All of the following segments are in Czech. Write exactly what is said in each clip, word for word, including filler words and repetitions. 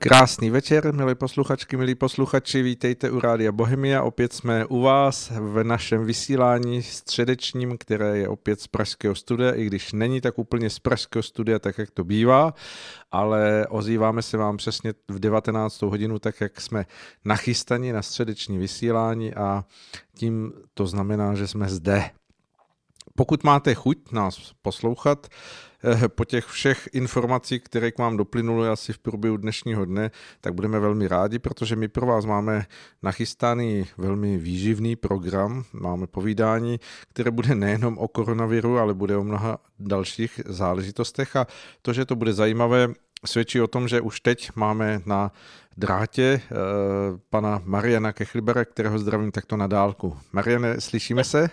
Krásný večer, milí posluchačky, milí posluchači, vítejte u Rádia Bohemia. Opět jsme u vás v našem vysílání středečním, které je opět z pražského studia, i když není tak úplně z pražského studia, tak jak to bývá, ale ozýváme se vám přesně v devatenáctou hodinu, tak jak jsme nachystaní na středeční vysílání a tím to znamená, že jsme zde. Pokud máte chuť nás poslouchat, po těch všech informací, které k vám doplynuly asi v průběhu dnešního dne, tak budeme velmi rádi, protože my pro vás máme nachystaný velmi výživný program, máme povídání, které bude nejenom o koronaviru, ale bude o mnoha dalších záležitostech a to, že to bude zajímavé, svědčí o tom, že už teď máme na drátě eh, pana Mariana Kechlibera, kterého zdravím takto na dálku. Mariane, slyšíme se?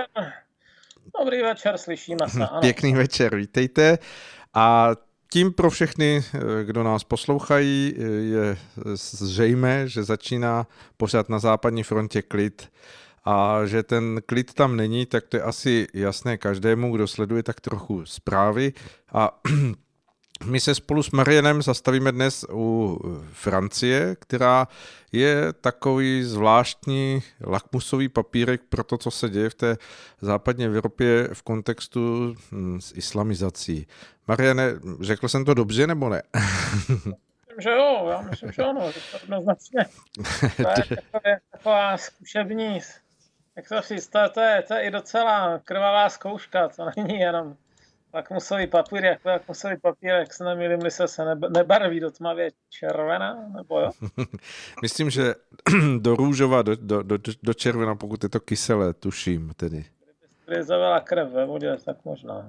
Dobrý večer, slyšíme se. Ano. Pěkný večer, vítejte. A tím pro všechny, kdo nás poslouchají, je zřejmé, že začíná pořád na západní frontě klid. A že ten klid tam není, tak to je asi jasné každému, kdo sleduje tak trochu zprávy. A my se spolu s Marianem zastavíme dnes u Francie, která je takový zvláštní lakmusový papírek pro to, co se děje v té západní Evropě v kontextu s islamizací. Mariane, řekl jsem to dobře, nebo ne? Myslím, že jo, já myslím, že ano, že to jednoznačně. To je taková, taková zkušební, jak to říct, to, to, je, to je i docela krvavá zkouška, to není jenom lakmusový papír, jako lakmusový papír, jak se nemýlím, se se nebarví do tmavě červená, nebo jo? Myslím, že do růžova, do, do, do, do červená, pokud je to kyselé, tuším tedy. Kdyby zavěla krev ve vodě, tak možná.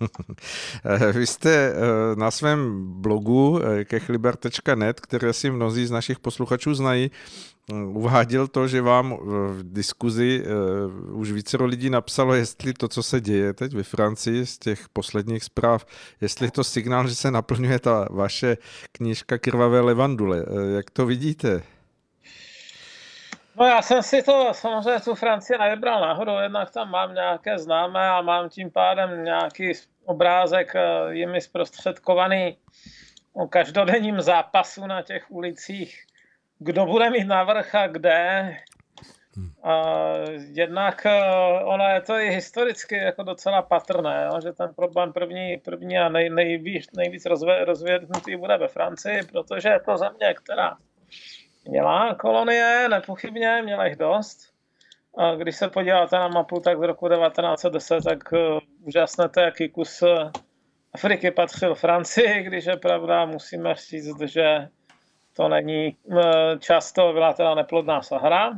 Vy jste na svém blogu kechliber tečka net, které si mnozí z našich posluchačů znají, uváděl to, že vám v diskuzi už více lidí napsalo, jestli to, co se děje teď ve Francii z těch posledních zpráv, jestli je to signál, že se naplňuje ta vaše knížka Krvavé levandule. Jak to vidíte? No já jsem si to samozřejmě tu Francii nevybral náhodou, jednak tam mám nějaké známé a mám tím pádem nějaký obrázek jimi zprostředkovaný o každodenním zápasu na těch ulicích, kdo bude mít navrch a kde. A jednak ono je to i historicky jako docela patrné, jo, že ten problém první, první a nej, nejvíc, nejvíc rozvě, rozvědnutý bude ve Francii, protože je to země, která měla kolonie, nepochybně, měla jich dost. A když se podíváte na mapu, tak z roku devatenáct set deset, tak uh, úžasnete, jaký kus Afriky patřil Francii, když je pravda, musíme říct, že to není uh, často, byla teda neplodná Sahara.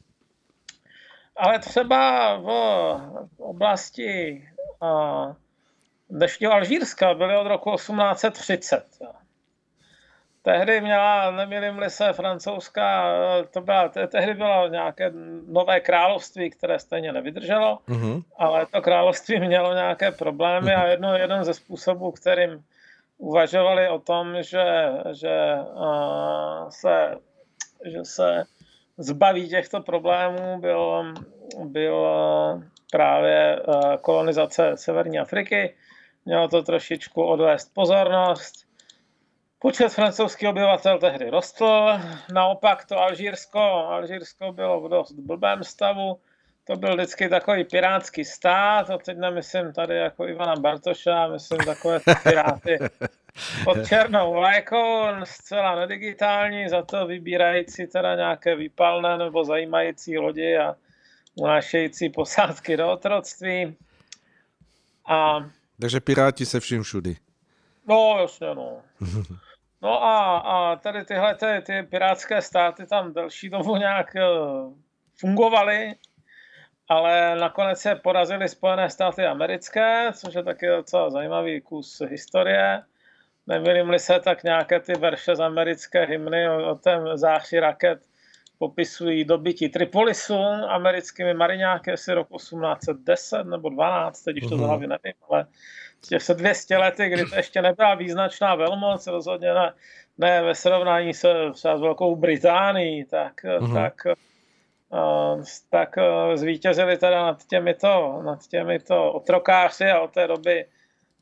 Ale třeba v oblasti uh, dnešního Alžírska byly od roku osmnáct set třicet. Tehdy měla, nemýlím-li se, francouzská, to byla, tehdy bylo nějaké nové království, které stejně nevydrželo, uh-huh. ale to království mělo nějaké problémy a jedno, jeden ze způsobů, kterým uvažovali o tom, že, že, uh, se, že se zbaví těchto problémů, byl, byl právě uh, kolonizace Severní Afriky. Mělo to trošičku odvést pozornost. Počet francouzských obyvatel tehdy rostl, naopak to Alžírsko, Alžírsko bylo v dost blbém stavu, to byl vždycky takový pirátský stát, a teď nemyslím tady jako Ivana Bartoša, myslím takové piráty pod černou vlajkou, zcela nedigitální, za to vybírající teda nějaké výpalné nebo zajímající lodi a unášející posádky do otroctví. A... Takže piráti se vším všudy. No, jasně, no. No a, a tady tyhle ty, ty pirátské státy tam delší dobu nějak uh, fungovaly, ale nakonec se porazily Spojené státy americké, což je taky docela zajímavý kus historie. Nemýlím-li se, tak nějaké ty verše z americké hymny o, o tém záři raket popisují dobytí Tripolisu americkými mariňáky asi rok osmnáct set deset nebo dvanáct, teď už to z hlavy nevím, ale těch se dvě stě lety, kdy to ještě nebyla význačná velmoc, rozhodně ne, ne ve srovnání se třeba s Velkou Británií, tak, uh-huh. tak, uh, tak uh, zvítězili teda nad těmito, nad těmito otrokáři a od té doby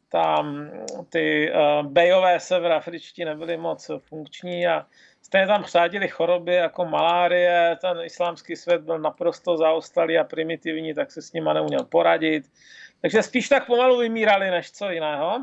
tam ty uh, bejové severoafričtí nebyly moc funkční a stejně tam přádili choroby jako malárie, ten islámský svět byl naprosto zaostalý a primitivní, tak se s nima neuměl poradit. Takže spíš tak pomalu vymírali, než co jiného.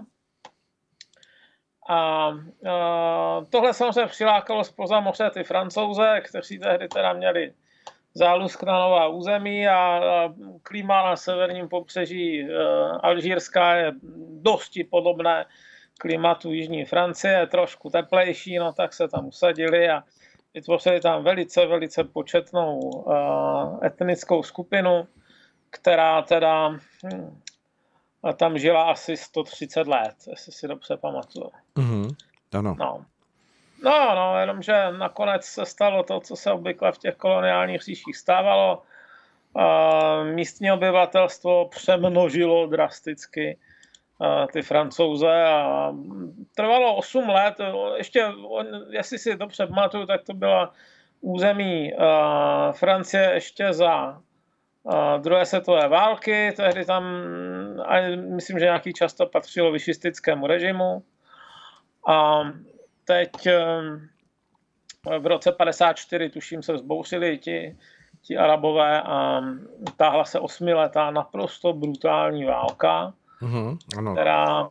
A, a tohle samozřejmě přilákalo zpoza moře ty Francouze, kteří tehdy teda měli zálusk na nová území a, a klima na severním pobřeží e, Alžírska je dosti podobné klimatu jižní Francie, trošku teplejší, no tak se tam usadili a vytvořili tam velice, velice početnou uh, etnickou skupinu, která teda hm, tam žila asi sto třicet let, jestli si dobře pamatuju. Mm-hmm. Ano. No. no, no, jenomže nakonec se stalo to, co se obvykle v těch koloniálních říších stávalo. Uh, místní obyvatelstvo přemnožilo drasticky ty Francouze a trvalo osm let, ještě, jestli si dobře pamatuju, tak to byla území uh, Francie ještě za uh, druhé světové války, tehdy tam, a myslím, že nějaký čas to patřilo višistickému režimu a teď uh, v roce padesát čtyři, tuším, se vzbouřili ti, ti Arabové a táhla se osmiletá naprosto brutální válka, Uhum, ano. která,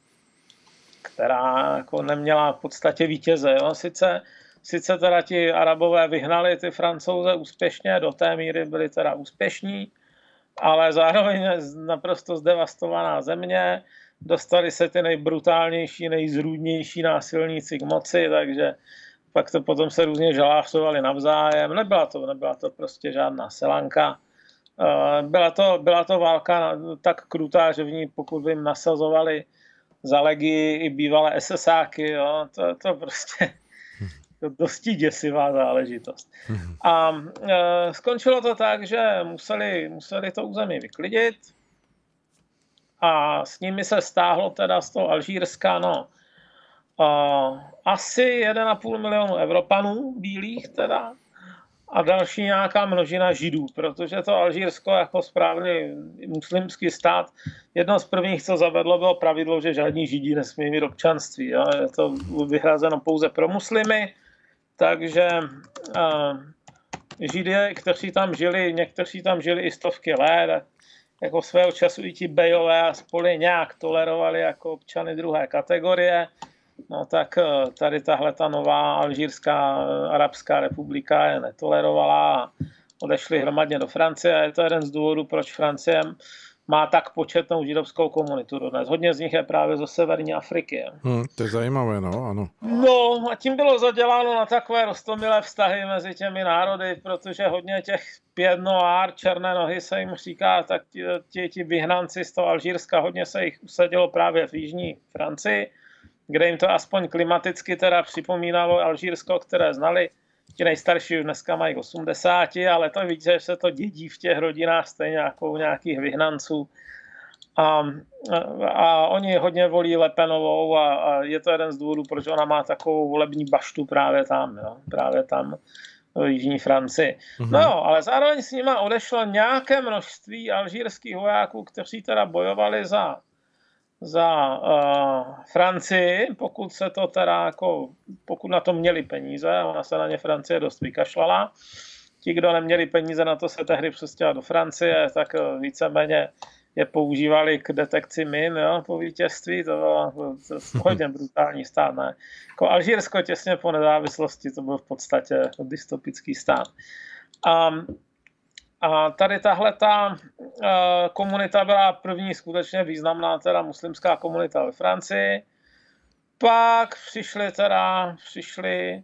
která jako neměla v podstatě vítěze. Jo? Sice, sice teda ti Arabové vyhnali ty Francouze úspěšně, do té míry byli teda úspěšní, ale zároveň naprosto zdevastovaná země, dostali se ty nejbrutálnější, nejzrůdnější násilníci k moci, takže pak to potom se různě žalářovali navzájem. Nebyla to, nebyla to prostě žádná selanka. Byla to, byla to válka tak krutá, že v ní, pokud by jim nasazovali za legii i bývalé esesáky, jo, to, to prostě to dosti děsivá záležitost. A e, skončilo to tak, že museli, museli to území vyklidit a s nimi se stáhlo teda z toho Alžírska, no, e, asi jeden a půl milionu Evropanů bílých teda, a další nějaká množina Židů, protože to Alžírsko jako správný muslimský stát, jedno z prvních, co zavedlo, bylo pravidlo, že žádní Židí nesmí mít občanství. Jo. Je to vyhrazeno pouze pro muslimy, takže uh, Židé, kteří tam žili, někteří tam žili i stovky let, jako svého času i ti bejové a spolu nějak tolerovali jako občany druhé kategorie. No tak tady tahle ta nová Alžírská arabská republika je netolerovala a odešli hromadně do Francie a je to jeden z důvodů, proč Francie má tak početnou židovskou komunitu dodnes. Hodně z nich je právě ze severní Afriky. Hmm, to je zajímavé, no, ano. No a tím bylo zaděláno na takové roztomilé vztahy mezi těmi národy, protože hodně těch pět noir, černé nohy se jim říká, tak ti, ti, ti vyhnanci z toho Alžírska, hodně se jich usadilo právě v jižní Francii, kde jim to aspoň klimaticky teda připomínalo Alžírsko, které znali. Ti nejstarší už dneska mají osmdesát, ale to víte, že se to dědí v těch rodinách stejně jako u nějakých vyhnanců. A, a, a oni hodně volí Le Penovou a, a je to jeden z důvodů, proč ona má takovou volební baštu právě tam, jo, právě tam v jižní Francii. Mm-hmm. No jo, ale zároveň s nima odešlo nějaké množství alžírských vojáků, kteří teda bojovali za za uh, Francii, pokud se to teda jako, pokud na to měli peníze, ona se na ně Francie dost vykašlala. Ti, kdo neměli peníze na to se tehdy přestěhovat do Francie, tak víceméně je používali k detekci min, jo, po vítězství, to bylo to, to hodně brutální stát, ne. Jako Alžírsko těsně po nezávislosti, to byl v podstatě jako dystopický stát. Um, A tady tahle ta uh, komunita byla první skutečně významná teda muslimská komunita ve Francii. Pak přišly teda, přišly,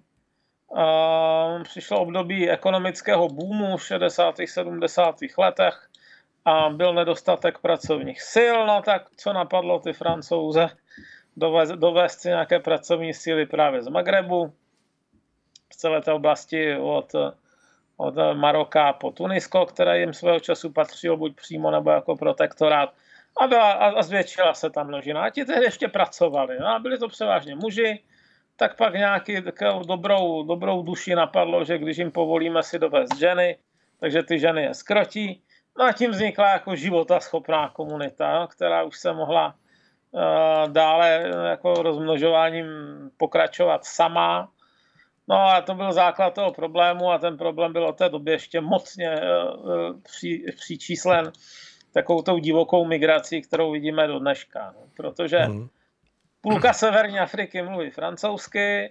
uh, přišlo období ekonomického boomu v šedesátých sedmdesátých letech a byl nedostatek pracovních sil, no tak co napadlo ty Francouze? Dovést, dovést si nějaké pracovní síly právě z Magrebu, z celé té oblasti od od Maroka po Tunisko, které jim svého času patřilo buď přímo nebo jako protektorát. A, byla, a zvětšila se tam množina. A ti tehdy ještě pracovali. No a byli to převážně muži, tak pak nějaký takovou dobrou, dobrou duši napadlo, že když jim povolíme si dovést ženy, takže ty ženy je skrotí. No a tím vznikla jako životaschopná komunita, která už se mohla dále jako rozmnožováním pokračovat sama. No a to byl základ toho problému a ten problém byl od té doby ještě mocně přičíslen takovou tou divokou migrací, kterou vidíme do dneška. No, protože hmm. půlka severní Afriky mluví francouzsky,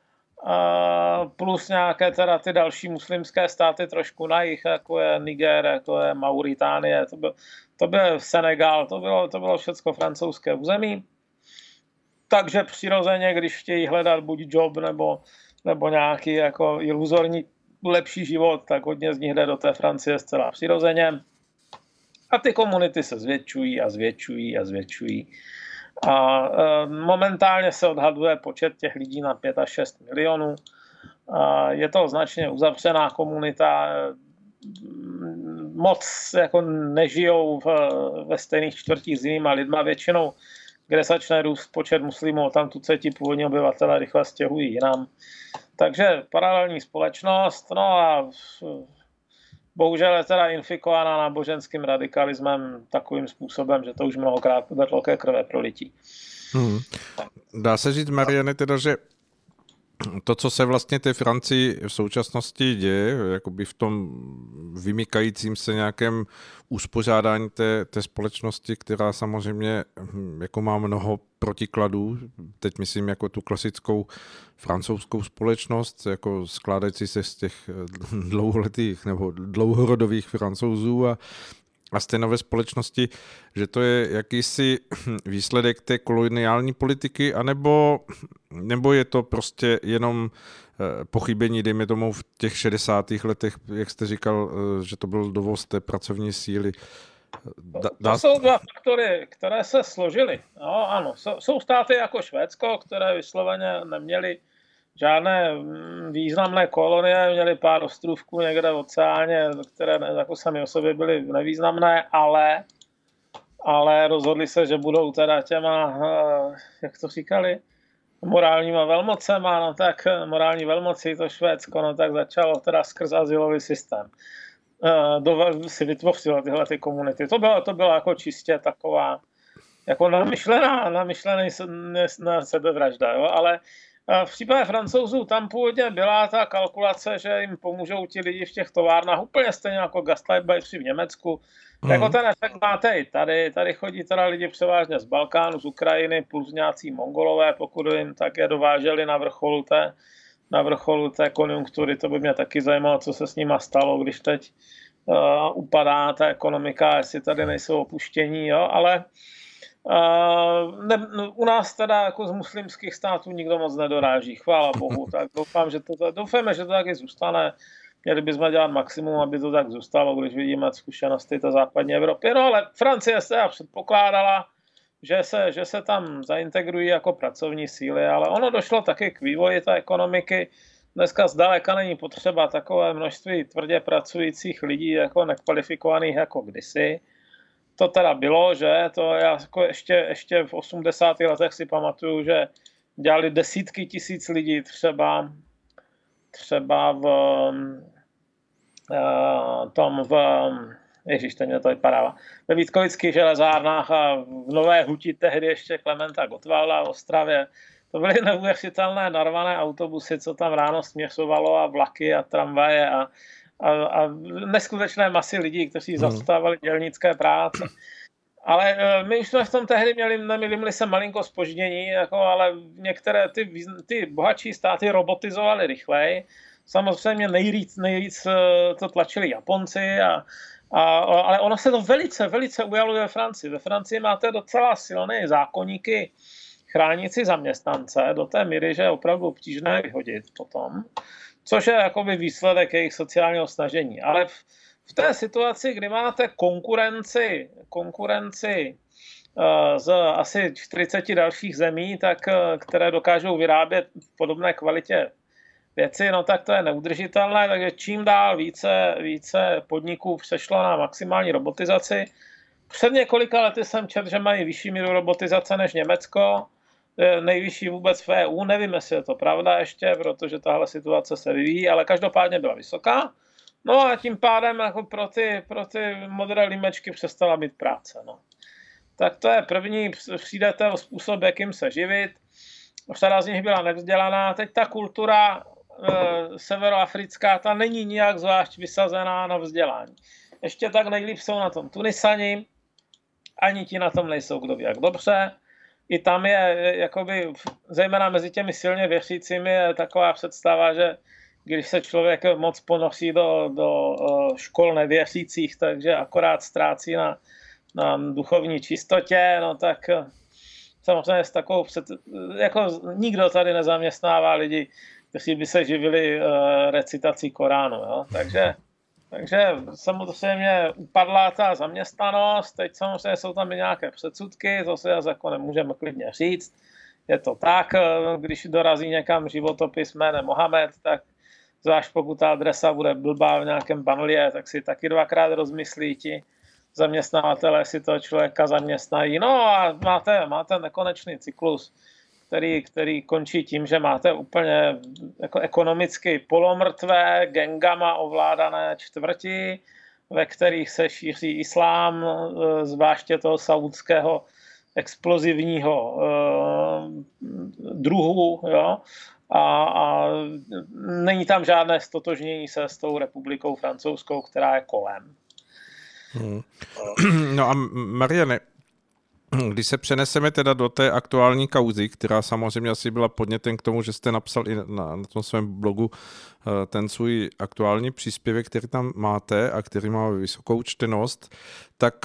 plus nějaké teda ty další muslimské státy trošku na jih, jako je Niger, jako je Mauritánie, to byl, to byl Senegal, to bylo, to bylo všecko francouzské území. Takže přirozeně, když chtějí hledat buď job nebo, nebo nějaký jako iluzorní lepší život, tak hodně z nich jde do té Francie zcela přirozeně. A ty komunity se zvětšují a zvětšují a zvětšují. A e, momentálně se odhaduje počet těch lidí na pět až šest milionů. A je to značně uzavřená komunita. Moc jako nežijou v, ve stejných čtvrtích s jinýma lidma. Většinou, kde začne růst počet muslimů, tam tu se ti původní obyvatelé rychle stěhují jinam. Takže paralelní společnost. No a bohužel je teda infikovaná náboženským radikalismem takovým způsobem, že to už mnohokrát vedlo ke krve prolití. Hmm. Dá se říct, Mariane, teda, že to, co se vlastně té Francii v současnosti děje, jakoby v tom vymykajícím se nějakém uspořádání té, té společnosti, která samozřejmě jako má mnoho protikladů, teď myslím jako tu klasickou francouzskou společnost, jako skládající se z těch dlouholetých nebo dlouhorodových Francouzů a a z té nové společnosti, že to je jakýsi výsledek té koloniální politiky, anebo, nebo je to prostě jenom pochybení, dejme tomu v těch šedesátých letech, jak jste říkal, že to byl dovoz té pracovní síly. Da, to dá... jsou dva faktory, které se složily. No, ano, jsou státy jako Švédsko, které vysloveně neměly žádné významné kolonie, měli pár ostrůvků někde v oceáně, které jako sami o sobě byly nevýznamné, ale, ale rozhodli se, že budou teda těma, jak to říkali, morálníma velmocema, no tak morální velmocí to Švédsko, no tak začalo teda skrz azylový systém. Do, si vytvořilo tyhle ty komunity. To bylo, to bylo jako čistě taková, jako namyšlená, namyšlený na sebevražda, jo, ale v případě Francouzů tam původně byla ta kalkulace, že jim pomůžou ti lidi v těch továrnách úplně stejně jako gastarbeitři v Německu. Mm. Jako ten efekt máte i tady. Tady chodí teda lidi převážně z Balkánu, z Ukrajiny, plus nějací Mongolové, pokud jim také dováželi na vrcholu té, na vrcholu té konjunktury. To by mě taky zajímalo, co se s nima stalo, když teď uh, upadá ta ekonomika, jestli tady nejsou opuštění, jo, ale Uh, ne, u nás teda jako z muslimských států nikdo moc nedoráží, chvála bohu, tak doufám, že to, doufáme, že to taky zůstane. Měli bychom dělat maximum, aby to tak zůstalo, když vidíme zkušenosti té západní Evropy. No ale Francie se předpokládala, že se, že se tam zaintegrují jako pracovní síly, ale ono došlo taky k vývoji té ekonomiky. Dneska zdaleka není potřeba takové množství tvrdě pracujících lidí, jako nekvalifikovaných jako kdysi. To teda bylo, že to já jako ještě, ještě v osmdesátých letech si pamatuju, že dělali desítky tisíc lidí třeba, třeba v uh, tom v, ježiš, to mě to vypadává, ve Vítkovických železárnách a v Nové Huti tehdy ještě Klementa Gottwalda v Ostravě. To byly neuvěřitelné narvané autobusy, co tam ráno směřovalo a vlaky a tramvaje a A, a neskutečné masy lidí, kteří zastávali dělnické práce. Ale my už jsme v tom tehdy měli, neměli se malinko zpoždění, jako, ale některé ty, ty bohatší státy robotizovaly rychleji. Samozřejmě nejvíc, nejvíc to tlačili Japonci, a, a, ale ono se to velice, velice ujalo ve Francii. Ve Francii máte docela silné zákoníky chránící zaměstnance do té míry, že je opravdu obtížné vyhodit potom. Což je jakoby výsledek jejich sociálního snažení. Ale v, v té situaci, kdy máte konkurenci, konkurenci uh, z asi čtyřiceti dalších zemí, tak, uh, které dokážou vyrábět v podobné kvalitě věci, no tak to je neudržitelné, takže čím dál více, více podniků přešlo na maximální robotizaci. Před několika lety jsem četl, že mají vyšší míru robotizace než Německo, nejvyšší vůbec v E U, nevím, jestli je to pravda ještě, protože tahle situace se vyvíjí, ale každopádně byla vysoká. No a tím pádem jako pro ty, pro ty modré límečky přestala být práce. No. tak to je první, přijdete o způsob, jakým se živit. Řada z nich byla nevzdělaná. Teď ta kultura e, severoafrická, ta není nijak zvlášť vysazená na vzdělání. Ještě tak nejlíp jsou na tom Tunisani, ani ti na tom nejsou kdo ví jak dobře. I tam je, jakoby, zejména mezi těmi silně věřícími, je taková představa, že když se člověk moc ponoří do, do škol nevěřících, takže akorát ztrácí na, na duchovní čistotě, no tak samozřejmě s takovou před, jako nikdo tady nezaměstnává lidi, kteří by se živili uh, recitací Koránu, jo? Takže, takže samozřejmě upadla ta zaměstnanost, teď samozřejmě jsou tam i nějaké předsudky, to se jako nemůžeme klidně říct, je to tak, když dorazí někam životopis jménem Mohamed, tak zvlášť pokud ta adresa bude blbá v nějakém banlie, tak si taky dvakrát rozmyslí ti zaměstnavatelé, si toho člověka zaměstnají. No a máte, máte nekonečný cyklus, který, který končí tím, že máte úplně jako ekonomicky polomrtvé, gengama ovládané čtvrti, ve kterých se šíří islám, zvláště toho saudského explozivního uh, druhu, jo. A, a není tam žádné stotožnění se s tou republikou francouzskou, která je kolem. Hmm. No a Mariane, když se přeneseme teda do té aktuální kauzy, která samozřejmě asi byla podnětem k tomu, že jste napsal i na, na tom svém blogu ten svůj aktuální příspěvek, který tam máte a který má vysokou čtenost, tak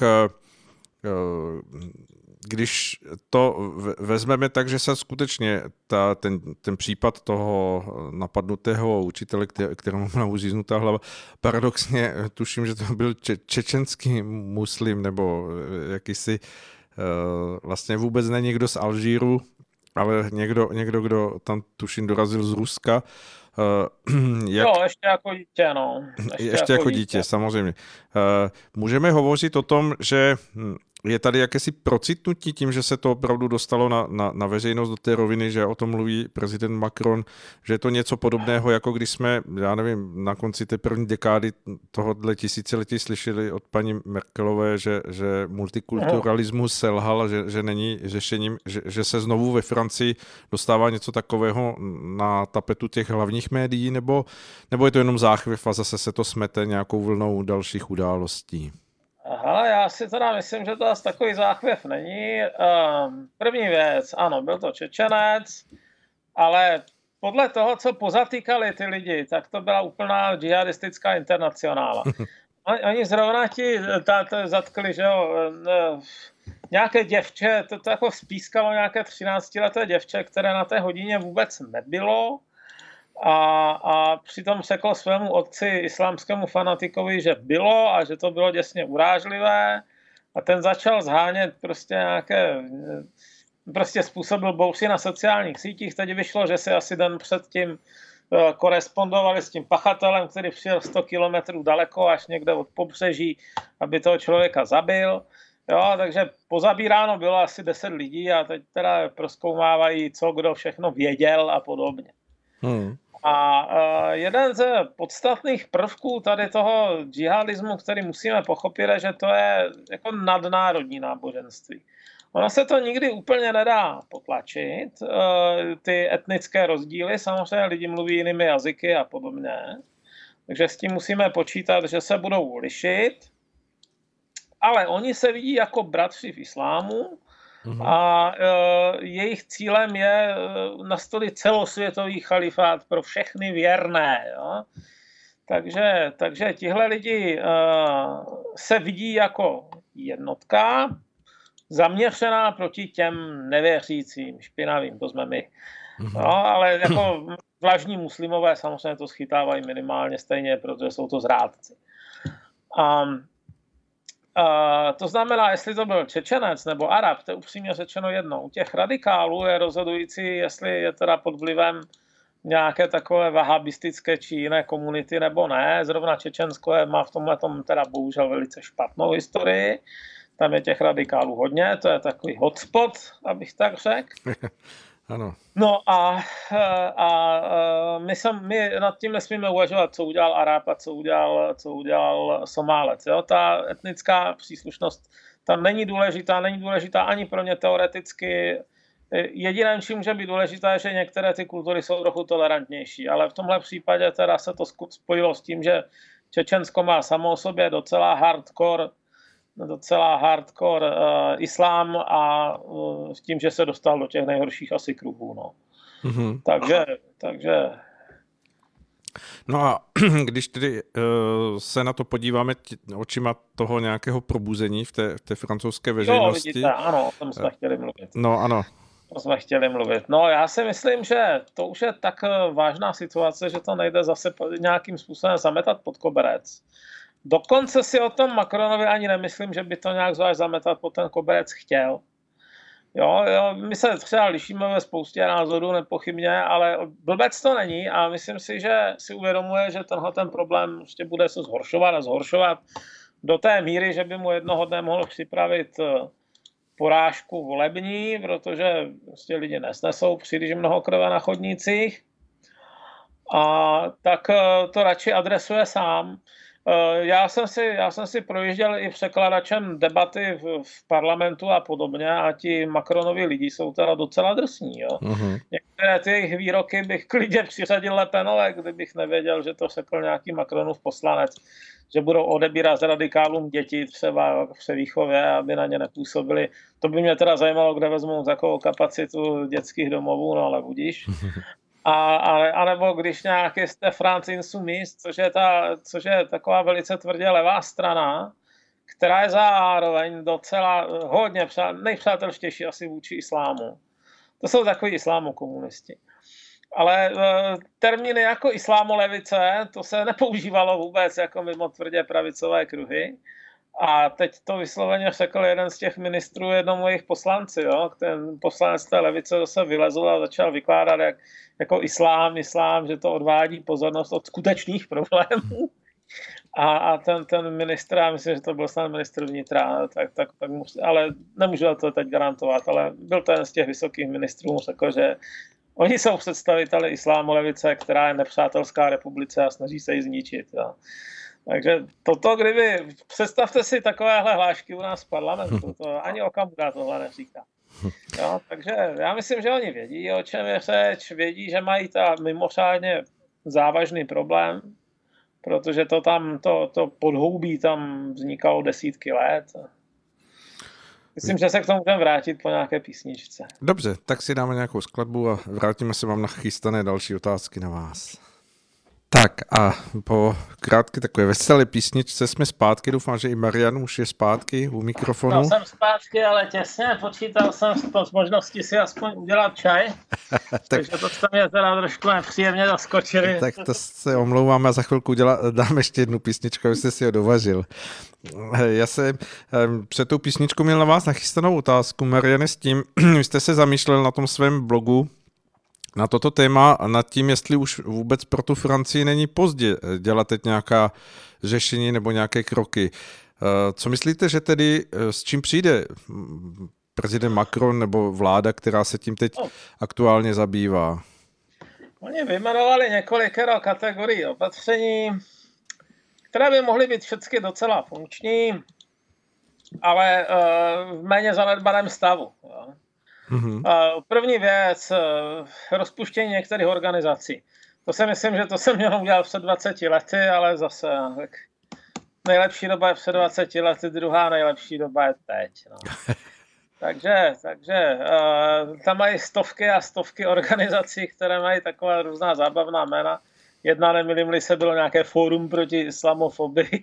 když to vezmeme tak, že se skutečně ta, ten, ten případ toho napadnutého učitele, kterému byla uříznutá hlava, paradoxně tuším, že to byl če, čečenský muslim nebo jakýsi vlastně vůbec ne někdo z Alžíru, ale někdo, někdo, kdo tam tuším dorazil z Ruska. Jak... Jo, ještě jako dítě, no. Ještě, ještě jako, jako dítě, dítě, samozřejmě. Můžeme hovořit o tom, že je tady jakési procitnutí tím, že se to opravdu dostalo na, na, na veřejnost do té roviny, že o tom mluví prezident Macron, že je to něco podobného, jako když jsme, já nevím, na konci té první dekády tohohle tisíciletí slyšeli od paní Merkelové, že, že multikulturalismus selhal, že, že není řešením, že, že se znovu ve Francii dostává něco takového na tapetu těch hlavních médií, nebo, nebo je to jenom záchvěv a zase se to smete nějakou vlnou dalších událostí? Aha, já si teda myslím, že to asi takový záchvěv není. První věc, ano, byl to Čečenec, ale podle toho, co pozatýkali ty lidi, tak to byla úplná džihadistická internacionála. Oni zrovna ti zatkli, že jo, nějaké děvče, to, to jako spískalo nějaké třináctileté děvče, které na té hodině vůbec nebylo. A, a přitom řekl svému otci islámskému fanatikovi, že bylo a že to bylo děsně urážlivé a ten začal zhánět prostě nějaké, prostě způsobil bouři na sociálních sítích. Teď vyšlo, že si asi den předtím korespondovali s tím pachatelem, který přijel sto kilometrů daleko až někde od pobřeží, aby toho člověka zabil. Jo, takže pozabíráno bylo asi deset lidí a teď teda prozkoumávají, co kdo všechno věděl a podobně. Hmm. A uh, jeden z podstatných prvků tady toho džihadismu, který musíme pochopit, je, že to je jako nadnárodní náboženství. Ono se to nikdy úplně nedá potlačit, uh, ty etnické rozdíly, samozřejmě lidi mluví jinými jazyky a podobně, takže s tím musíme počítat, že se budou lišit, ale oni se vidí jako bratři v islámu, uhum. A e, jejich cílem je nastolit celosvětový chalifát pro všechny věrné. Jo? Takže, takže tihle lidi e, se vidí jako jednotka, zaměřená proti těm nevěřícím, špinavým, to jsme my. No, ale jako vlažní muslimové samozřejmě to schytávají minimálně stejně, protože jsou to zrádci. Um, Uh, to znamená, jestli to byl Čečenec nebo Arab, to je upřímně řečeno jedno. U těch radikálů je rozhodující, jestli je teda pod vlivem nějaké takové vahabistické či jiné komunity nebo ne. Zrovna Čečensko je, má v tomhletom teda bohužel velice špatnou historii. Tam je těch radikálů hodně, to je takový hotspot, abych tak řekl. Ano. No a, a, a my, sem, my nad tím nesmíme uvažovat, co udělal Arab a co udělal, co udělal Somálec. Jo? Ta etnická příslušnost ta není důležitá, není důležitá ani pro ně teoreticky. Jediné, čím může být důležité, je, že některé ty kultury jsou trochu tolerantnější, ale v tomhle případě teda se to spojilo s tím, že Čečensko má samo o sobě docela hardcore, docela hardcore uh, islám a uh, s tím, že se dostal do těch nejhorších asi kruhů. No. Mm-hmm. Takže, takže... No a když tedy uh, se na to podíváme tě, očima toho nějakého probuzení v té, v té francouzské veřejnosti... Jo, vidíte, ano, o tom jsme chtěli mluvit. No, ano. To jsme chtěli mluvit. No, já si myslím, že to už je tak vážná situace, že to nejde zase nějakým způsobem zametat pod koberec. Dokonce si o tom Macronovi ani nemyslím, že by to nějak zvlášť zametat pod ten koberec chtěl. Jo, jo, my se třeba lišíme ve spoustě názorů, nepochybně, ale blbec to není a myslím si, že si uvědomuje, že tenhle ten problém ještě bude se zhoršovat a zhoršovat do té míry, že by mu jednoho dne mohl připravit porážku volební, protože prostě lidi nesnesou příliš mnoho krve na chodnících. A tak to radši adresuje sám. Já jsem si, já jsem si projížděl i překladačem debaty v, v parlamentu a podobně a ti Macronovi lidi jsou teda docela drsní. Jo? Uh-huh. Některé ty jejich výroky bych klidně přiřadil Le Penové, kdybych nevěděl, že to řekl nějaký Macronův poslanec, že budou odebírat radikálům děti třeba v převýchově, aby na ně nepůsobili. To by mě teda zajímalo, kde vezmou takovou kapacitu dětských domovů, no ale budíš. A, a, a nebo když nějaký jste France Insoumise, což je, ta, což je taková velice tvrdě levá strana, která je zároveň docela hodně nejpřátelštější asi vůči islámu. To jsou takový islámokomunisti. Ale e, termíny jako islámolevice, to se nepoužívalo vůbec jako mimo tvrdě pravicové kruhy. A teď to vysloveně řekl jeden z těch ministrů jednomu jejich poslanci. Jo? Ten poslanec té levice zase vylezl a začal vykládat jak, jako islám, islám, že to odvádí pozornost od skutečných problémů. A, a ten, ten ministr, já myslím, že to byl snad ministr vnitra, tak, tak, tak mu, ale nemůžu to teď garantovat, ale byl to jeden z těch vysokých ministrů, mu řekl, že oni jsou představiteli islámolevice, která je nepřátelská republice a snaží se ji zničit. Jo. Takže toto, kdyby, představte si takovéhle hlášky u nás v parlamentu, to ani Okamura tohle neříká. Jo, takže já myslím, že oni vědí, o čem je řeč, vědí, že mají ta mimořádně závažný problém, protože to tam, to, to podhoubí tam vznikalo desítky let. Myslím, že se k tomu můžeme vrátit po nějaké písničce. Dobře, tak si dáme nějakou skladbu a vrátíme se vám na chystané další otázky na vás. Tak a po krátké takové veselé písničce jsme zpátky. Doufám, že i Marian už je zpátky u mikrofonu. No, jsem zpátky, ale těsně. Počítal jsem s možností si aspoň udělat čaj. tak, takže to jste mě teda trošku nepříjemně zaskočili. Tak to se omlouváme a za chvilku udělá, dáme ještě jednu písničku, aby jste si ho dovažil. Já se před tou písničkou měl na vás nachystanou otázku, Mariane, s tím, vy jste se zamýšlel na tom svém blogu na toto téma a nad tím, jestli už vůbec pro tu Francii není pozdě dělat teď nějaká řešení nebo nějaké kroky. Co myslíte, že tedy s čím přijde prezident Macron nebo vláda, která se tím teď aktuálně zabývá? Oni vyjmenovali několikero kategorií opatření, které by mohly být všechny docela funkční, ale v méně zanedbaném stavu. Mm-hmm. První věc, rozpuštění některých organizací. To si myslím, že to jsem měl udělat před dvaceti lety, ale zase tak nejlepší doba je před dvaceti lety, druhá nejlepší doba je teď. No. takže takže uh, tam mají stovky a stovky organizací, které mají taková různá zábavná jména. Jedna, nemilím-li se, bylo nějaké fórum proti islamofobii.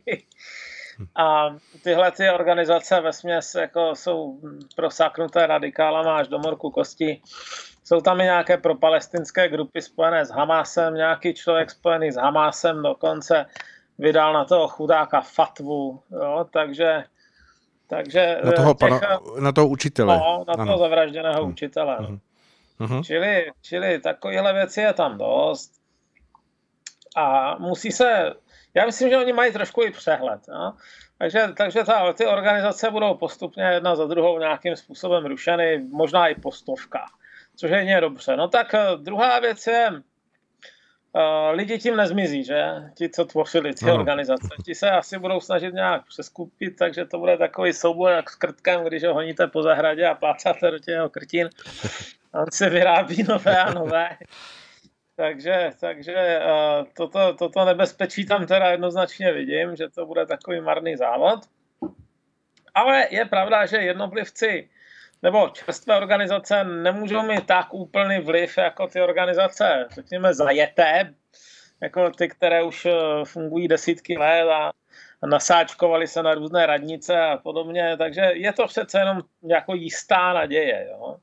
A tyhle ty organizace vesměs jako jsou prosáknuté radikálama až do morku kosti. Jsou tam i nějaké propalestinské grupy spojené s Hamásem. Nějaký člověk spojený s Hamásem dokonce vydal na toho chudáka fatvu. Jo? Takže, takže na, toho těch, pana, na toho učitele. No, na toho ano. zavražděného uh-huh. učitele. Uh-huh. Čili, čili takovéhle věci je tam dost. A musí se... Já myslím, že oni mají trošku i přehled. No? Takže, takže ta, ty organizace budou postupně jedna za druhou nějakým způsobem rušeny, možná i po stovkách, což je hodně dobře. No tak druhá věc je, lidi tím nezmizí, že? Ti, co tvořili ty no. organizace. Ti se asi budou snažit nějak přeskupit, takže to bude takový souboj jak s krtkem, když ho honíte po zahradě a plácáte do těho krtin. A on se vyrábí nové a nové. Takže, takže toto, toto nebezpečí tam teda jednoznačně vidím, že to bude takový marný závod. Ale je pravda, že jednotlivci nebo čerstvé organizace nemůžou mít tak úplný vliv jako ty organizace, řekněme, zajeté, jako ty, které už fungují desítky let a nasáčkovali se na různé radnice a podobně, takže je to přece jenom jako jistá naděje. Jo.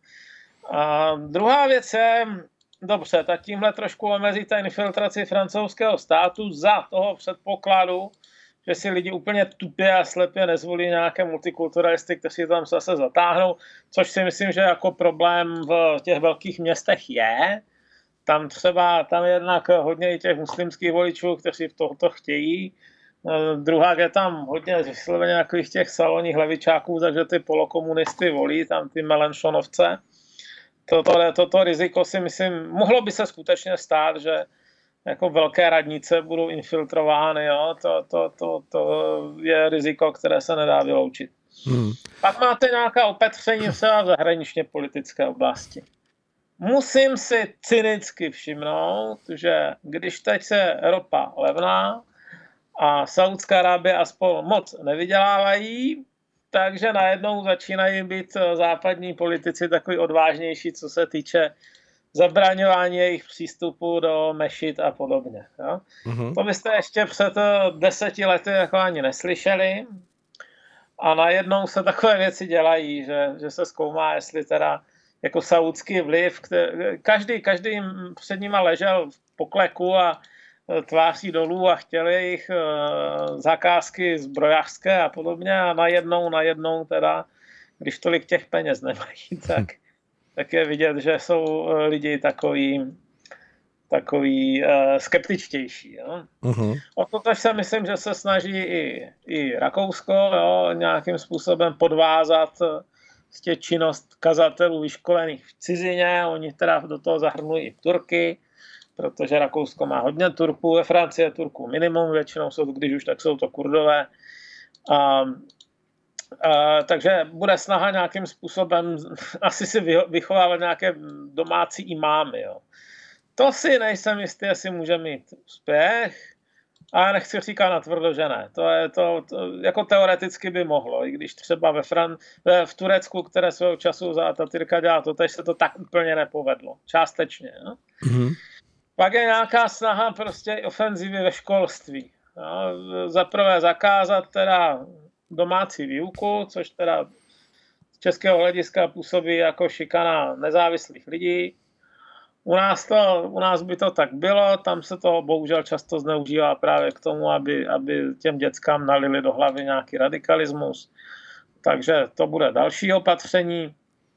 A druhá věc je, dobře, tak tímhle trošku omezíte infiltraci francouzského státu za toho předpokladu, že si lidi úplně tupě a slepě nezvolí nějaké multikulturalisty, kteří tam zase zatáhnou, což si myslím, že jako problém v těch velkých městech je. Tam třeba, tam je jednak hodně i těch muslimských voličů, kteří v tohoto chtějí. Druhá je tam hodně vysloveně takových těch salonních levičáků, takže ty polokomunisty volí, tam ty Melenchonovce. Toto, toto riziko si myslím, mohlo by se skutečně stát, že jako velké radnice budou infiltrovány, jo? To, to, to, to je riziko, které se nedá vyloučit. Hmm. Pak máte nějaká opatření třeba v zahraničně politické oblasti. Musím si cynicky všimnout, že když teď se ropa levná a Saudská Arábie a spolu moc nevydělávají, takže najednou začínají být západní politici takový odvážnější, co se týče zabraňování jejich přístupu do mešit a podobně. Jo? Mm-hmm. To byste ještě před deseti lety jako ani neslyšeli a najednou se takové věci dělají, že, že se zkoumá, jestli teda jako saudský vliv, který, každý, každý před nima ležel v pokleku a tváří dolů a chtěli jejich zakázky zbrojařské a podobně a najednou, najednou teda, když tolik těch peněz nemají, tak tak je vidět, že jsou lidi takový, takový uh, skeptičtější. Jo? Uh-huh. O to tež se myslím, že se snaží i, i Rakousko jo, nějakým způsobem podvázat vlastně činnost kazatelů vyškolených v cizině. Oni teda do toho zahrnují i Turky, protože Rakousko má hodně Turků, ve Francii je Turků minimum, většinou jsou, když už tak jsou to Kurdové. A Uh, takže bude snaha nějakým způsobem asi si vychovávat nějaké domácí imámy. Jo. To si nejsem jistý, jestli může mít úspěch, ale nechci říkat natvrdo, že ne. To je to, to jako teoreticky by mohlo, i když třeba ve Fran- v Turecku, které svého času za Atatürka dělá, to tež se to tak úplně nepovedlo. Částečně. Jo. Mm-hmm. Pak je nějaká snaha prostě ofenzivy ve školství. Jo. Za prvé zakázat teda domácí výuku, což teda z českého hlediska působí jako šikana nezávislých lidí. U nás, to, u nás by to tak bylo, tam se to bohužel často zneužívá právě k tomu, aby, aby těm dětskám nalili do hlavy nějaký radikalismus. Takže to bude další opatření.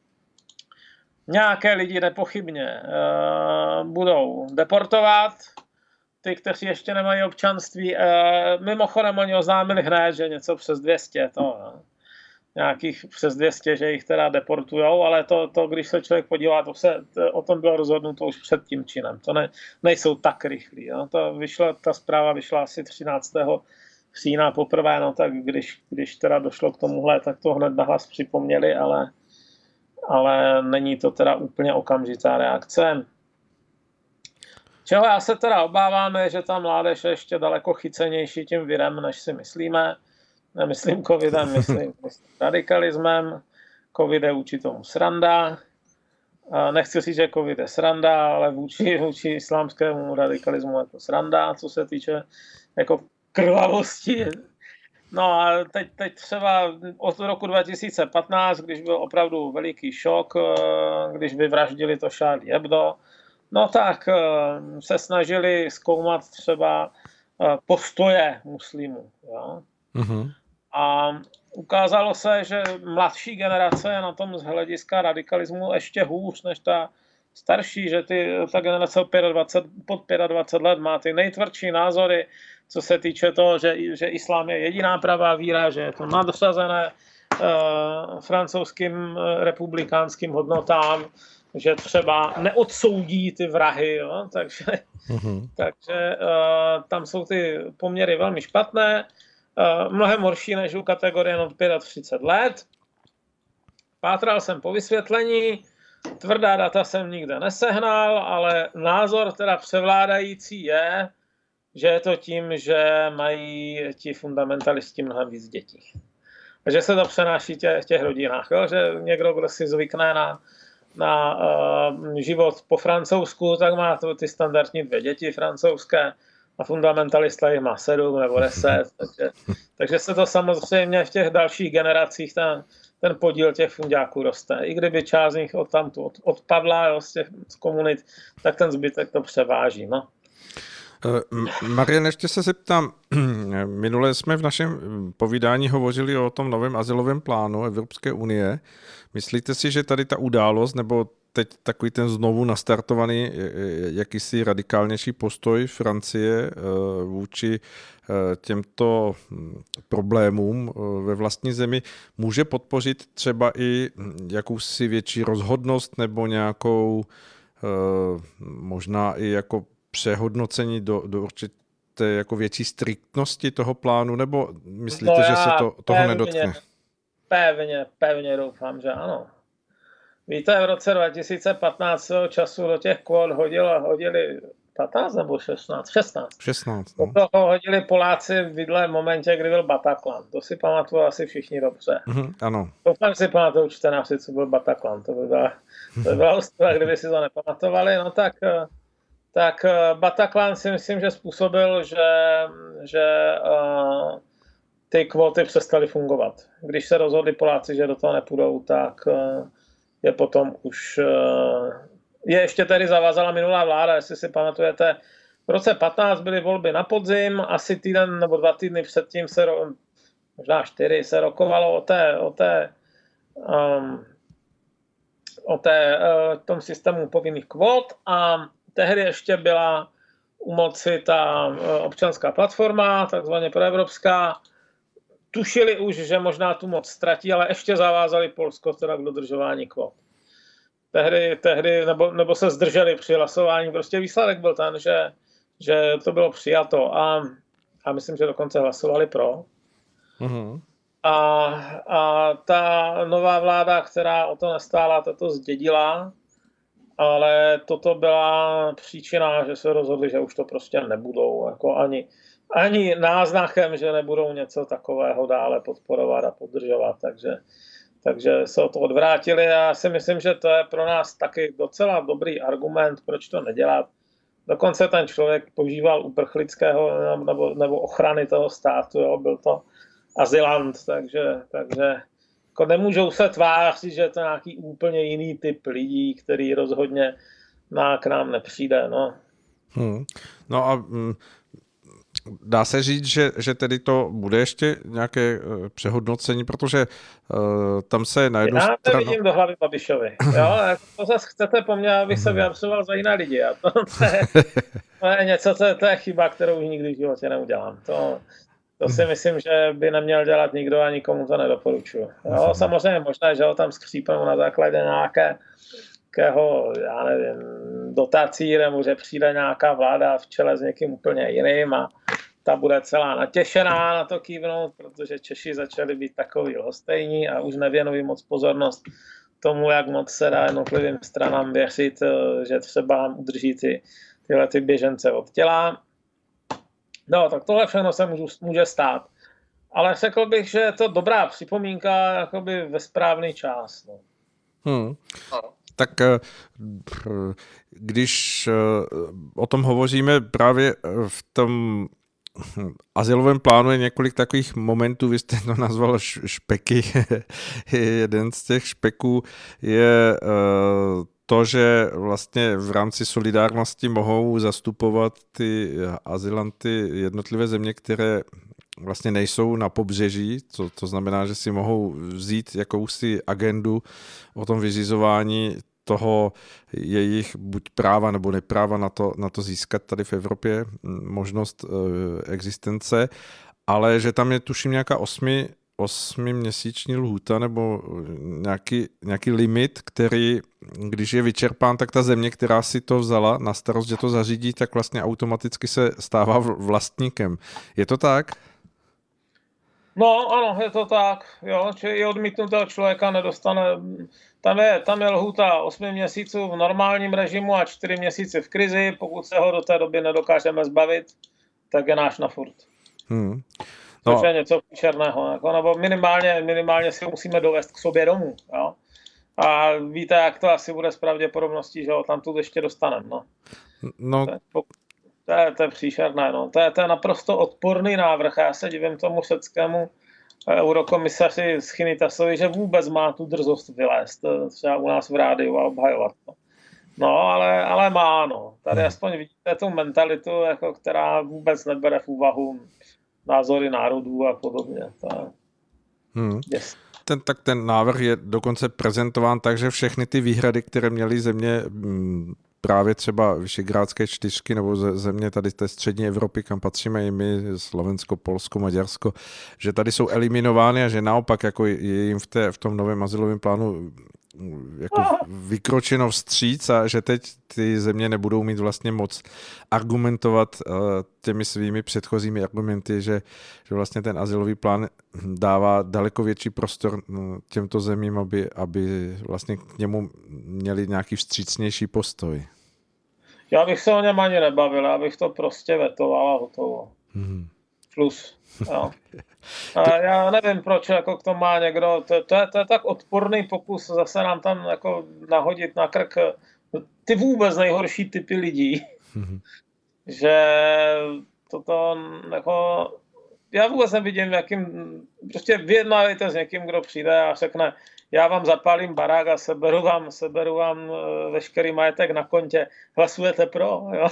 Nějaké lidi nepochybně e, budou deportovat, ty, kteří ještě nemají občanství. E, mimochodem oni oznámili hned, že něco přes dvě stě, to, no. nějakých přes dvě stě, že jich teda deportujou, ale to, to když se člověk podívá, to se, to, o tom bylo rozhodnuto už před tím činem. To ne, nejsou tak rychlí. Jo. To vyšlo, ta zpráva vyšla asi třináctého října poprvé, no tak když, když teda došlo k tomuhle, tak to hned nahlas připomněli, ale, ale není to teda úplně okamžitá reakce. Čeho já se teda obávám, je, že ta mládež je ještě daleko chycenější tím virem, než si myslíme. Nemyslím covidem, myslím, myslím radikalismem. Covid je vůči tomu sranda. Nechci říct, že covid je sranda, ale vůči, vůči islámskému radikalismu je to sranda, co se týče jako krvavosti. No a teď, teď třeba od roku dva tisíce patnáct, když byl opravdu veliký šok, když vyvraždili to Charlie Hebdo, no tak se snažili zkoumat třeba postoje muslimů. Jo? Mm-hmm. A ukázalo se, že mladší generace je na tom z hlediska radikalismu ještě hůř než ta starší, že ty, ta generace dvacet pět, pod dvacet pět let má ty nejtvrdší názory, co se týče toho, že, že islám je jediná pravá víra, že je to nadřazené uh, francouzským republikánským hodnotám, že třeba neodsoudí ty vrahy, jo? takže, mm-hmm. takže uh, tam jsou ty poměry velmi špatné, uh, mnohem horší než u kategorie od třicet pět let. Pátral jsem po vysvětlení, tvrdá data jsem nikde nesehnal, ale názor teda převládající je, že je to tím, že mají ti fundamentalisti mnohem víc dětí. A že se to přenáší tě, v těch rodinách, jo? Že někdo, kdo si zvykne na, na uh, život po francouzsku, tak má to, ty standardní dvě děti francouzské a fundamentalista jich má sedm nebo deset. Takže, takže se to samozřejmě v těch dalších generacích ten, ten podíl těch fundáků roste. I kdyby část z nich odtamtu od, odpadla, jo, z těch komunit, tak ten zbytek to převáží. No. Marian, ještě se zeptám, minule jsme v našem povídání hovořili o tom novém azylovém plánu Evropské unie. Myslíte si, že tady ta událost, nebo teď takový ten znovu nastartovaný jakýsi radikálnější postoj Francie vůči těmto problémům ve vlastní zemi může podpořit třeba i jakousi větší rozhodnost nebo nějakou možná i jako přehodnocení do, do určité jako větší striktnosti toho plánu, nebo myslíte, no že se to, toho pevně, nedotkne? Pevně, pevně doufám, že ano. Víte, v roce dva tisíce patnáct času do těch kvót hodili, hodili patnáct nebo šestnáct? šestnáct. šestnáct no. Do toho hodili Poláci v vidle momentě, kdy byl Bataclan. To si pamatuju asi všichni dobře. Mm-hmm, ano. Doufám si pamatuju čtenáři, co byl Bataclan. To by byla, to by byla ostuda, kdyby si to nepamatovali. No tak... Tak Bataclan si myslím, že způsobil, že, že uh, ty kvóty přestaly fungovat. Když se rozhodli Poláci, že do toho nepůjdou, tak uh, je potom už... Uh, je ještě tedy zavázala minulá vláda, jestli si pamatujete. V roce patnáct byly volby na podzim, asi týden nebo dva týdny předtím se, možná čtyři, se rokovalo o té, o té, um, o té uh, tom systému povinných kvót a tehdy ještě byla u moci ta občanská platforma, takzvaně proevropská. Tušili už, že možná tu moc ztratí, ale ještě zavázali Polsko teda k dodržování kvót. Tehdy, tehdy nebo, nebo se zdrželi při hlasování. Prostě výsledek byl ten, že, že to bylo přijato a, a myslím, že dokonce hlasovali pro. Mm-hmm. A, a ta nová vláda, která o to nestála, to zdědila. Ale toto byla příčina, že se rozhodli, že už to prostě nebudou, jako ani, ani náznakem, že nebudou něco takového dále podporovat a podržovat, takže, takže se o to odvrátili a já si myslím, že to je pro nás taky docela dobrý argument, proč to nedělat. Dokonce ten člověk používal uprchlického nebo, nebo ochrany toho státu, jo, byl to azylant, takže, takže jako nemůžou se tvářit, že to je nějaký úplně jiný typ lidí, který rozhodně na, k nám nepřijde. No, hmm. no a mm, dá se říct, že, že tedy to bude ještě nějaké uh, přehodnocení, protože uh, tam se na jednu stranu... Já nevidím do hlavy Babišovi. Jo? To zase chcete po mně, abych se vyjadřoval za jiné lidi. A to, to, je, to je něco, to je, to je chyba, kterou už nikdy v životě neudělám. To... To si myslím, že by neměl dělat nikdo a nikomu to nedoporučuji. Jo, samozřejmě možná, že ho tam skřípnou na základě nějakého, já nevím, dotací, nebo že přijde nějaká vláda v čele s někým úplně jiným a ta bude celá natěšená na to kývnout, protože Češi začali být takový lhostejní a už nevěnují moc pozornost tomu, jak moc se dá jednotlivým stranám věřit, že třeba udrží ty, tyhle ty běžence od těla. No, tak tohle všechno se můžu, může stát. Ale řekl bych, že je to dobrá připomínka jakoby ve správný čas. No. Hmm. Tak když o tom hovoříme právě v tom azylovém plánu je několik takových momentů, vy jste to nazval špeky. Jeden z těch špeků je to, že vlastně v rámci solidárnosti mohou zastupovat ty azylanty jednotlivé země, které vlastně nejsou na pobřeží, to, to znamená, že si mohou vzít jakousi agendu o tom vyřizování toho jejich buď práva nebo nepráva na to, na to získat tady v Evropě možnost e, existence, ale že tam je tuším nějaká osmi osmiměsíční lhůta nebo nějaký, nějaký limit, který, když je vyčerpán, tak ta země, která si to vzala na starost, že to zařídí, tak vlastně automaticky se stává vlastníkem. Je to tak? No ano, je to tak, jo, či i odmítnutého člověka nedostane, tam je, tam je lhůta osmi měsíců v normálním režimu a čtyři měsíce v krizi, pokud se ho do té doby nedokážeme zbavit, tak je náš na furt. Hmm. No. Což je něco příšerného, jako, nebo minimálně, minimálně si ho musíme dovést k sobě domů, jo. A víte, jak to asi bude s pravděpodobností, že ho tam tu ještě dostaneme, no. No. To je, To je, to je příšerné, no. To je, to je naprosto odporný návrh. Já se divím tomu řeckému eurokomisaři Schinitasovi, že vůbec má tu drzost vylézt třeba u nás v rádiu a obhajovat. No, no ale, ale má, no. Tady aspoň vidíte tu mentalitu, jako, která vůbec nebere v úvahu názory národů a podobně. To je... hmm. yes. Ten, tak ten návrh je dokonce prezentován tak, že všechny ty výhrady, které měly země právě třeba Visegrádské čtyřky nebo země tady z té střední Evropy, kam patříme i my, Slovensko, Polsko, Maďarsko, že tady jsou eliminovány a že naopak jako je jim v, té, v tom novém azylovém plánu jako vykročeno vstříc a že teď ty země nebudou mít vlastně moc argumentovat těmi svými předchozími argumenty, že, že vlastně ten azylový plán dává daleko větší prostor těmto zemím, aby, aby vlastně k němu měli nějaký vstřícnější postoj. Já bych se o něm ani nebavil, já bych to prostě vetoval a hotovo. Hmm. Plus. Jo. A já nevím, proč jako k tomu má někdo, to, to, je, to je tak odporný pokus zase nám tam jako nahodit na krk ty vůbec nejhorší typy lidí, mm-hmm. že toto jako, já vůbec nevidím, jakým, prostě vyjednávejte s někým, kdo přijde a řekne, já vám zapálím barák a seberu vám, seberu vám veškerý majetek na kontě, hlasujete pro, jo?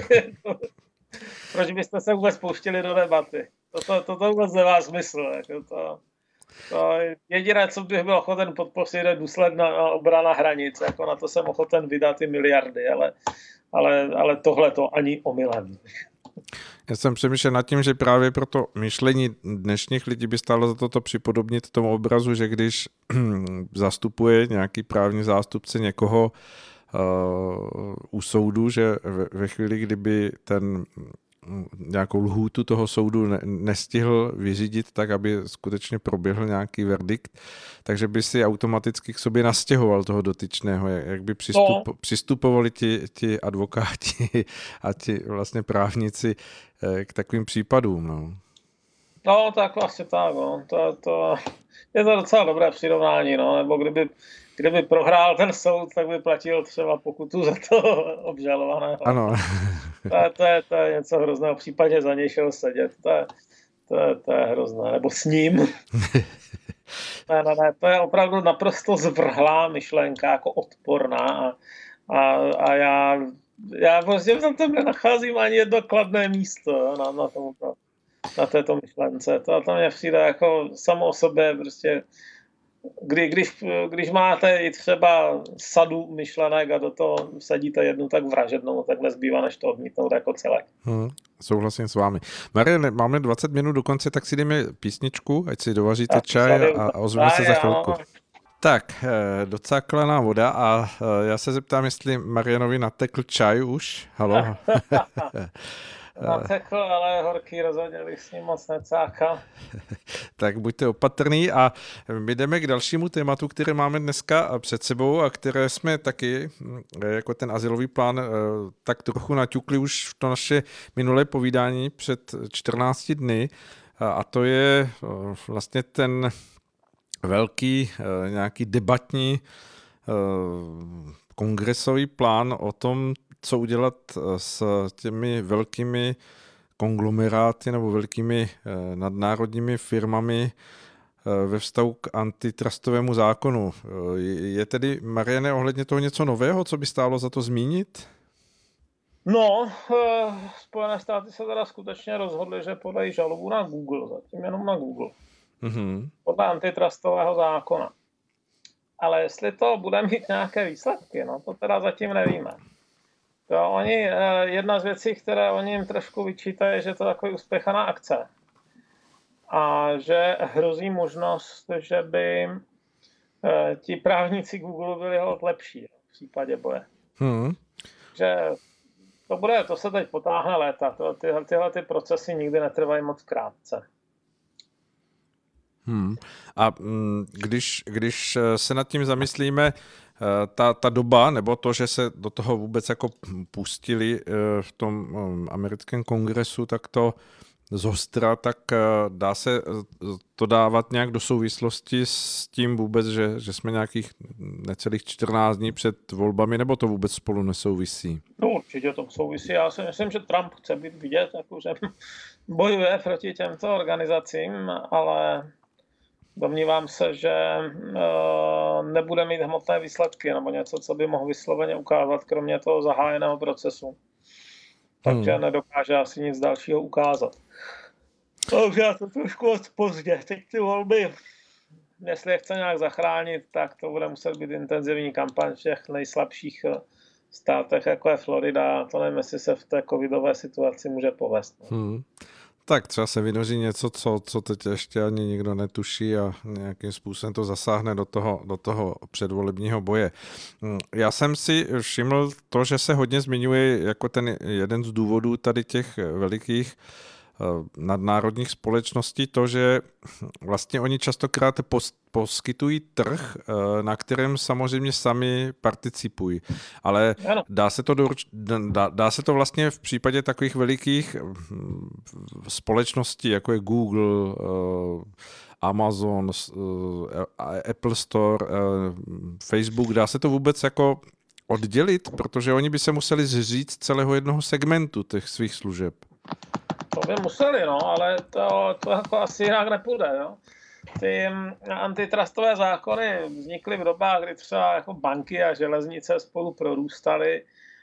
Proč byste se vůbec pouštěli do debaty? Toto, toto vůbec nemá smysl. Jako to, to jediné, co bych byl ochoten podpořit, je důsledná obrana hranic. Jako na to jsem ochoten vydat i miliardy, ale, ale, ale tohle to ani omylem. Já jsem přemýšlel nad tím, že právě pro to myšlení dnešních lidí by stálo za toto připodobnit tomu obrazu, že když zastupuje nějaký právní zástupce někoho uh, u soudu, že ve, ve chvíli, kdyby ten nějakou lhůtu toho soudu ne, nestihl vyřídit tak, aby skutečně proběhl nějaký verdikt, takže by si automaticky k sobě nastěhoval toho dotyčného, jak, jak by přistup, no. přistupovali ti, ti advokáti a ti vlastně právníci k takovým případům. No, no tak vlastně tak. No. To, to, je to docela dobré přirovnání, no. Nebo kdyby Kdyby prohrál ten soud, tak by platil třeba pokutu za to obžalovaného. Ano. To je, to, je, to je něco hrozného. V případě za něj šel sedět. To je, to, je, to je hrozné. Nebo s ním. ne, ne, ne, to je opravdu naprosto zvrhlá myšlenka, jako odporná. A, a, a já, já prostě v tom nenacházím ani jedno kladné místo na, na, tomuto, na této myšlence. To, to mě přijde jako samo o sobě prostě. Kdy, když, když máte i třeba sadu myšlenek a do toho sadíte jednu tak vražednou, tak nezbývá než to odmítnout jako celé. Hmm, souhlasím s vámi. Mariane, máme dvacet minut do konce, tak si jdeme písničku, ať si dovaříte čaj a, a ozveme se za chvilku. No. Tak, docáklaná voda a já se zeptám, jestli Marianovi natekl čaj už. Halo? Natekl, ale horký rozhodně bych s ním moc necákal. Tak buďte opatrný a my jdeme k dalšímu tématu, které máme dneska před sebou a které jsme taky, jako ten azylový plán, tak trochu naťukli už v to naše minulé povídání před čtrnácti dny a to je vlastně ten velký nějaký debatní kongresový plán o tom, co udělat s těmi velkými konglomeráty nebo velkými nadnárodními firmami ve vztahu k antitrustovému zákonu. Je tedy, Mariane, ohledně toho něco nového, co by stálo za to zmínit? No, Spojené státy se teda skutečně rozhodly, že podají žalobu na Google, zatím jenom na Google. Mm-hmm. Podle antitrustového zákona. Ale jestli to bude mít nějaké výsledky, no to teda zatím nevíme. To oni, jedna z věcí, které oni jim trošku vyčítají, je, že to je takový uspěchaná akce. a že hrozí možnost, že by ti právníci Google byli hod lepší v případě boje. Hmm. Že to bude, to se teď potáhne léta. To, tyhle, tyhle ty procesy nikdy netrvají moc krátce. Hmm. A když, když se nad tím zamyslíme, ta, ta doba, nebo to, že se do toho vůbec jako pustili v tom americkém kongresu, tak to zostra, tak dá se to dávat nějak do souvislosti s tím vůbec, že, že jsme nějakých necelých čtrnáct dní před volbami, nebo to vůbec spolu nesouvisí? No určitě to souvisí. Já si myslím, že Trump chce být vidět, jako, že bojuje proti těmto organizacím, ale domnívám se, že uh, nebude mít hmotné výsledky nebo něco, co by mohl vysloveně ukázat, kromě toho zahájeného procesu. Takže hmm. nedokáže asi nic dalšího ukázat. Takže já to trošku od pozdě. Teď ty volby, jestli je chce nějak zachránit, tak to bude muset být intenzivní kampaň v těch nejslabších státech, jako je Florida. To nevím, jestli se v té covidové situaci může povést. Hmm. Tak třeba se vynoří něco, co, co teď ještě ani nikdo netuší a nějakým způsobem to zasáhne do toho, do toho předvolebního boje. Já jsem si všiml to, že se hodně zmiňuje jako ten jeden z důvodů tady těch velikých nadnárodních společností to, že vlastně oni častokrát poskytují trh, na kterém samozřejmě sami participují. Ale dá se to, do, dá, dá se to vlastně v případě takových velikých společností, jako je Google, Amazon, Apple Store, Facebook, dá se to vůbec jako oddělit, protože oni by se museli zříct celého jednoho segmentu těch svých služeb. To by museli, no, ale to, to jako asi jinak nepůjde, jo. Ty antitrustové zákony vznikly v dobách, kdy třeba jako banky a železnice spolu prorůstaly.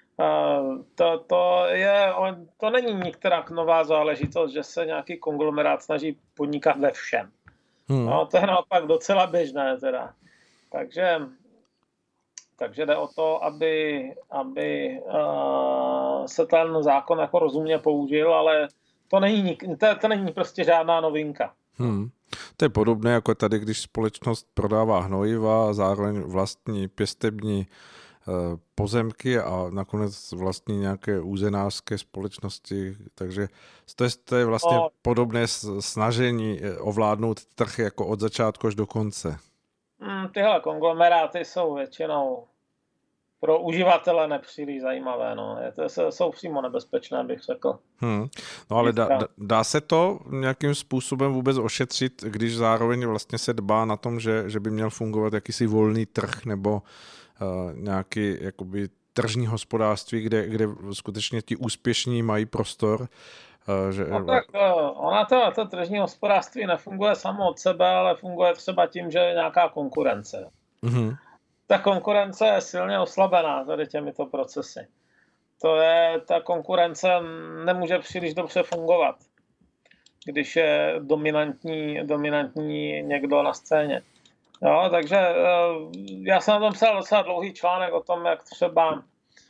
To, to, je, to není některá nová záležitost, že se nějaký konglomerát snaží podnikat ve všem. Hmm. No, to je naopak docela běžné teda. Takže, takže jde o to, aby, aby uh, se ten zákon jako rozumně použil, ale to není, to, to není prostě žádná novinka. Hmm. To je podobné jako tady, když společnost prodává hnojiva a zároveň vlastní pěstební pozemky a nakonec vlastní nějaké úzenářské společnosti, takže to je, to je vlastně no, podobné snažení ovládnout trh jako od začátku až do konce. Tyhle konglomeráty jsou většinou pro uživatele nepříliš zajímavé, no. To jsou přímo nebezpečné, bych řekl. Hmm. No ale dá, dá se to nějakým způsobem vůbec ošetřit, když zároveň vlastně se dbá na tom, že, že by měl fungovat jakýsi volný trh nebo uh, nějaký jakoby tržní hospodářství, kde, kde skutečně ti úspěšní mají prostor. Uh, že... No tak ona to, to tržní hospodářství nefunguje samo od sebe, ale funguje třeba tím, že je nějaká konkurence. Mm-hmm. Ta konkurence je silně oslabená tady těmito procesy. To je, ta konkurence nemůže příliš dobře fungovat, když je dominantní, dominantní někdo na scéně. Jo, takže já jsem na tom psal docela dlouhý článek o tom, jak třeba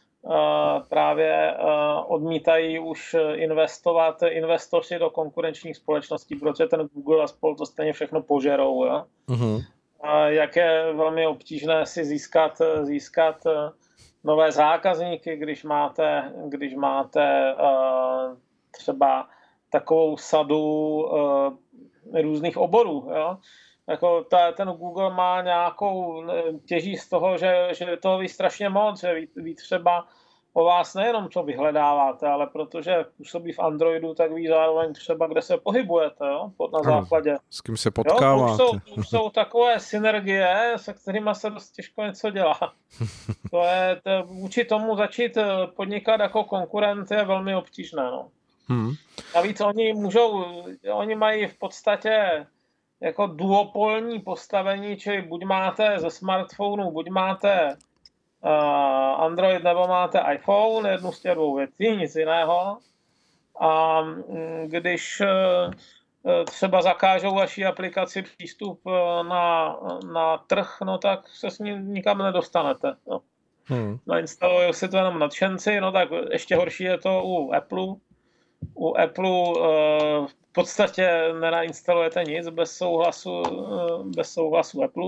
právě odmítají už investovat investoři do konkurenčních společností, protože ten Google a spol to stejně všechno požerou. Jo? Uh-huh. Jak je velmi obtížné si získat, získat nové zákazníky, když máte, když máte třeba takovou sadu různých oborů. Jo? Jako ta, ten Google má nějakou těží z toho, že, že toho ví strašně moc, že ví, ví třeba o vás nejenom, co vyhledáváte, ale protože působí v Androidu, tak ví zároveň třeba, kde se pohybujete, jo? Na základě. S kým se potkáváte. Jo, to, už jsou, to už jsou takové synergie, se kterými se dost těžko něco dělá. To je, to, vůči tomu začít podnikat jako konkurent je velmi obtížné. No. Hmm. Navíc oni můžou, oni mají v podstatě jako duopolní postavení, čili buď máte ze smartphonu, buď máte uh, Android nebo máte iPhone, jednu z těch dvou věcí, nic jiného. A když uh, třeba zakážou vaší aplikaci přístup na, na trh, no tak se s ním nikam nedostanete. No. Hmm. Nainstalují si to jenom nadšenci, no tak ještě horší je to u Apple. U Apple uh, podstatě nenainstalujete nic bez souhlasu, bez souhlasu Apple.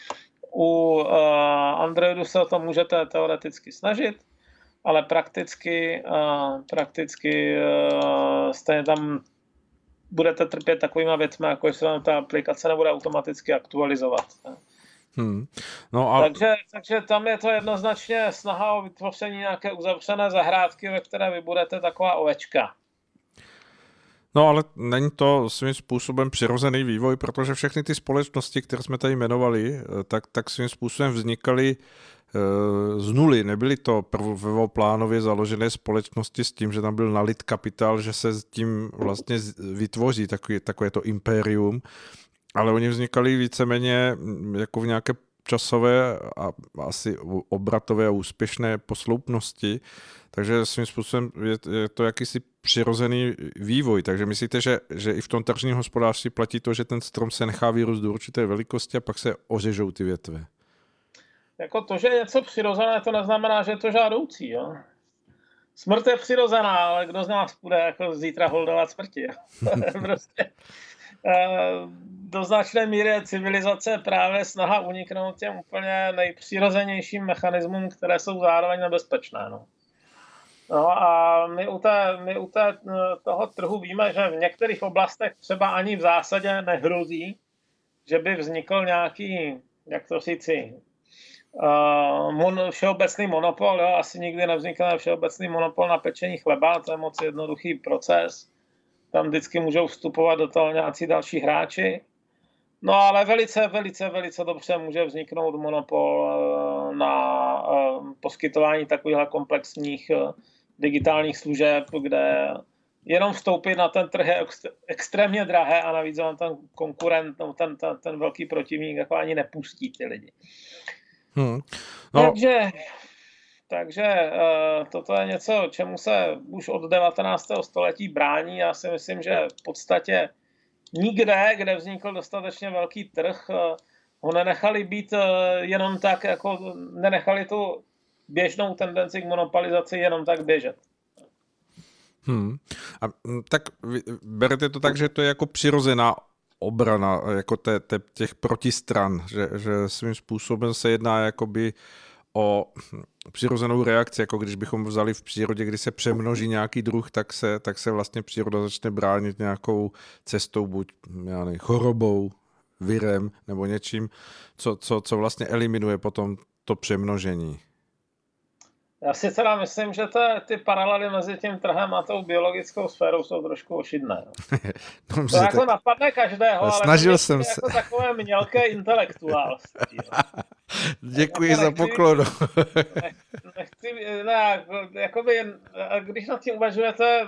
U Androidu se o to můžete teoreticky snažit, ale prakticky, prakticky stejně tam budete trpět takovýma věcmi, jako jestli vám ta aplikace nebude automaticky aktualizovat. Hmm. No a... takže, takže tam je to jednoznačně snaha o vytvoření nějaké uzavřené zahrádky, ve které vy budete taková ovečka. No ale není to svým způsobem přirozený vývoj, protože všechny ty společnosti, které jsme tady jmenovali, tak, tak svým způsobem vznikaly z nuly. Nebyly to prvoplánově založené společnosti s tím, že tam byl nalit kapitál, že se s tím vlastně vytvoří takový, takové to impérium, ale oni vznikaly víceméně jako v nějaké časové a asi obratové a úspěšné posloupnosti, takže svým způsobem je, je to jakýsi přirozený vývoj. Takže myslíte, že, že i v tom tržním hospodářství platí to, že ten strom se nechá vyrůst do určité velikosti a pak se ořežou ty větve? Jako to, že je něco přirozené, to neznamená, že je to žádoucí. Jo? Smrt je přirozená, ale kdo z nás bude jako zítra holdovat smrti? prostě do značné míry je civilizace právě snaha uniknout těm úplně nejpřirozenějším mechanismům, které jsou zároveň nebezpečné. No. No a my u, té, my u té, toho trhu víme, že v některých oblastech třeba ani v zásadě nehrozí, že by vznikl nějaký, jak to říci, uh, mon, všeobecný monopol. Jo? Asi nikdy nevznikne všeobecný monopol na pečení chleba, to je moc jednoduchý proces. Tam vždycky můžou vstupovat do toho nějací další hráči. No ale velice, velice, velice dobře může vzniknout monopol na poskytování takovýchhle komplexních digitálních služeb, kde jenom vstoupit na ten trh je extrémně drahé a navíc vám ten konkurent, no, ten, ten, ten velký protivník jako ani nepustí ty lidi. Hmm. No. Takže... Takže uh, toto je něco, čemu se už od devatenáctého století brání. Já si myslím, že v podstatě nikde, kde vznikl dostatečně velký trh, uh, ho nenechali být uh, jenom tak, jako nenechali tu běžnou tendenci k monopolizaci jenom tak běžet. Hmm. A, tak berete to tak, že to je jako přirozená obrana jako te, te, těch protistran, že, že svým způsobem se jedná jakoby o přirozenou reakci, jako když bychom vzali v přírodě, kdy se přemnoží nějaký druh, tak se, tak se vlastně příroda začne bránit nějakou cestou, buď já nevím, chorobou, virem nebo něčím, co, co, co vlastně eliminuje potom to přemnožení. Já si teda myslím, že to, ty paralely mezi tím trhem a tou biologickou sférou jsou trošku ošidné. Dobře, to jako tak... napadne každého, ale snažil jsem jako se. takové mělké intelektuálství. Děkuji jako za nechci, poklonu. nechci, ne, jakoby, když nad tím uvažujete,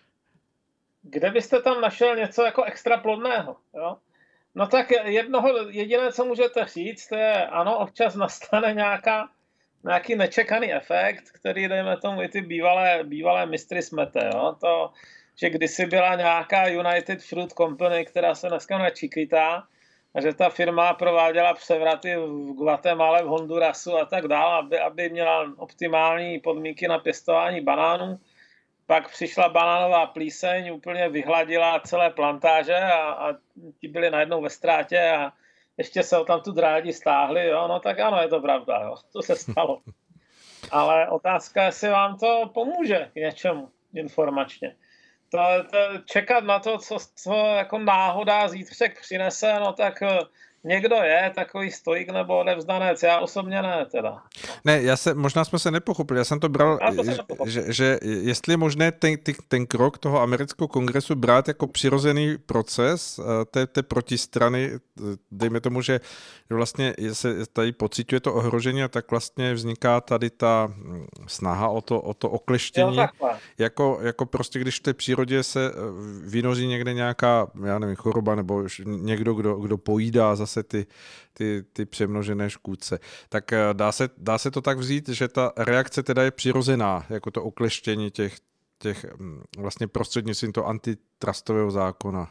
kde byste tam našel něco jako extra plodného, jo? No tak jednoho, jediné, co můžete říct, je ano, občas nastane nějaká nějaký nečekaný efekt, který, dejme tomu, i ty bývalé, bývalé mistry smete. Jo? To, že kdysi byla nějaká United Fruit Company, která se dneska jmenuje Chiquita, a že ta firma prováděla převraty v Guatemala, v Hondurasu a tak dále, aby, aby měla optimální podmínky na pěstování banánů. Pak přišla banánová plíseň, úplně vyhladila celé plantáže a, a ti byli najednou ve ztrátě a ještě se tam tu drádi stáhli, jo, no tak ano, je to pravda, jo, to se stalo. Ale otázka je, jestli vám to pomůže k něčemu informačně. To, to, čekat na to, co, co jako náhoda zítřek přinese, no tak někdo je takový stoik nebo odevzdanec, já osobně ne teda. Ne, já se, možná jsme se nepochopili, já jsem to bral, to že, že jestli je možné ten, ten krok toho amerického kongresu brát jako přirozený proces té, té protistrany, dejme tomu, že vlastně se tady pociťuje to ohrožení a tak vlastně vzniká tady ta snaha o to, o to okleštění, jo, jako, jako prostě když v té přírodě se vynoří někde nějaká, já nevím, choroba nebo někdo, kdo, kdo pojídá zase ty, ty, ty přemnožené škůdce. Tak dá se, dá se to tak vzít, že ta reakce teda je přirozená, jako to okleštění těch, těch vlastně prostřednictvím toho antitrustového zákona.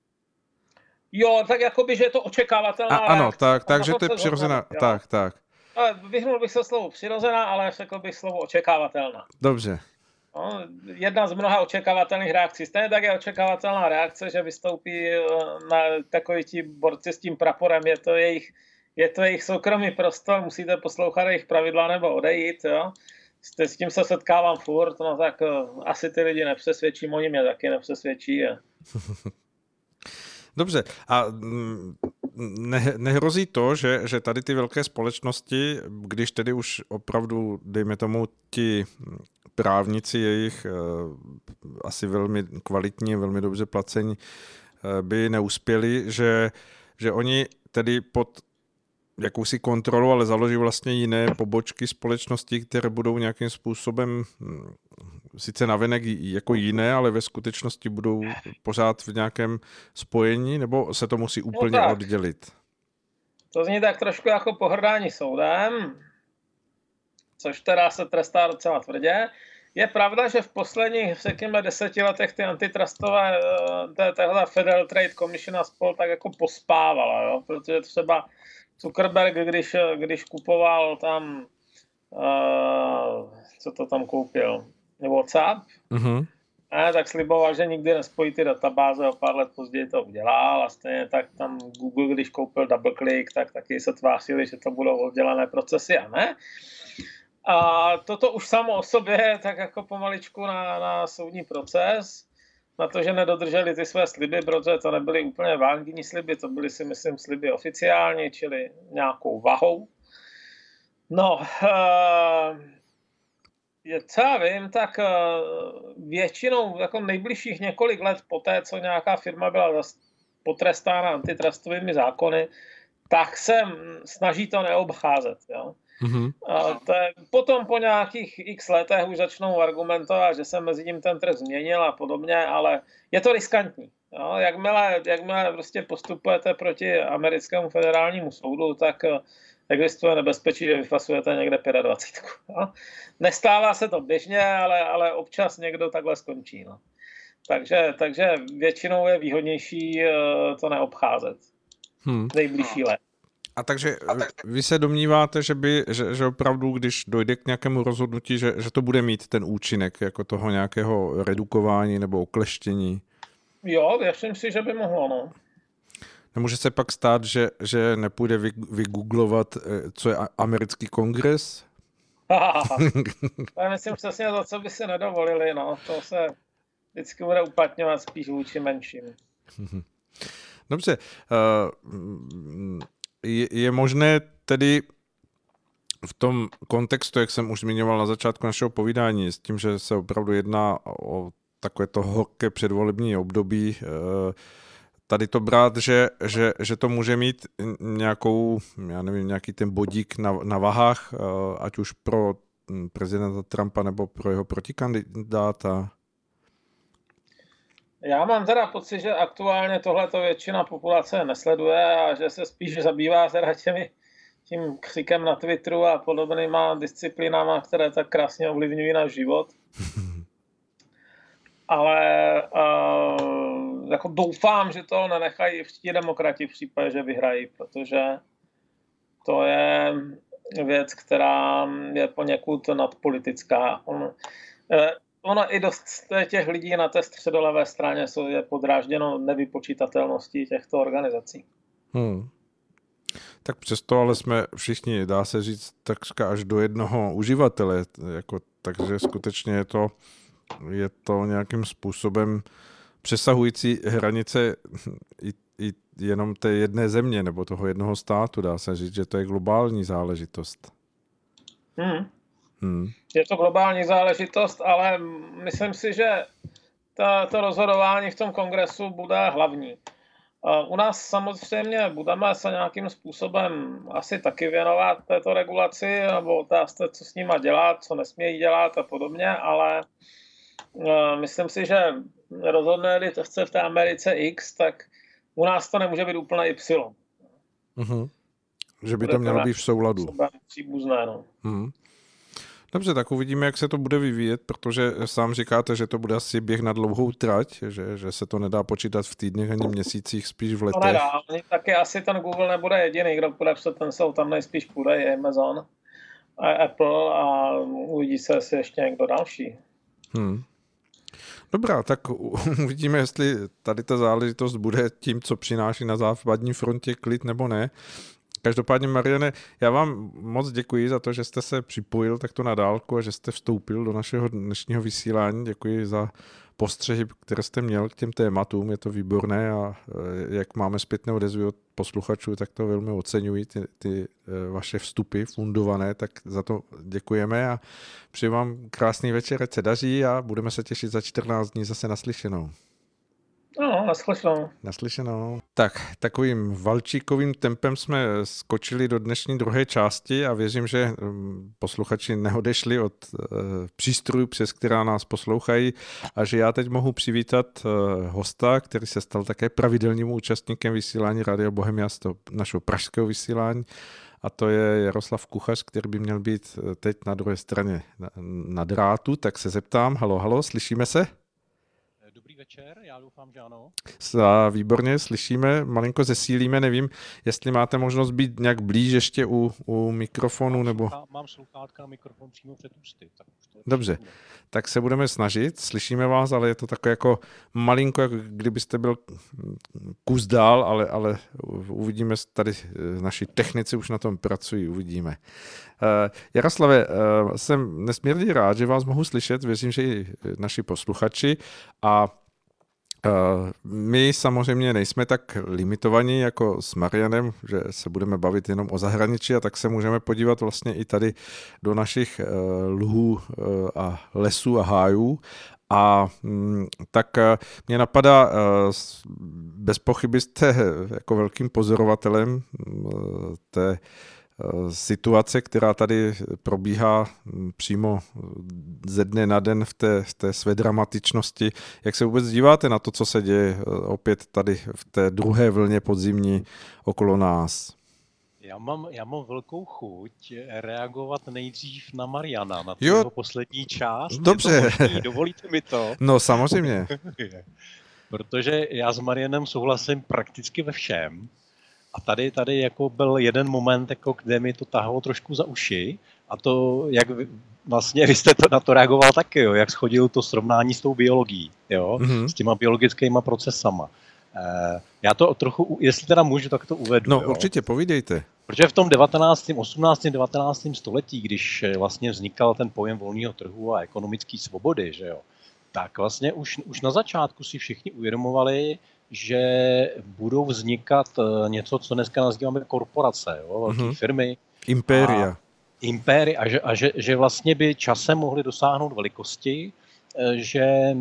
Jo, tak jakoby, že je to očekávatelná A, ano, reakce. tak, takže to je přirozená, zhodnout, tak, tak. Ale vyhnul bych se slovo přirozená, ale řekl bych slovo očekávatelná. Dobře. No, jedna z mnoha očekávatelných reakcí. Stejně tak je očekávatelná reakce, že vystoupí na takový ti borci s tím praporem. Je to jejich, je to jejich soukromý prostor, musíte poslouchat jejich pravidla nebo odejít. Jo? S tím se setkávám furt, no tak asi ty lidi nepřesvědčím, oni mě taky nepřesvědčí. Je. Dobře, a ne, nehrozí to, že, že tady ty velké společnosti, když tedy už opravdu, dejme tomu, ti právníci jejich asi velmi kvalitní, velmi dobře placení, by neuspěli, že, že oni tedy pod jakousi kontrolu, ale založí vlastně jiné pobočky společnosti, které budou nějakým způsobem sice navenek jako jiné, ale ve skutečnosti budou pořád v nějakém spojení, nebo se to musí úplně no oddělit? To zní tak trošku jako pohrdání soudem, což teda se trestá docela tvrdě. Je pravda, že v posledních, řekněme, deseti letech ty antitrustové, téhle Federal Trade Commission a spol tak jako pospávala, jo? Protože třeba Zuckerberg, když, když kupoval tam, uh, co to tam koupil, WhatsApp, mm-hmm. a tak sliboval, že nikdy nespojí ty databáze, o pár let později to udělal a stejně tak tam Google, když koupil DoubleClick, tak taky se tvářili, že to budou oddělené procesy a ne. A toto už samo o sobě tak jako pomaličku na, na soudní proces, na to, že nedodrželi ty své sliby, protože to nebyly úplně vágní sliby, to byly si myslím sliby oficiální, čili nějakou vahou. No, je, co já vím, tak většinou jako nejbližších několik let poté, co nějaká firma byla potrestána antitrustovými zákony, tak se snaží to neobcházet, jo. Mm-hmm. A to je, potom po nějakých x letech už začnou argumentovat, že se mezi tím ten trh změnil a podobně, ale je to riskantní. Jo? Jakmile, jakmile prostě postupujete proti americkému federálnímu soudu, tak existuje nebezpečí, že vyfasujete někde dvacet pět. Jo? Nestává se to běžně, ale, ale občas někdo takhle skončí. No. Takže, takže většinou je výhodnější to neobcházet. Hmm. Nejbližší let. A takže vy se domníváte, že by, že, že opravdu, když dojde k nějakému rozhodnutí, že, že to bude mít ten účinek jako toho nějakého redukování nebo okleštění? Jo, věřím si, že by mohlo, no. Nemůže se pak stát, že, že nepůjde vy, vygooglovat, co je americký kongres? To je myslím přesně to, co by si nedovolili, no. To se vždycky bude uplatňovat spíš vůči menším. Dobře. Uh, Je, je možné tedy v tom kontextu, jak jsem už zmiňoval na začátku našeho povídání, s tím, že se opravdu jedná o takovéto horké předvolební období, tady to brát, že, že, že to může mít nějakou, já nevím, nějaký ten bodík na, na vahách, ať už pro prezidenta Trumpa nebo pro jeho protikandidáta? Já mám teda pocit, že aktuálně tohleto většina populace nesleduje a že se spíš zabývá teda těmi, tím křikem na Twitteru a podobnýma disciplínama, které tak krásně ovlivňují náš život. Ale uh, jako doufám, že to nenechají vští demokrati v případě, že vyhrají, protože to je věc, která je poněkud nadpolitická. On, uh, Ono i dost těch lidí na té středolevé straně je podrážděno nevypočítatelností těchto organizací. Hmm. Tak přesto ale jsme všichni, dá se říct, takřka až do jednoho uživatele. Jako, takže skutečně je to, je to nějakým způsobem přesahující hranice i, i jenom té jedné země nebo toho jednoho státu. Dá se říct, že to je globální záležitost. Hmm. Hmm. Je to globální záležitost, ale myslím si, že ta, to rozhodování v tom kongresu bude hlavní. U nás samozřejmě budeme se nějakým způsobem asi taky věnovat této regulaci nebo otázce, co s nima dělat, co nesmějí dělat a podobně, ale myslím si, že rozhodne-li to chce v té Americe X, tak u nás to nemůže být úplně Y. Uh-huh. Že by to mělo být v souladu. Příbuzné, no. Uh-huh. Dobře, tak uvidíme, jak se to bude vyvíjet, protože sám říkáte, že to bude asi běh na dlouhou trať, že, že se to nedá počítat v týdnech ani měsících, spíš v letech. To nedá, taky asi ten Google nebude jediný, kdo bude před ten soud, tam nejspíš půjde i Amazon a Apple a uvidí se, jestli ještě někdo další. Hmm. Dobrá, tak uvidíme, jestli tady ta záležitost bude tím, co přináší na západní frontě klid nebo ne. Každopádně, Mariane, já vám moc děkuji za to, že jste se připojil takto na dálku a že jste vstoupil do našeho dnešního vysílání. Děkuji za postřehy, které jste měl k těm tématům. Je to výborné a jak máme zpětné odezvy od posluchačů, tak to velmi oceňuji, ty, ty vaše vstupy fundované, tak za to děkujeme a přeji vám krásný večer, ať se daří a budeme se těšit za čtrnáct dní zase naslyšenou. No, naslyšenou. Naslyšenou. Tak, takovým valčíkovým tempem jsme skočili do dnešní druhé části a věřím, že posluchači neodešli od uh, přístrojů, přes která nás poslouchají a že já teď mohu přivítat uh, hosta, který se stal také pravidelným účastníkem vysílání Rádia Bohemia z toho našeho pražského vysílání a to je Jaroslav Kuchař, který by měl být teď na druhé straně na, na drátu, tak se zeptám, halo, halo, slyšíme se? Dobrý večer, já doufám, že ano. A výborně, slyšíme, malinko zesílíme, nevím, jestli máte možnost být nějak blíž ještě u, u mikrofonu, mám nebo... Sluchá, mám sluchátka a mikrofon přímo před ústy. Tak už to Dobře, tak se budeme snažit, slyšíme vás, ale je to takové jako malinko, jako kdybyste byl kus dál, ale, ale uvidíme, tady naši technici už na tom pracují, uvidíme. Uh, Jaroslave, uh, jsem nesmírně rád, že vás mohu slyšet, věřím, že i naši posluchači a Uh, my samozřejmě nejsme tak limitovaní jako s Marianem, že se budeme bavit jenom o zahraničí a tak se můžeme podívat vlastně i tady do našich uh, luhů uh, a lesů a hájů. A um, tak uh, mě napadá, uh, bez pochyby jste jako velkým pozorovatelem uh, té situace, která tady probíhá přímo ze dne na den v té, v té své dramatičnosti. Jak se vůbec díváte na to, co se děje opět tady v té druhé vlně podzimní okolo nás? Já mám, já mám velkou chuť reagovat nejdřív na Mariana, na tu jo, jeho poslední část. Dobře. Možný, dovolíte mi to? No samozřejmě. Protože já s Marianem souhlasím prakticky ve všem. A tady, tady jako byl jeden moment, jako kde mi to tahalo trošku za uši. A to, jak vy, vlastně vy jste to, na to reagoval taky, jo, jak shodil to srovnání s tou biologií, jo, mm-hmm. s těma biologickými procesama. E, já to trochu, jestli teda můžu, tak to uvedu. No jo. určitě, povídejte. Protože v tom devatenáctém, osmnáctém, devatenáctém století, když vlastně vznikal ten pojem volného trhu a ekonomické svobody, že jo, tak vlastně už, už na začátku si všichni uvědomovali, že budou vznikat něco, co dneska nazýváme korporace, jo, velké mm-hmm. firmy. Impéria. Impéria a, že, a že, že vlastně by časem mohly dosáhnout velikosti, že,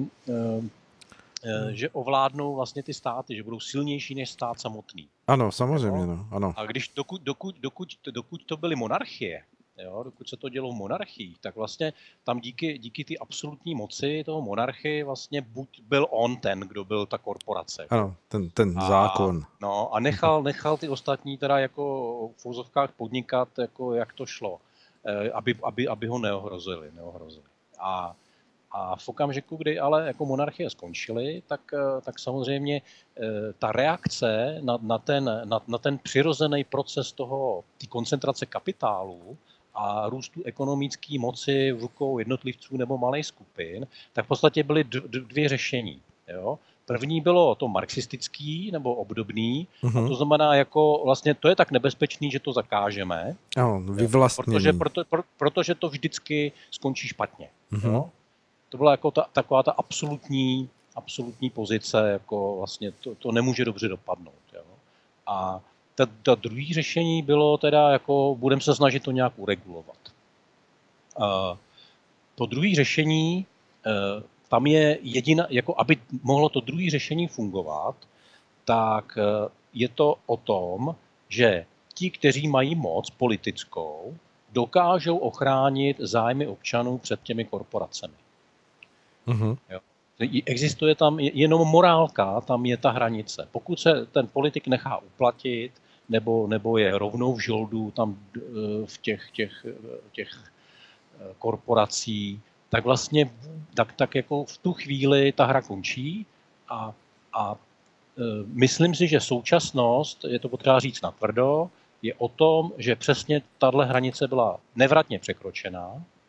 že ovládnou vlastně ty státy, že budou silnější než stát samotný. Ano, samozřejmě, no, ano. A když dokud, dokud, dokud, dokud to byly monarchie, jo, dokud se to dělo v monarchii, tak vlastně tam díky, díky ty absolutní moci toho monarchy vlastně buď byl on ten, kdo byl ta korporace. Ano, ten, ten a, zákon. No a nechal, nechal ty ostatní teda jako v fouzovkách podnikat, jako jak to šlo, aby, aby, aby ho neohrozili. neohrozili. A, a v okamžiku, kdy ale jako monarchie skončily, tak, tak samozřejmě ta reakce na, na, ten, na, na ten přirozený proces toho, té koncentrace kapitálu a růstu ekonomické moci v rukou jednotlivců nebo malých skupin, tak v podstatě byly dvě řešení. Jo? První bylo to marxistický nebo obdobný, uh-huh. a to znamená, jako vlastně to je tak nebezpečný, že to zakážeme. Oh, vyvlastnění. Protože, proto, pro, protože to vždycky skončí špatně. Uh-huh. Jo? To byla jako ta, taková ta absolutní, absolutní pozice, jako vlastně to, to nemůže dobře dopadnout. Jo? A ta, ta druhé řešení bylo teda, jako budeme se snažit to nějak uregulovat. Uh, to druhé řešení, uh, tam je jediná, jako aby mohlo to druhé řešení fungovat, tak uh, je to o tom, že ti, kteří mají moc politickou, dokážou ochránit zájmy občanů před těmi korporacemi. Uh-huh. Jo. Existuje tam jenom morálka, tam je ta hranice. Pokud se ten politik nechá uplatit, nebo, nebo je rovnou v žoldu tam v těch, těch, těch korporací, tak vlastně tak, tak jako v tu chvíli ta hra končí a, a myslím si, že současnost, je to potřeba říct natvrdo, je o tom, že přesně tahle hranice byla nevratně překročená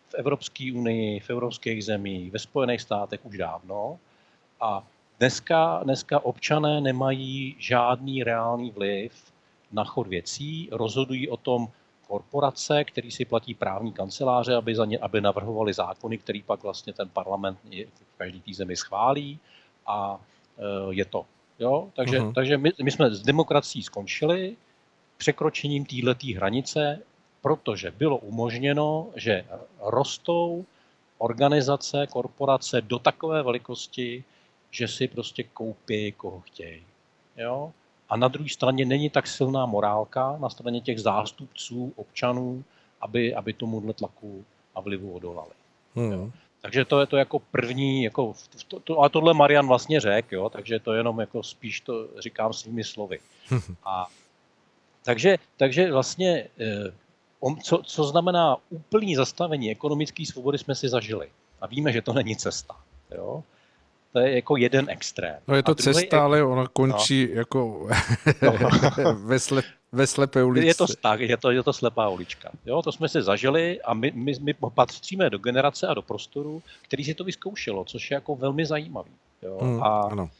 v Evropské unii, v evropských zemích, ve Spojených státech už dávno. A dneska, dneska občané nemají žádný reálný vliv na chod věcí, rozhodují o tom korporace, který si platí právní kanceláře, aby, za ně, aby navrhovali zákony, který pak vlastně ten parlament v každý té zemi schválí a e, je to. Jo? Takže, uh-huh. takže my, my jsme s demokracií skončili překročením této hranice, protože bylo umožněno, že rostou organizace, korporace do takové velikosti, že si prostě koupí, koho chtějí. Jo? A na druhé straně není tak silná morálka na straně těch zástupců, občanů, aby, aby tomuhle tlaku a vlivu odolali. Hmm. Takže to je to jako první, jako to, to, a tohle Marian vlastně řekl, jo, takže to jenom jako spíš to říkám svými slovy. A takže, takže vlastně, co, co znamená úplný zastavení ekonomické svobody, jsme si zažili. A víme, že to není cesta. Jo. To je jako jeden extrém. No je to cesta, ek... ale ono končí no. jako no. ve, slep, ve slepé ulici. Je to tak, je to, je to slepá ulička. Jo, to jsme si zažili a my, my, my patříme do generace a do prostoru, který si to vyzkoušelo, což je jako velmi zajímavý. Jo. Hmm, a, ano.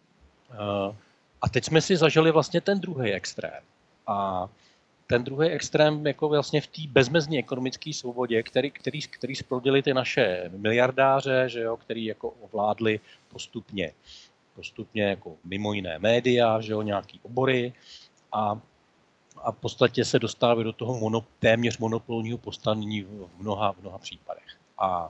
a teď jsme si zažili vlastně ten druhý extrém. A ten druhý extrém jako vlastně v té bezmezní ekonomické svobodě, který, který, který splodili ty naše miliardáře, že jo, který jako ovládli postupně, postupně jako mimo jiné média, že jo, nějaký obory a, a v podstatě se dostávají do toho mono, téměř monopolního postavení v mnoha, v mnoha případech. A, a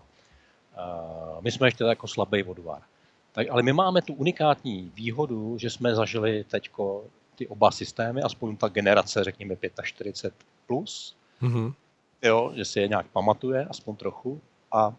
my jsme ještě jako slabý odvar. Tak, ale my máme tu unikátní výhodu, že jsme zažili teďko ty oba systémy, aspoň ta generace, řekněme čtyřicet pět plus, mm-hmm. jo, že si je nějak pamatuje, aspoň trochu. A,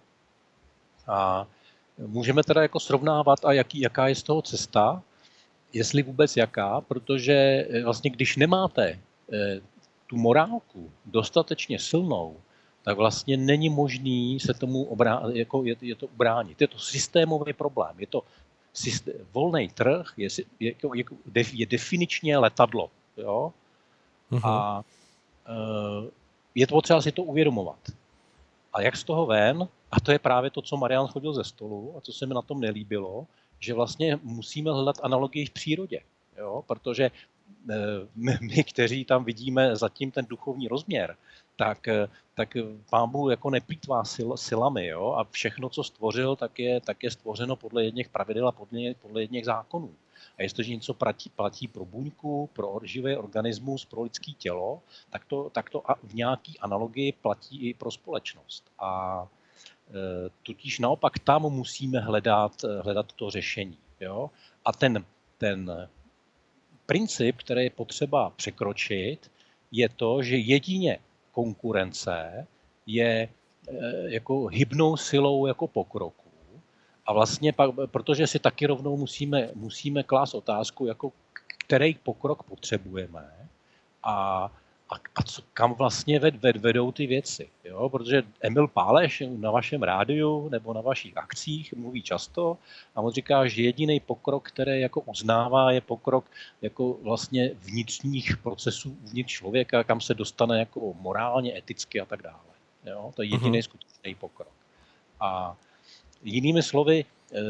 a můžeme teda jako srovnávat, a jaký, jaká je z toho cesta, jestli vůbec jaká, protože vlastně když nemáte e, tu morálku dostatečně silnou, tak vlastně není možný se tomu obrá, jako je, je to ubránit. Je to systémový problém, je to Systém, volný trh je, je, je, je definičně letadlo. Jo? Uh-huh. A e, je to potřeba si to uvědomovat. A jak z toho ven, a to je právě to, co Marian chodil ze stolu a co se mi na tom nelíbilo, že vlastně musíme hledat analogii v přírodě. Jo? Protože e, my, my, kteří tam vidíme zatím ten duchovní rozměr, tak, tak Pán Bůh jako neplýtvá sil, silami, jo? A všechno, co stvořil, tak je, tak je stvořeno podle jedněch pravidel a podle, podle jedněch zákonů. A jestliže něco platí, platí pro buňku, pro živý organismus, pro lidské tělo, tak to, tak to v nějaký analogii platí i pro společnost. A e, totiž naopak tam musíme hledat, hledat to řešení. Jo? A ten, ten princip, který je potřeba překročit, je to, že jedině konkurence je jako hybnou silou jako pokroku. A vlastně pak, protože si taky rovnou musíme, musíme klást otázku, jako který pokrok potřebujeme a, a, a co, kam vlastně ved, ved, vedou ty věci. Jo? Protože Emil Páleš na vašem rádiu nebo na vašich akcích mluví často a on říká, že jediný pokrok, který jako uznává, je pokrok jako vlastně vnitřních procesů uvnitř člověka, kam se dostane jako morálně, eticky a tak dále. Jo? To je jediný uh-huh. skutečný pokrok. A jinými slovy,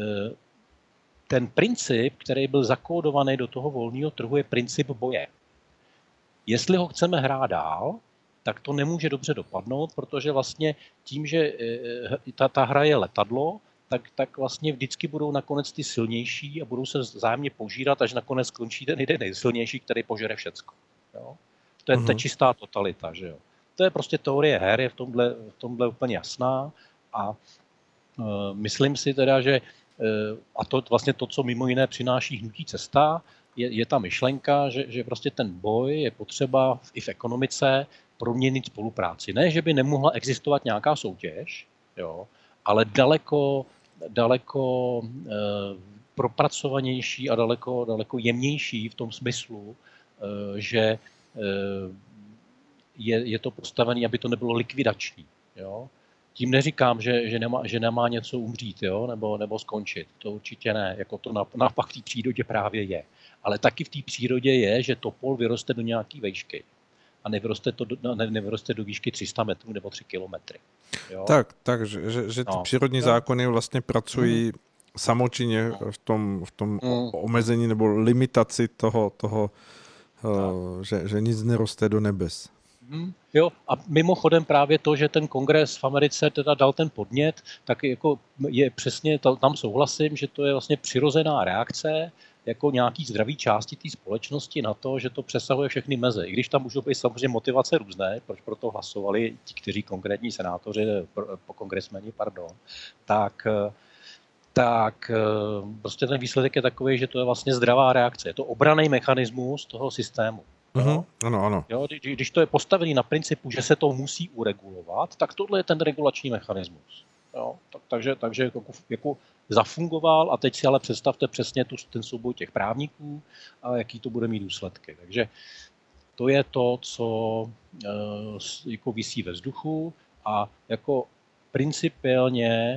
ten princip, který byl zakódovaný do toho volného trhu, je princip boje. Jestli ho chceme hrát dál, tak to nemůže dobře dopadnout, protože vlastně tím, že ta, ta hra je letadlo, tak, tak vlastně vždycky budou nakonec ty silnější a budou se vzájemně požírat, až nakonec skončí ten jeden nejsilnější, který požere všecko. Jo? To je uh-huh. ta čistá totalita. Že jo? To je prostě teorie her, je v tomhle, v tomhle úplně jasná a uh, myslím si teda, že uh, a to vlastně to, co mimo jiné přináší hnutí Cesta, je, je ta myšlenka, že, že prostě ten boj je potřeba i v ekonomice proměnit spolupráci. Ne, že by nemohla existovat nějaká soutěž, jo, ale daleko, daleko e, propracovanější a daleko, daleko jemnější v tom smyslu, e, že e, je, je to postavené, aby to nebylo likvidační. Jo. Tím neříkám, že, že, nemá, že nemá něco umřít, jo, nebo, nebo skončit. To určitě ne. Jako to naopak v té přírodě právě je. Ale taky v té přírodě je, že topol vyroste do nějaké vejšky. a nevyroste to do, ne, nevyroste do výšky tři sta metrů nebo tři kilometry. Jo? Tak, tak, že, že, že ty no. přírodní no. zákony vlastně pracují mm. samočinně no. v tom, v tom mm. omezení nebo limitaci toho, toho uh, že, že nic neroste do nebes. Hmm, jo, a mimochodem právě to, že ten kongres v Americe teda dal ten podnět, tak jako je přesně, tam souhlasím, že to je vlastně přirozená reakce jako nějaký zdravý části té společnosti na to, že to přesahuje všechny meze. I když tam můžou být samozřejmě motivace různé, proč pro to hlasovali ti, kteří konkrétní senátoři, po kongresmeni, pardon, tak, tak prostě ten výsledek je takový, že to je vlastně zdravá reakce. Je to obranný mechanismus toho systému. Uh-huh. Ano, ano. Jo, když to je postavený na principu, že se to musí uregulovat, tak tohle je ten regulační mechanismus. Jo, tak, takže takže jako, jako zafungoval a teď si ale představte přesně tu, ten souboj těch právníků a jaký to bude mít důsledky. Takže to je to, co e, jako visí ve vzduchu a jako principiálně e,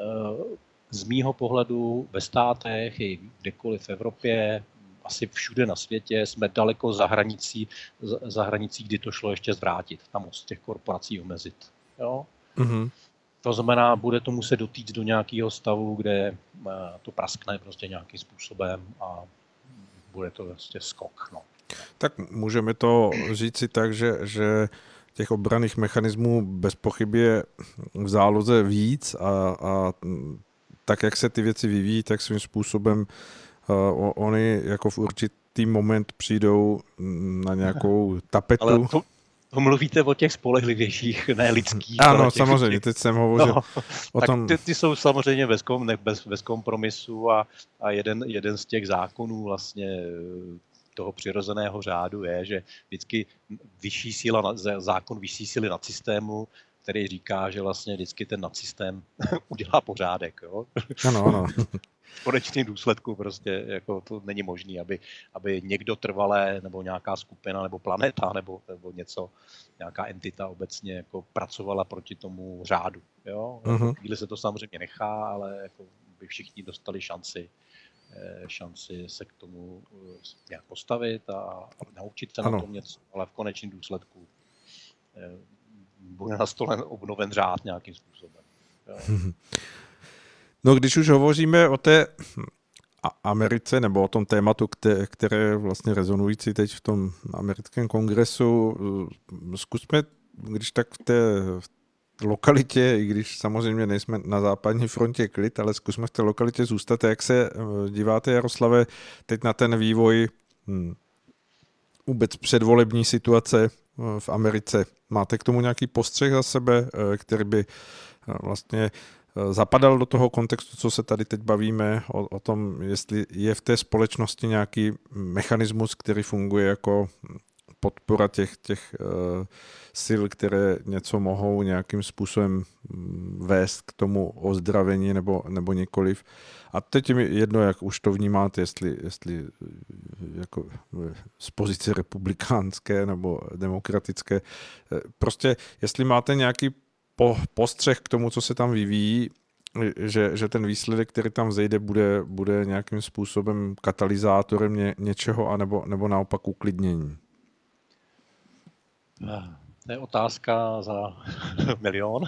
z mýho pohledu ve státech i kdekoliv v Evropě, asi všude na světě jsme daleko za hranicí, za hranicí, kdy to šlo ještě zvrátit, tam moc těch korporací omezit. Jo? Mm-hmm. To znamená, bude to muset dotýct do nějakého stavu, kde to praskne prostě nějakým způsobem a bude to vlastně skok. No. Tak můžeme to říct si tak, že, že těch obranných mechanismů bez pochyby je v záloze víc a, a tak, jak se ty věci vyvíjí, tak svým způsobem Uh, oni jako v určitý moment přijdou na nějakou tapetu. Ale to, to mluvíte o těch spolehlivějších, ne lidských. Ano, těch, samozřejmě, těch, teď jsem hovořil no, o tak tom. Ty, ty jsou samozřejmě bez, kom, ne, bez, bez kompromisu a, a jeden, jeden z těch zákonů vlastně toho přirozeného řádu je, že vždycky vyšší síla, zákon vyšší síly nad systému, který říká, že vlastně vždycky ten nadsystém udělá pořádek. Jo? Ano, ano. V konečném důsledku prostě jako to není možné, aby, aby někdo trvalé, nebo nějaká skupina, nebo planeta, nebo, nebo něco, nějaká entita obecně jako pracovala proti tomu řádu. Jo? Uh-huh. Chvíli se to samozřejmě nechá, ale jako by všichni dostali šanci, šanci se k tomu nějak postavit a, a naučit se ano. na tom něco, ale v konečném důsledku bude nastolen obnoven řád nějakým způsobem. Jo? No, když už hovoříme o té Americe nebo o tom tématu, které, které je vlastně rezonující teď v tom americkém kongresu, zkusme, když tak v té lokalitě, i když samozřejmě nejsme na západní frontě klid, ale zkusme v té lokalitě zůstat. Jak se díváte, Jaroslave, teď na ten vývoj hm, vůbec předvolební situace v Americe? Máte k tomu nějaký postřeh za sebe, který by vlastně zapadal do toho kontextu, co se tady teď bavíme, o, o tom, jestli je v té společnosti nějaký mechanismus, který funguje jako podpora těch, těch uh, sil, které něco mohou nějakým způsobem vést k tomu ozdravení nebo, nebo nikoliv. A teď je mi jedno, jak už to vnímáte, jestli, jestli jako z pozice republikánské nebo demokratické. Prostě, jestli máte nějaký po, postřeh k tomu, co se tam vyvíjí, že, že ten výsledek, který tam vzejde, bude, bude nějakým způsobem katalyzátorem ně, něčeho, anebo, nebo naopak uklidnění? To je otázka za milion.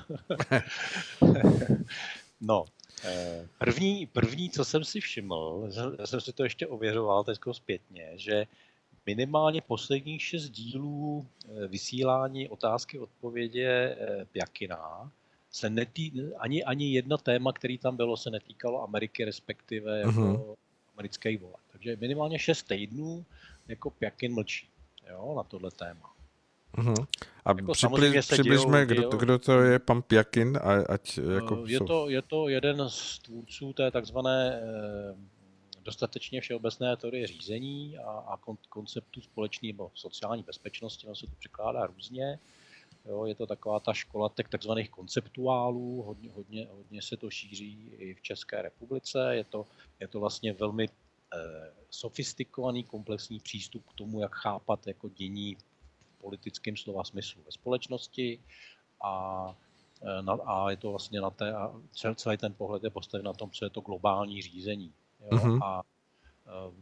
No, první, první, co jsem si všiml, já jsem si to ještě ověřoval teď zpětně, že minimálně posledních šest dílů vysílání otázky odpovědě Pjakina se netý, ani, ani jedno téma, který tam bylo, se netýkalo Ameriky, respektive jako uh-huh. americké voleb. Takže minimálně šest týdnů jako Pjakin mlčí, jo, na tohle téma. Uh-huh. A jako přibliž, přibližme, kdo, dějou, kdo to je pan Pjakin? Ať, jako je, to, je to jeden z tvůrců té takzvané dostatečně všeobecné teorie řízení a, a kon, konceptu společné nebo sociální bezpečnosti, ono se to překládá různě. Jo, je to taková ta škola těch takzvaných konceptuálů, hodně, hodně, hodně se to šíří i v České republice. Je to, je to vlastně velmi eh, sofistikovaný, komplexní přístup k tomu, jak chápat jako dění v politickém slova smyslu ve společnosti a, na, a je to vlastně na té, a celý ten pohled je postaven na tom, co je to globální řízení. Jo? Uh-huh. A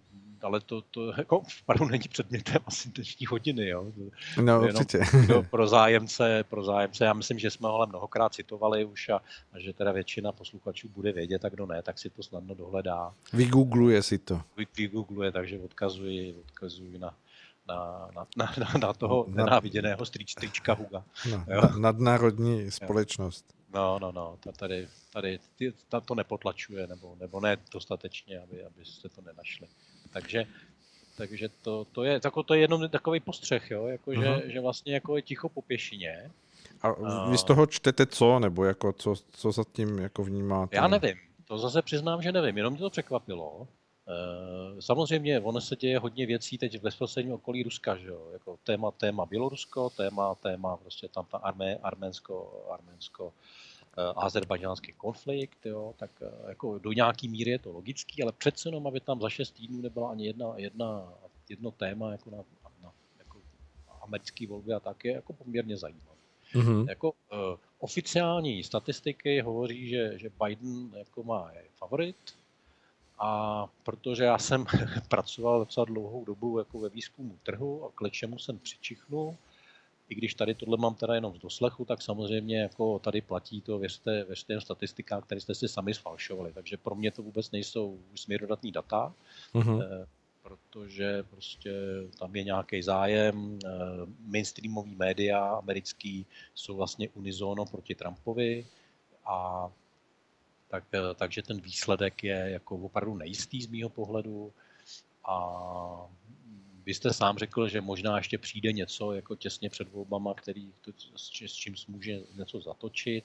ale to, to jako opravdu není předmětem asi dnešní hodiny. Jo. No, určitě. Jenom pro zájemce, pro zájemce, já myslím, že jsme ho ale mnohokrát citovali už a, a že teda většina posluchačů bude vědět, a kdo ne, tak si to snadno dohledá. Vygoogluje si to. Vygoogluje, takže odkazuji, odkazuji na, na, na, na, na toho na, nenáviděného strička Huga. No, na, nadnárodní společnost. No, no, no, tady, tady ta to nepotlačuje, nebo, nebo ne dostatečně, aby, aby jste to nenašli. Takže, takže to, to, je, tako, to je jenom takový postřeh, jo? Jako, uh-huh. že, že vlastně jako je ticho po pěšině. A vy z toho čtete co, nebo jako co, co za tím jako vnímáte? Já nevím, to zase přiznám, že nevím, jenom mě to překvapilo. Samozřejmě ono se děje hodně věcí teď v bezprostředním okolí Ruska, že jo? Jako téma, téma Bělorusko, téma, téma prostě tam ta armé, arménsko, arménsko azerbajdžánský konflikt, jo? Tak jako do nějaký míry je to logický, ale přece jenom, aby tam za šest týdnů nebyla ani jedna, jedna, jedno téma jako na, na jako americké volby a tak je jako poměrně zajímavé. Mm-hmm. Jako uh, oficiální statistiky hovoří, že, že Biden jako má favorit. A protože já jsem pracoval docela dlouhou dobu jako ve výzkumu trhu a k lečemu jsem přičichnul, i když tady tohle mám teda jenom z doslechu, tak samozřejmě jako tady platí to, věřte, věřte jen statistikách, které jste si sami sfalšovali. Takže pro mě to vůbec nejsou směrodatný data, mm-hmm. eh, protože prostě tam je nějaký zájem. Eh, mainstreamový média americký jsou vlastně unizono proti Trumpovi a Tak, takže ten výsledek je jako opravdu nejistý z mýho pohledu a vy jste sám řekl, že možná ještě přijde něco jako těsně před volbama, který, s čím může něco zatočit.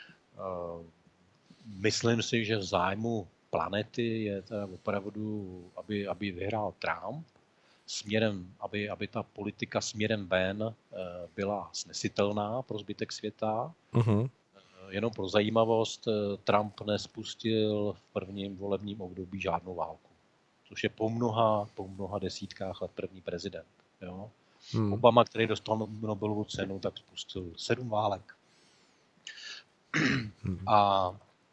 Myslím si, že v zájmu planety je teda opravdu, aby, aby vyhrál Trump, směrem, aby, aby ta politika směrem ven byla snesitelná pro zbytek světa. Uh-huh. Jenom pro zajímavost, Trump nespustil v prvním volebním období žádnou válku, což je po mnoha, po mnoha desítkách let první prezident. Jo? Hmm. Obama, který dostal Nobelovu cenu, tak spustil sedm válek. Hmm. A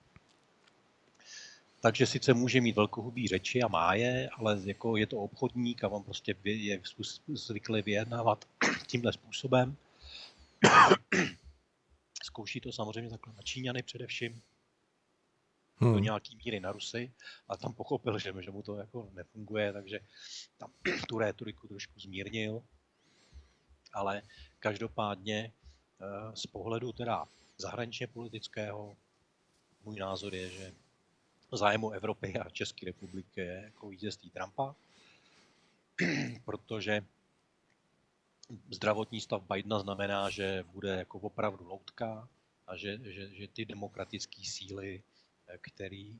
takže sice může mít velkohubý řeči a má je, ale jako je to obchodník a on prostě je zvyklý vyjednávat tímhle způsobem. Zkouší to samozřejmě takhle na Číňany především, hmm. do nějaký míry na Rusy, a tam pochopil, že, že mu to jako nefunguje, takže tam tu rétoriku trošku zmírnil. Ale každopádně z pohledu teda zahraničně politického můj názor je, že zájmu Evropy a České republiky je jako vítězství Trumpa, protože zdravotní stav Bidena znamená, že bude jako opravdu loutka a že, že, že ty demokratické síly, který,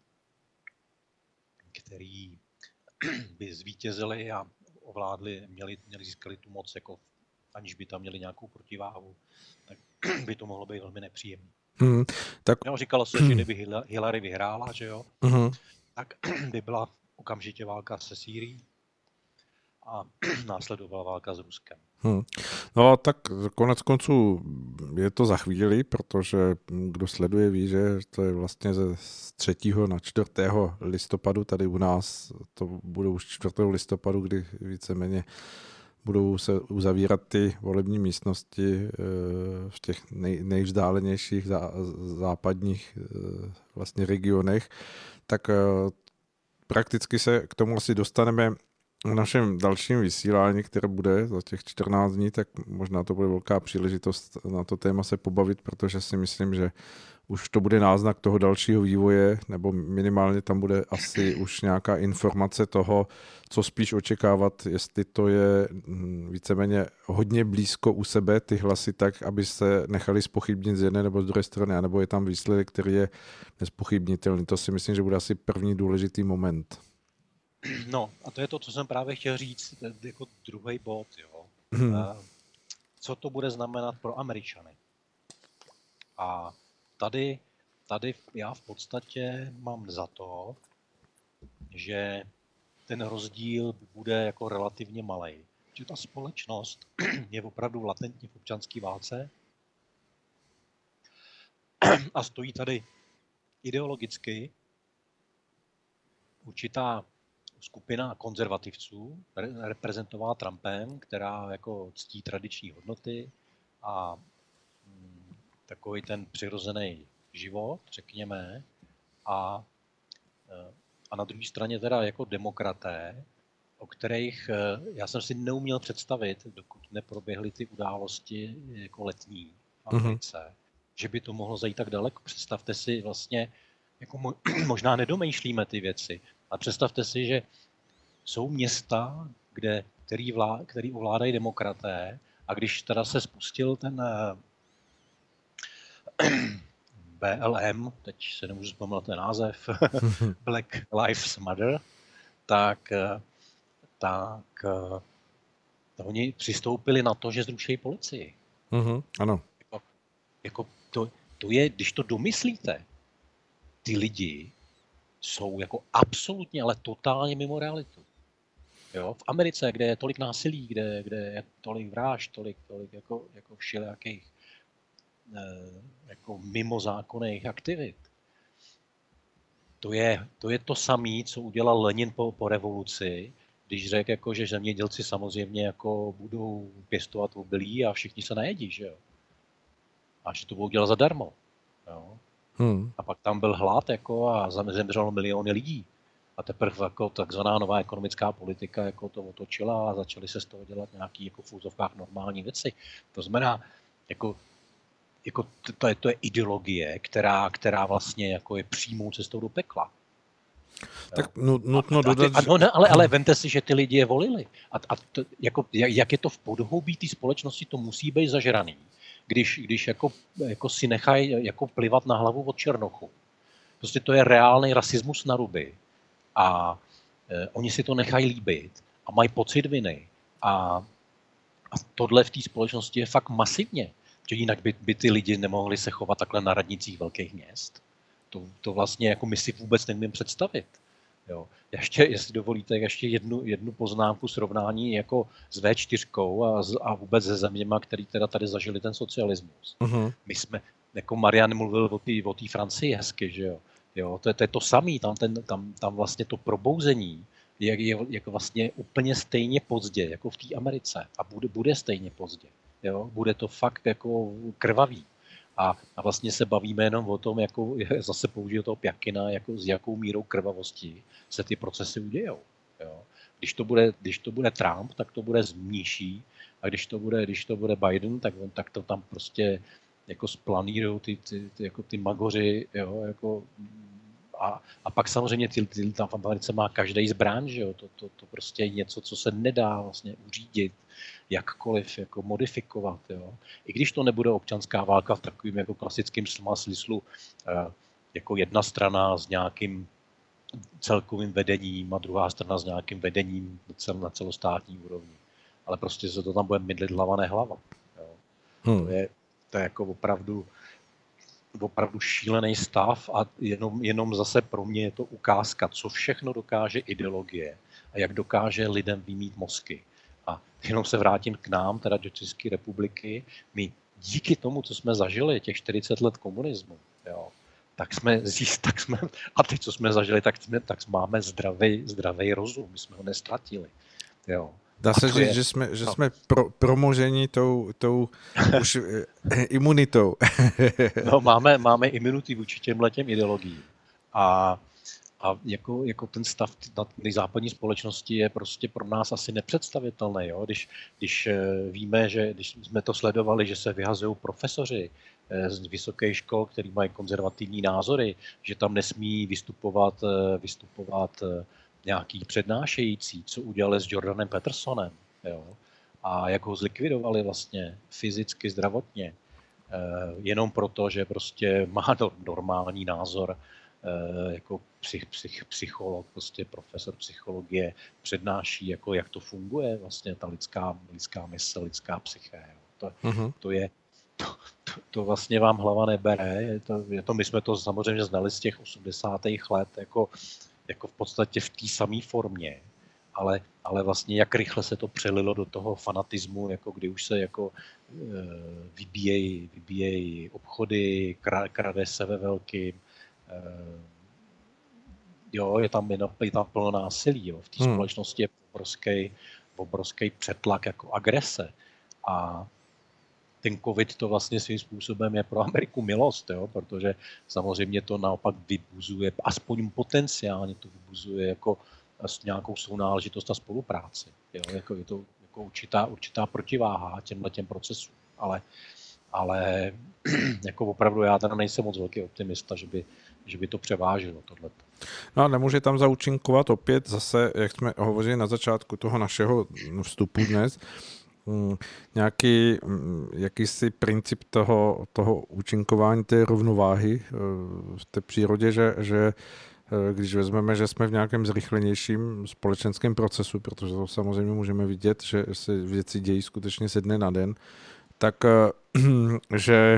který by zvítězily a ovládli, měli, měli získali tu moc, jako, aniž by tam měli nějakou protiváhu, tak by to mohlo být velmi nepříjemné. Mm, tak... jo, říkalo se, že kdyby Hillary vyhrála, že jo, mm. tak by byla okamžitě válka se Sýrií a následovala válka s Ruskem. Hmm. No tak konec konců je to za chvíli, protože kdo sleduje ví, že to je vlastně ze třetího na čtvrtého listopadu tady u nás, to bude už čtvrtého listopadu, kdy víceméně budou se uzavírat ty volební místnosti v těch nej, nejvzdálenějších zá, západních vlastně regionech, tak prakticky se k tomu asi dostaneme v našem dalším vysílání, které bude za těch čtrnáct dní, tak možná to bude velká příležitost na to téma se pobavit, protože si myslím, že už to bude náznak toho dalšího vývoje, nebo minimálně tam bude asi už nějaká informace toho, co spíš očekávat, jestli to je víceméně hodně blízko u sebe, ty hlasy tak, aby se nechali zpochybnit z jedné nebo z druhé strany, anebo je tam výsledek, který je nezpochybnitelný. To si myslím, že bude asi první důležitý moment. No, a to je to, co jsem právě chtěl říct, jako druhý bod, jo. Hmm. Co to bude znamenat pro Američany? A tady, tady já v podstatě mám za to, že ten rozdíl bude jako relativně malej. Že ta společnost je opravdu latentně v občanské válce a stojí tady ideologicky určitá skupina konzervativců, reprezentovala Trumpem, která jako ctí tradiční hodnoty a mm, takový ten přirozený život, řekněme, a, a na druhé straně teda jako demokraté, o kterých já jsem si neuměl představit, dokud neproběhly ty události jako letní v Americe, mm-hmm. že by to mohlo zajít tak daleko. Představte si vlastně, jako mo, možná nedomýšlíme ty věci, ale představte si, že jsou města, kde, který, vlá, který ovládají demokraté, a když teda se spustil ten B L M, teď se nemůžu vzpomenout ten název, Black Lives Matter, tak, tak, tak oni přistoupili na to, že zruší policii. Mm-hmm, ano. Jako, jako to, to je, když to domyslíte, ty lidi jsou jako absolutně, ale totálně mimo realitu. Jo? V Americe, kde je tolik násilí, kde, kde je tolik vražd, tolik, tolik jako, jako všelijakých jako mimozákonných aktivit. To je, to je to samé, co udělal Lenin po, po revoluci, když řekl, jako, že zemědělci samozřejmě jako budou pěstovat obilí a všichni se najedí, že jo. A že to budou dělat zadarmo. Jo. Hmm. A pak tam byl hlad jako, a zemřelo miliony lidí. A teprve jako takzvaná nová ekonomická politika jako to otočila a začaly se z toho dělat nějaké jako v úzovkách normální věci. To znamená, jako Jako to, je, to je ideologie, která, která vlastně jako je přímou cestou do pekla. Tak nutno a, dodat... A, a, no, ale, ale vemte si, že ty lidi je volili. A, a to, jako, jak je to v podhoubí té společnosti, to musí být zažraný. Když, když jako, jako si nechají jako plivat na hlavu od černochu. Prostě to je reálný rasismus na ruby. A e, oni si to nechají líbit a mají pocit viny. A, a tohle v té společnosti je fakt masivně. Že jinak by, by ty lidi nemohli se chovat takhle na radnicích velkých měst. To, to vlastně jako my si vůbec nemůžeme představit. Jo. Ještě, jestli dovolíte, ještě jednu, jednu poznámku srovnání jako s vé čtyři a, a vůbec se zeměma, který teda tady zažili ten socialismus. Uh-huh. My jsme, jako Marian mluvil o té o té Francii hezky, že jo. Jo, to, je, to je to samé, tam, tam, tam vlastně to probouzení je, je, je vlastně úplně stejně pozdě, jako v té Americe. A bude, bude stejně pozdě. Jo, bude to fakt jako krvavý. A, a vlastně se bavíme jenom o tom, jako zase použiju toho Pjakina, jako s jakou mírou krvavosti se ty procesy udějou. Jo. Když to bude, když to bude Trump, tak to bude zmníší, a když to bude, když to bude Biden, tak, tak to tam prostě jako splanírujou ty, ty, ty, jako ty magoři, jo, jako a, a pak samozřejmě ty, ty, tam v Americe má každý zbraň, že jo, to, to, to prostě je něco, co se nedá vlastně uřídit, jakkoliv jako modifikovat, jo. I když to nebude občanská válka v takovým jako klasickém smyslu, eh, jako jedna strana s nějakým celkovým vedením a druhá strana s nějakým vedením na celostátní úrovni. Ale prostě se to tam bude mydlit hlava nehlava. Jo. Hmm. To je, to je jako opravdu opravdu šílený stav a jenom, jenom zase pro mě je to ukázka, co všechno dokáže ideologie a jak dokáže lidem vymít mozky. A jenom se vrátím k nám, teda do České republiky, my díky tomu, co jsme zažili, těch čtyřicet let komunismu, jo, tak jsme, tak jsme, a teď, co jsme zažili, tak, jsme, tak máme zdravý, zdravý rozum, my jsme ho nestratili. Jo. Dá se říct, je, že jsme, že no. jsme pro, promoženi tou, tou už imunitou. No, máme, máme imunity vůči těmhle těm ideologiím. A, a jako, jako ten stav na té západní společnosti je prostě pro nás asi nepředstavitelný. Jo? Když, když víme, že když jsme to sledovali, že se vyhazují profesoři z vysokých škol, který mají konzervativní názory, že tam nesmí vystupovat, vystupovat nějaký přednášející, co udělali s Jordanem Petersonem, jo? A jak ho zlikvidovali vlastně fyzicky, zdravotně, e, jenom proto, že prostě má normální názor e, jako psych, psych, psycholog, prostě profesor psychologie, přednáší, jako jak to funguje vlastně ta lidská, lidská mysl, lidská psyché. Jo? To, uh-huh. to je to, to, to vlastně vám hlava nebere, je to, je to, my jsme to samozřejmě znali z těch osmdesátých let, jako jako v podstatě v té samé formě, ale, ale vlastně jak rychle se to přelilo do toho fanatismu, jako kdy už se jako e, vybíjejí, vybíjejí obchody, krade se ve velkým, e, jo, je tam, je tam plno násilí, jo. V té Hmm. společnosti je obrovský, obrovský přetlak jako agrese a ten covid to vlastně svým způsobem je pro Ameriku milost, jo, protože samozřejmě to naopak vybuzuje, aspoň potenciálně to vybuzuje jako nějakou sounáležitost a spolupráci. Jo, jako je to jako určitá, určitá protiváha těmhle těm procesům, ale, ale jako opravdu já teda nejsem moc velký optimista, že by, že by to převážilo tohleto. No a nemůže tam zaúčinkovat opět zase, jak jsme hovořili na začátku toho našeho vstupu dnes, nějaký jakýsi princip toho, toho účinkování té rovnováhy v té přírodě, že, že když vezmeme, že jsme v nějakém zrychlenějším společenském procesu, protože to samozřejmě můžeme vidět, že se věci dějí skutečně ze dne na den, tak že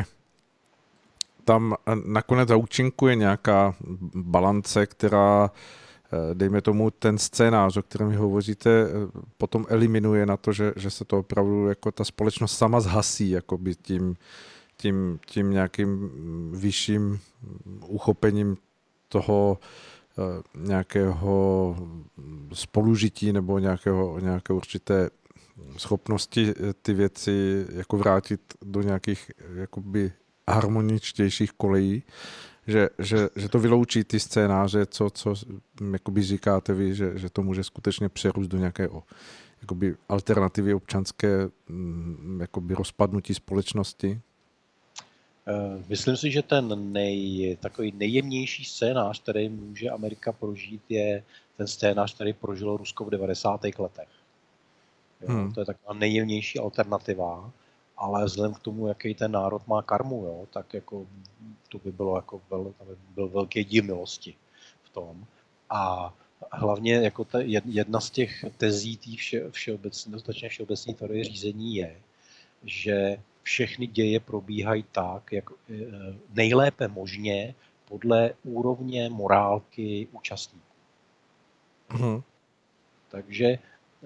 tam nakonec zaúčinkuje nějaká balance, která, dejme tomu, ten scénář, o kterém vy hovoříte, potom eliminuje na to, že, že se to opravdu jako ta společnost sama zhasí jakoby tím, tím, tím nějakým vyšším uchopením toho nějakého spolužití nebo nějakého, nějaké určité schopnosti ty věci jako vrátit do nějakých jakoby harmoničtějších kolejí, že, že, že to vyloučí ty scénáře, co, co jakoby říkáte vy, že, že to může skutečně přerůst do nějaké jakoby alternativy občanské jakoby rozpadnutí společnosti? Myslím si, že ten nej, takový nejjemnější scénář, který může Amerika prožít, je ten scénář, který prožilo Rusko v devadesátých letech. Jo, hmm. To je taková nejjemnější alternativa, ale vzhledem k tomu, jaký ten národ má karmu, jo, tak jako to by bylo jako vel, by byl velký díl milosti v tom. A hlavně jako ta jedna z těch tezí té vše, všeobecné, dostatečně všeobecné teorie řízení je, že všechny děje probíhají tak, jak nejlépe možně podle úrovně morálky účastníků. Hmm. Takže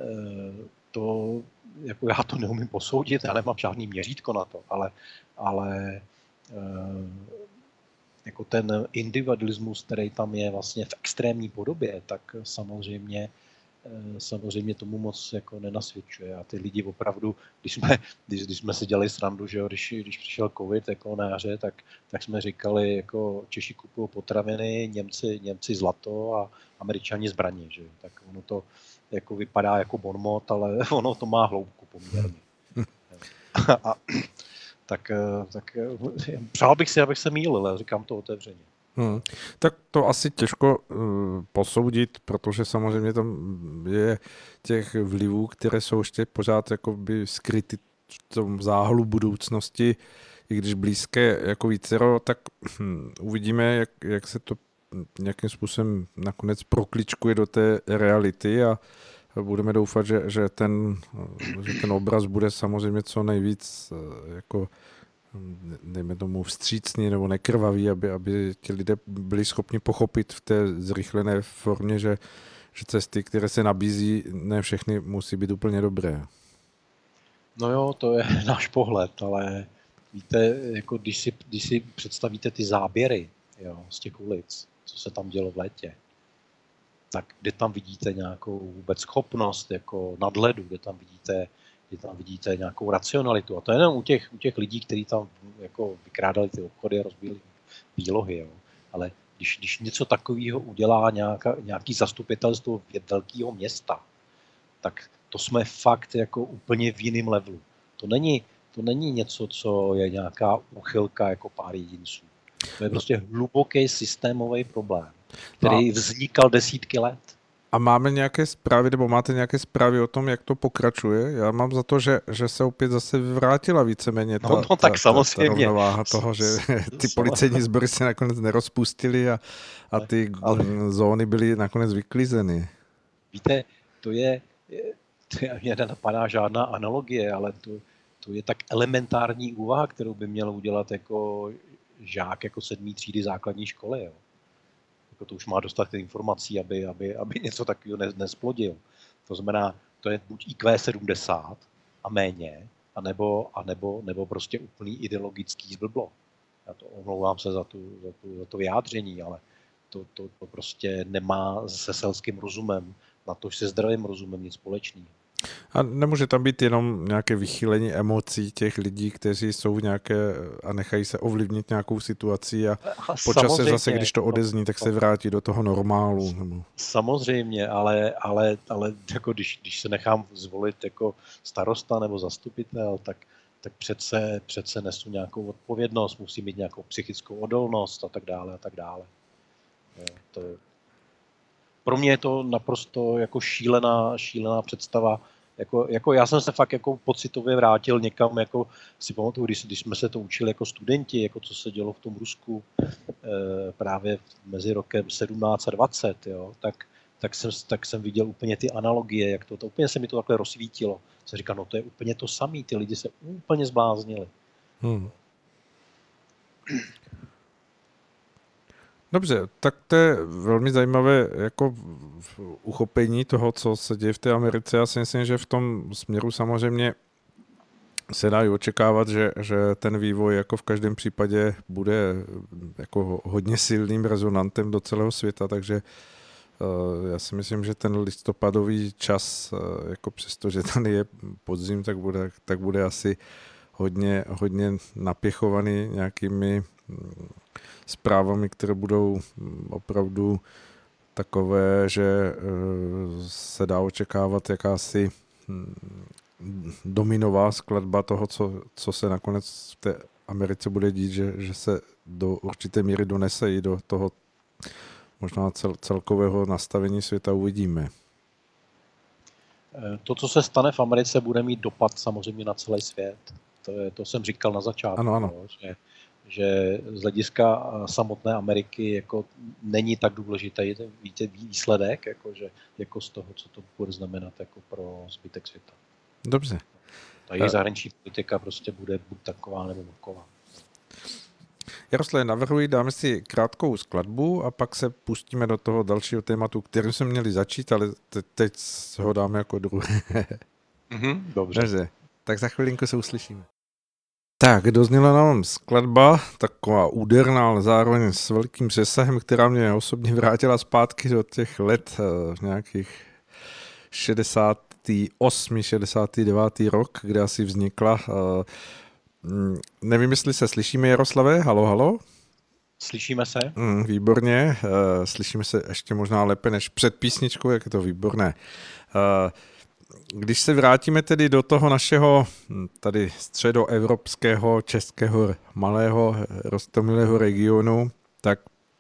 to, jako já to neumím posoudit, já nemám žádný měřítko na to, ale, ale jako ten individualismus, který tam je vlastně v extrémní podobě, tak samozřejmě samozřejmě tomu moc jako nenasvědčuje. A ty lidi opravdu, když jsme, když, když jsme si dělali srandu, že jo, když, když přišel covid jako na jaře, tak, tak jsme říkali, jako Češi kupují potraviny, Němci, Němci zlato a Američani zbraně. Že jo. Tak ono to jako vypadá jako bonmot, ale ono to má hloubku poměrně. A, a, tak, tak přál bych si, abych se mýlil, ale říkám to otevřeně. Hmm. Tak to asi těžko uh, posoudit, protože samozřejmě tam je těch vlivů, které jsou ještě pořád jakoby skryty v tom záhalu budoucnosti, i když blízké jako vícero, tak hm, uvidíme, jak, jak se to nějakým způsobem nakonec prokličkuje do té reality a budeme doufat, že, že, ten, že ten obraz bude samozřejmě co nejvíc uh, jako dejme tomu vstřícný nebo nekrvavý, aby, aby ti lidé byli schopni pochopit v té zrychlené formě, že, že cesty, které se nabízí, ne všechny musí být úplně dobré. No jo, to je náš pohled, ale víte, jako když si, když si představíte ty záběry, jo, z těch ulic, co se tam dělo v létě, tak kde tam vidíte nějakou vůbec schopnost jako nadhledu, kde tam vidíte kde tam vidíte nějakou racionalitu. A to je jenom u těch, u těch lidí, kteří tam jako vykrádali ty obchody a rozbíjeli výlohy. Jo. Ale když, když něco takového udělá nějaká, nějaký zastupitelstvo velkého města, tak to jsme fakt jako úplně v jiném levelu. To není, to není něco, co je nějaká úchylka jako pár jedinců. To je prostě hluboký systémový problém, který vznikal desítky let. A máme nějaké zprávy, nebo máte nějaké zprávy o tom, jak to pokračuje? Já mám za to, že, že se opět zase vrátila víceméně ta, no, no, tak ta, samozřejmě. ta, ta rovnováha toho, že ty policejní sbory se nakonec nerozpustily a, a ty ale, zóny byly nakonec vyklizeny. Víte, to je, to je mě nenapadá žádná analogie, ale to, to je tak elementární úvaha, kterou by měl udělat jako žák jako sedmý třídy základní školy. Jo. To už má dostatek informací, aby, aby, aby něco takového nesplodil. To znamená, to je buď í kvé sedmdesát a méně, anebo, anebo, nebo prostě úplný ideologický zblblo. Já to omlouvám se za, tu, za, tu, za to vyjádření, ale to, to, to prostě nemá se selským rozumem, na to se zdravým rozumem nic společného. A nemůže tam být jenom nějaké vychýlení emocí těch lidí, kteří jsou nějaké a nechají se ovlivnit nějakou situací a po čase zase, když to odezní, tak se vrátí do toho normálu. Nebo... Samozřejmě, ale, ale, ale jako když, když se nechám zvolit jako starosta nebo zastupitel, tak, tak přece, přece nesu nějakou odpovědnost, musí mít nějakou psychickou odolnost a tak dále a tak dále. To je... Pro mě je to naprosto jako šílená, šílená představa. Jako, jako já jsem se fakt jako pocitově vrátil někam, jako si pamatuju, když, když jsme se to učili jako studenti, jako co se dělo v tom Rusku e, právě mezi rokem sedmnáct a dvacet, jo, tak, tak, jsem, tak jsem viděl úplně ty analogie, jak to, to úplně se mi to takhle rozsvítilo. Jsem říkal, no to je úplně to samé, ty lidi se úplně zbláznili. Hmm. Dobře, tak to je velmi zajímavé jako uchopení toho, co se děje v té Americe. Já si myslím, že v tom směru samozřejmě se dá i očekávat, že, že ten vývoj jako v každém případě bude jako hodně silným rezonantem do celého světa, takže uh, já si myslím, že ten listopadový čas, uh, jako přesto, že tady je podzim, tak bude, tak bude asi hodně, hodně napěchovaný nějakými zprávami, které budou opravdu takové, že se dá očekávat jakási dominová skladba toho, co, co se nakonec v té Americe bude dít, že, že se do určité míry donese i do toho možná cel, celkového nastavení světa, uvidíme. To, co se stane v Americe, bude mít dopad samozřejmě na celý svět. To, je, to jsem říkal na začátku. Ano, ano. No, že že z hlediska samotné Ameriky jako není tak důležitý výsledek, jako, že, jako z toho, co to bude znamenat jako pro zbytek světa. Dobře. Ta její zahraniční politika prostě bude buď taková nebo taková. Jaroslave, navrhuji, dáme si krátkou skladbu a pak se pustíme do toho dalšího tématu, kterým jsme měli začít, ale te- teď ho dáme jako druhé. Mm-hmm, dobře. dobře. Tak za chvilinku se uslyšíme. Tak, dozněla nám skladba, taková úderná, ale zároveň s velkým přesahem, která mě osobně vrátila zpátky do těch let uh, nějakých šedesátý osmý šedesátý devátý rok, kde asi vznikla. Uh, nevím, jestli se slyšíme, Jaroslave, halo, halo? Slyšíme se? Mm, výborně, uh, slyšíme se ještě možná lépe než před písničkou, jak je to výborné. Uh, Když se vrátíme tedy do toho našeho tady středoevropského, českého, malého, roztomilého regionu, tak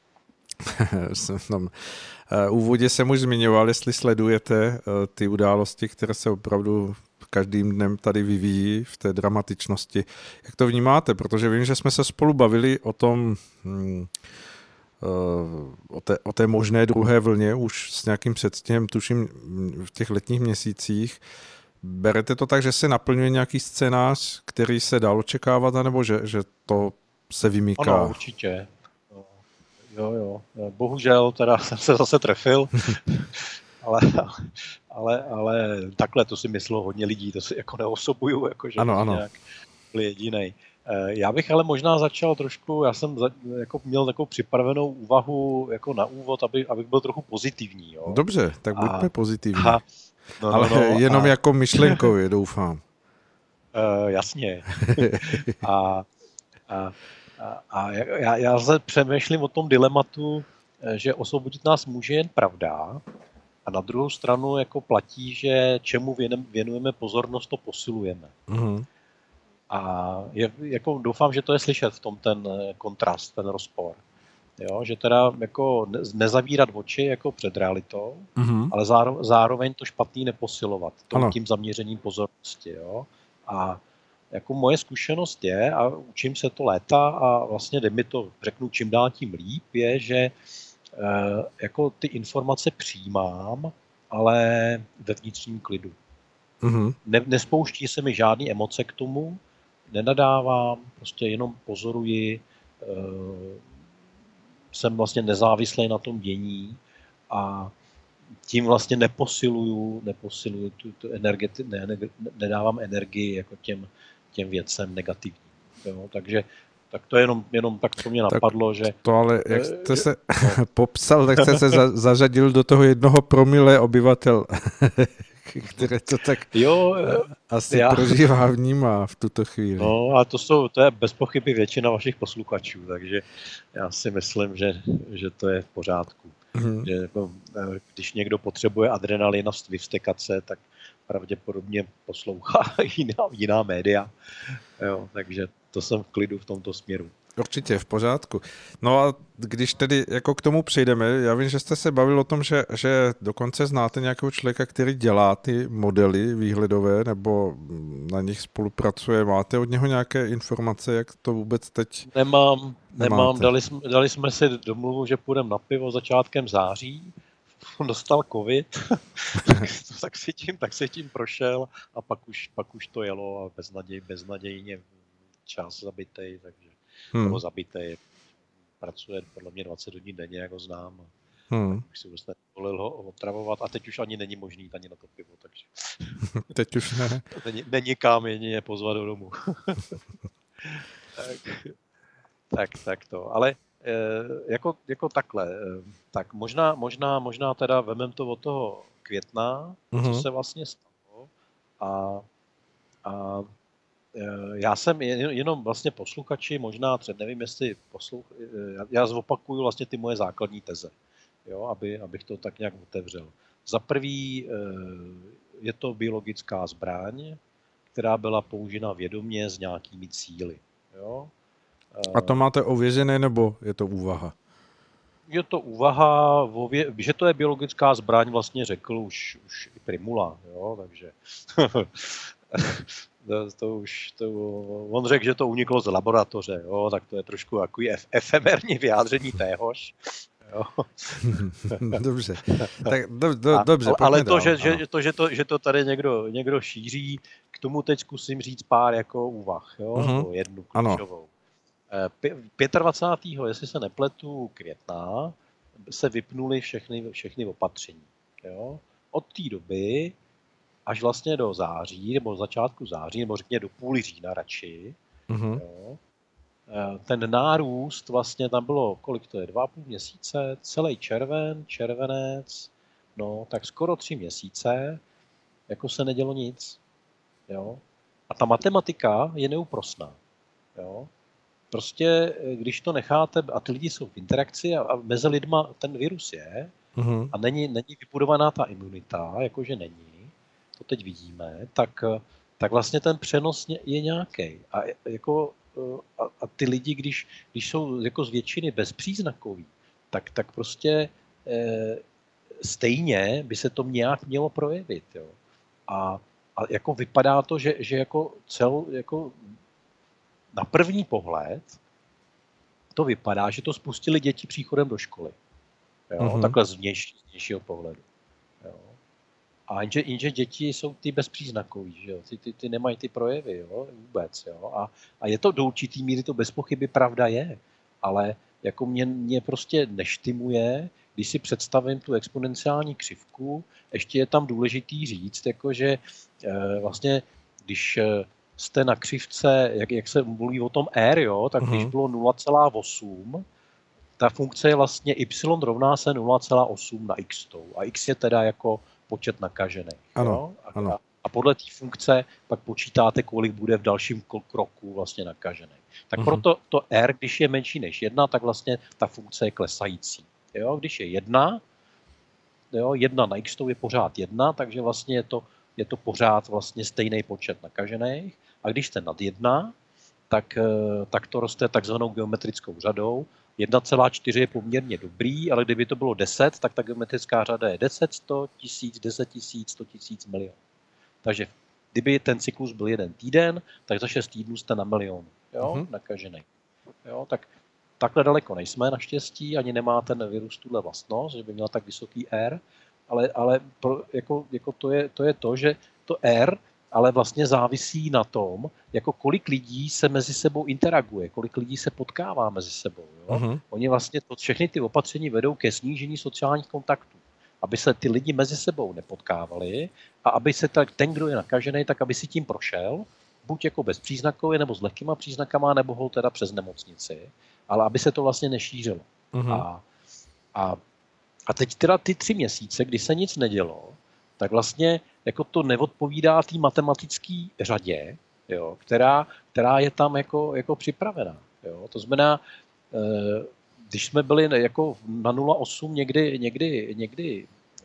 v tom úvodě jsem už zmiňoval, jestli sledujete ty události, které se opravdu každým dnem tady vyvíjí v té dramatičnosti. Jak to vnímáte? Protože vím, že jsme se spolu bavili o tom, O té, o té možné druhé vlně už s nějakým předstihem, tuším v těch letních měsících. Berete to tak, že se naplňuje nějaký scénář, který se dal očekávat, anebo že, že to se vymýká? Ano, určitě. Jo, jo. Bohužel teda jsem se zase trefil, ale, ale, ale takhle to si myslelo hodně lidí, to si jako neosobuju, jako že ano, ano. nějak byl jedinej. Já bych ale možná začal trošku, já jsem za, jako měl takovou připravenou úvahu jako na úvod, aby, abych byl trochu pozitivní. Jo. Dobře, tak buďme a, pozitivní. A, no, ale no, no, jenom a, jako myšlenkově, doufám. Uh, jasně. a, a, a, a já, já se přemýšlím o tom dilematu, že osvobodit nás může jen pravda, a na druhou stranu jako platí, že čemu věnujeme pozornost, to posilujeme. Mhm. A je, jako doufám, že to je slyšet v tom ten kontrast, ten rozpor. Jo, že teda jako ne, nezavírat oči jako před realitou, mm-hmm. ale záro, zároveň to špatný neposilovat to, tím zaměřením pozornosti. Jo. A jako moje zkušenost je, a učím se to léta a vlastně jde mi to, řeknu čím dál tím líp, je, že e, jako ty informace přijímám, ale ve vnitřním klidu. Mm-hmm. Ne, nespouští se mi žádný emoce k tomu, nenadávám, prostě jenom pozoruji, jsem vlastně nezávislý na tom dění a tím vlastně neposiluju, neposiluju tu, tu energeti, ne, ne, nedávám energii jako těm, těm věcem negativním. Jo? Takže Tak to je jenom, jenom tak, co mě napadlo, tak že... To ale, jak jste se no. popsal, tak jste se za, zařadil do toho jednoho promile obyvatel, které to tak jo, asi já... prožívá, vnímá v tuto chvíli. No a to jsou, to je bez pochyby většina vašich posluchačů, takže já si myslím, že, že to je v pořádku. Mm. Že, jako, když někdo potřebuje adrenalin a vyvstekat se, tak pravděpodobně poslouchá jiná, jiná média. Jo, takže to jsem v klidu v tomto směru. Určitě, v pořádku. No a když tedy jako k tomu přejdeme, já vím, že jste se bavil o tom, že, že dokonce znáte nějakého člověka, který dělá ty modely výhledové, nebo na nich spolupracuje. Máte od něho nějaké informace, jak to vůbec teď? Nemám, nemám. Dali jsme, dali jsme si domluvu, že půjdeme na pivo začátkem září. On dostal covid, tak, si tím, tak si tím prošel a pak už, pak už to jelo a beznaděj, beznadějně čas zabitej, takže hmm. nebo zabitej, pracuje podle mě dvacet hodin denně, jak ho znám. Hmm. Už si vlastně dovolil ho otravovat a teď už ani není možný ani na to pivo, takže teď už ne. Není, není kam jedině pozvat do domu. tak, tak, tak to, ale Jako, jako takhle, tak možná, možná, možná teda vemem to od toho května, mm-hmm. co se vlastně stalo a, a já jsem jenom vlastně posluchači, možná třeba nevím, jestli posluch, já zopakuju vlastně ty moje základní teze, jo, aby, abych to tak nějak otevřel. Za prvý je to biologická zbraň, která byla použita vědomě s nějakými cíli, jo. A to máte ověřené, nebo je to úvaha? Je to úvaha, že to je biologická zbraň, vlastně řekl už, už i Primula, jo, takže to, to už, to, on řekl, že to uniklo z laboratoře, jo, tak to je trošku takový ef, efemerní vyjádření téhož. Jo. Dobře, tak do, do, a, dobře. Ale to, dál, že, že, to, že, to, že to tady někdo, někdo šíří, k tomu teď zkusím říct pár jako úvah, jo, uh-huh. jednu klíčovou. dvacátého pátého jestli se nepletu, května, se vypnuly všechny, všechny opatření. Jo? Od té doby až vlastně do září, nebo začátku září, nebo řekněme do půli října radši, mm-hmm. jo? Ten nárůst vlastně tam bylo, kolik to je, dva a půl měsíce, celý červen, červenec, no tak skoro tři měsíce, jako se nedělo nic. Jo? A ta matematika je neúprosná. Jo? Prostě, když to necháte, a ty lidi jsou v interakci a, a mezi lidma ten virus je mm-hmm. a není, není vybudovaná ta imunita, jakože není, to teď vidíme, tak, tak vlastně ten přenos je nějaký. A, jako, a, a ty lidi, když, když jsou jako z většiny bezpříznakoví, tak, tak prostě e, stejně by se to nějak mělo projevit. Jo. A, a jako vypadá to, že, že jako celou, jako na první pohled to vypadá, že to spustili děti příchodem do školy. Jo? Mm-hmm. Takhle z vnějšího pohledu. Jo? A jenže, jenže děti jsou ty bezpříznakový, že jo? Ty, ty, ty nemají ty projevy, jo? Vůbec. Jo? A, a je to do určitý míry, to bez pochyby pravda je, ale jako mě, mě prostě neštimuje, když si představím tu exponenciální křivku, ještě je tam důležitý říct, jakože e, vlastně, když jste na křivce, jak, jak se mluví o tom R, jo, tak uh-huh. když bylo nula celá osm, ta funkce je vlastně y rovná se nula celá osm na x. A x je teda jako počet nakažených. Ano, jo? A, ano. a podle té funkce pak počítáte, kolik bude v dalším kroku vlastně nakažených. Tak uh-huh. proto to R, když je menší než jedna, tak vlastně ta funkce je klesající. Jo? Když je jedna, jo, jedna na x je pořád jedna, takže vlastně je to, je to pořád vlastně stejný počet nakažených. A když jste nad jedna, tak, tak to roste takzvanou geometrickou řadou. jedna celá čtyři je poměrně dobrý, ale kdyby to bylo deset, tak ta geometrická řada je deset, sto, tisíc, deset tisíc, sto tisíc, milion. Takže kdyby ten cyklus byl jeden týden, tak za šest týdnů jste na milion, jo, mm-hmm. nakažený. Jo, tak takhle daleko nejsme naštěstí, ani nemá ten virus tuhle vlastnost, že by měla tak vysoký R, ale, ale pro, jako, jako to, je, to je to, že to R ale vlastně závisí na tom, jako kolik lidí se mezi sebou interaguje, kolik lidí se potkává mezi sebou. Jo? Uh-huh. Oni vlastně to, všechny ty opatření vedou ke snížení sociálních kontaktů, aby se ty lidi mezi sebou nepotkávali a aby se tak, ten, kdo je nakažený, tak aby si tím prošel, buď jako bezpříznakově, nebo s lehkýma příznakama, nebo ho teda přes nemocnici, ale aby se to vlastně nešířilo. Mm-hmm. A, a, a teď teda ty tři měsíce, kdy se nic nedělo, tak vlastně jako to neodpovídá té matematické řadě, jo, která, která je tam jako, jako připravená. Jo. To znamená, když jsme byli jako na nula celá osm někdy, někdy, někdy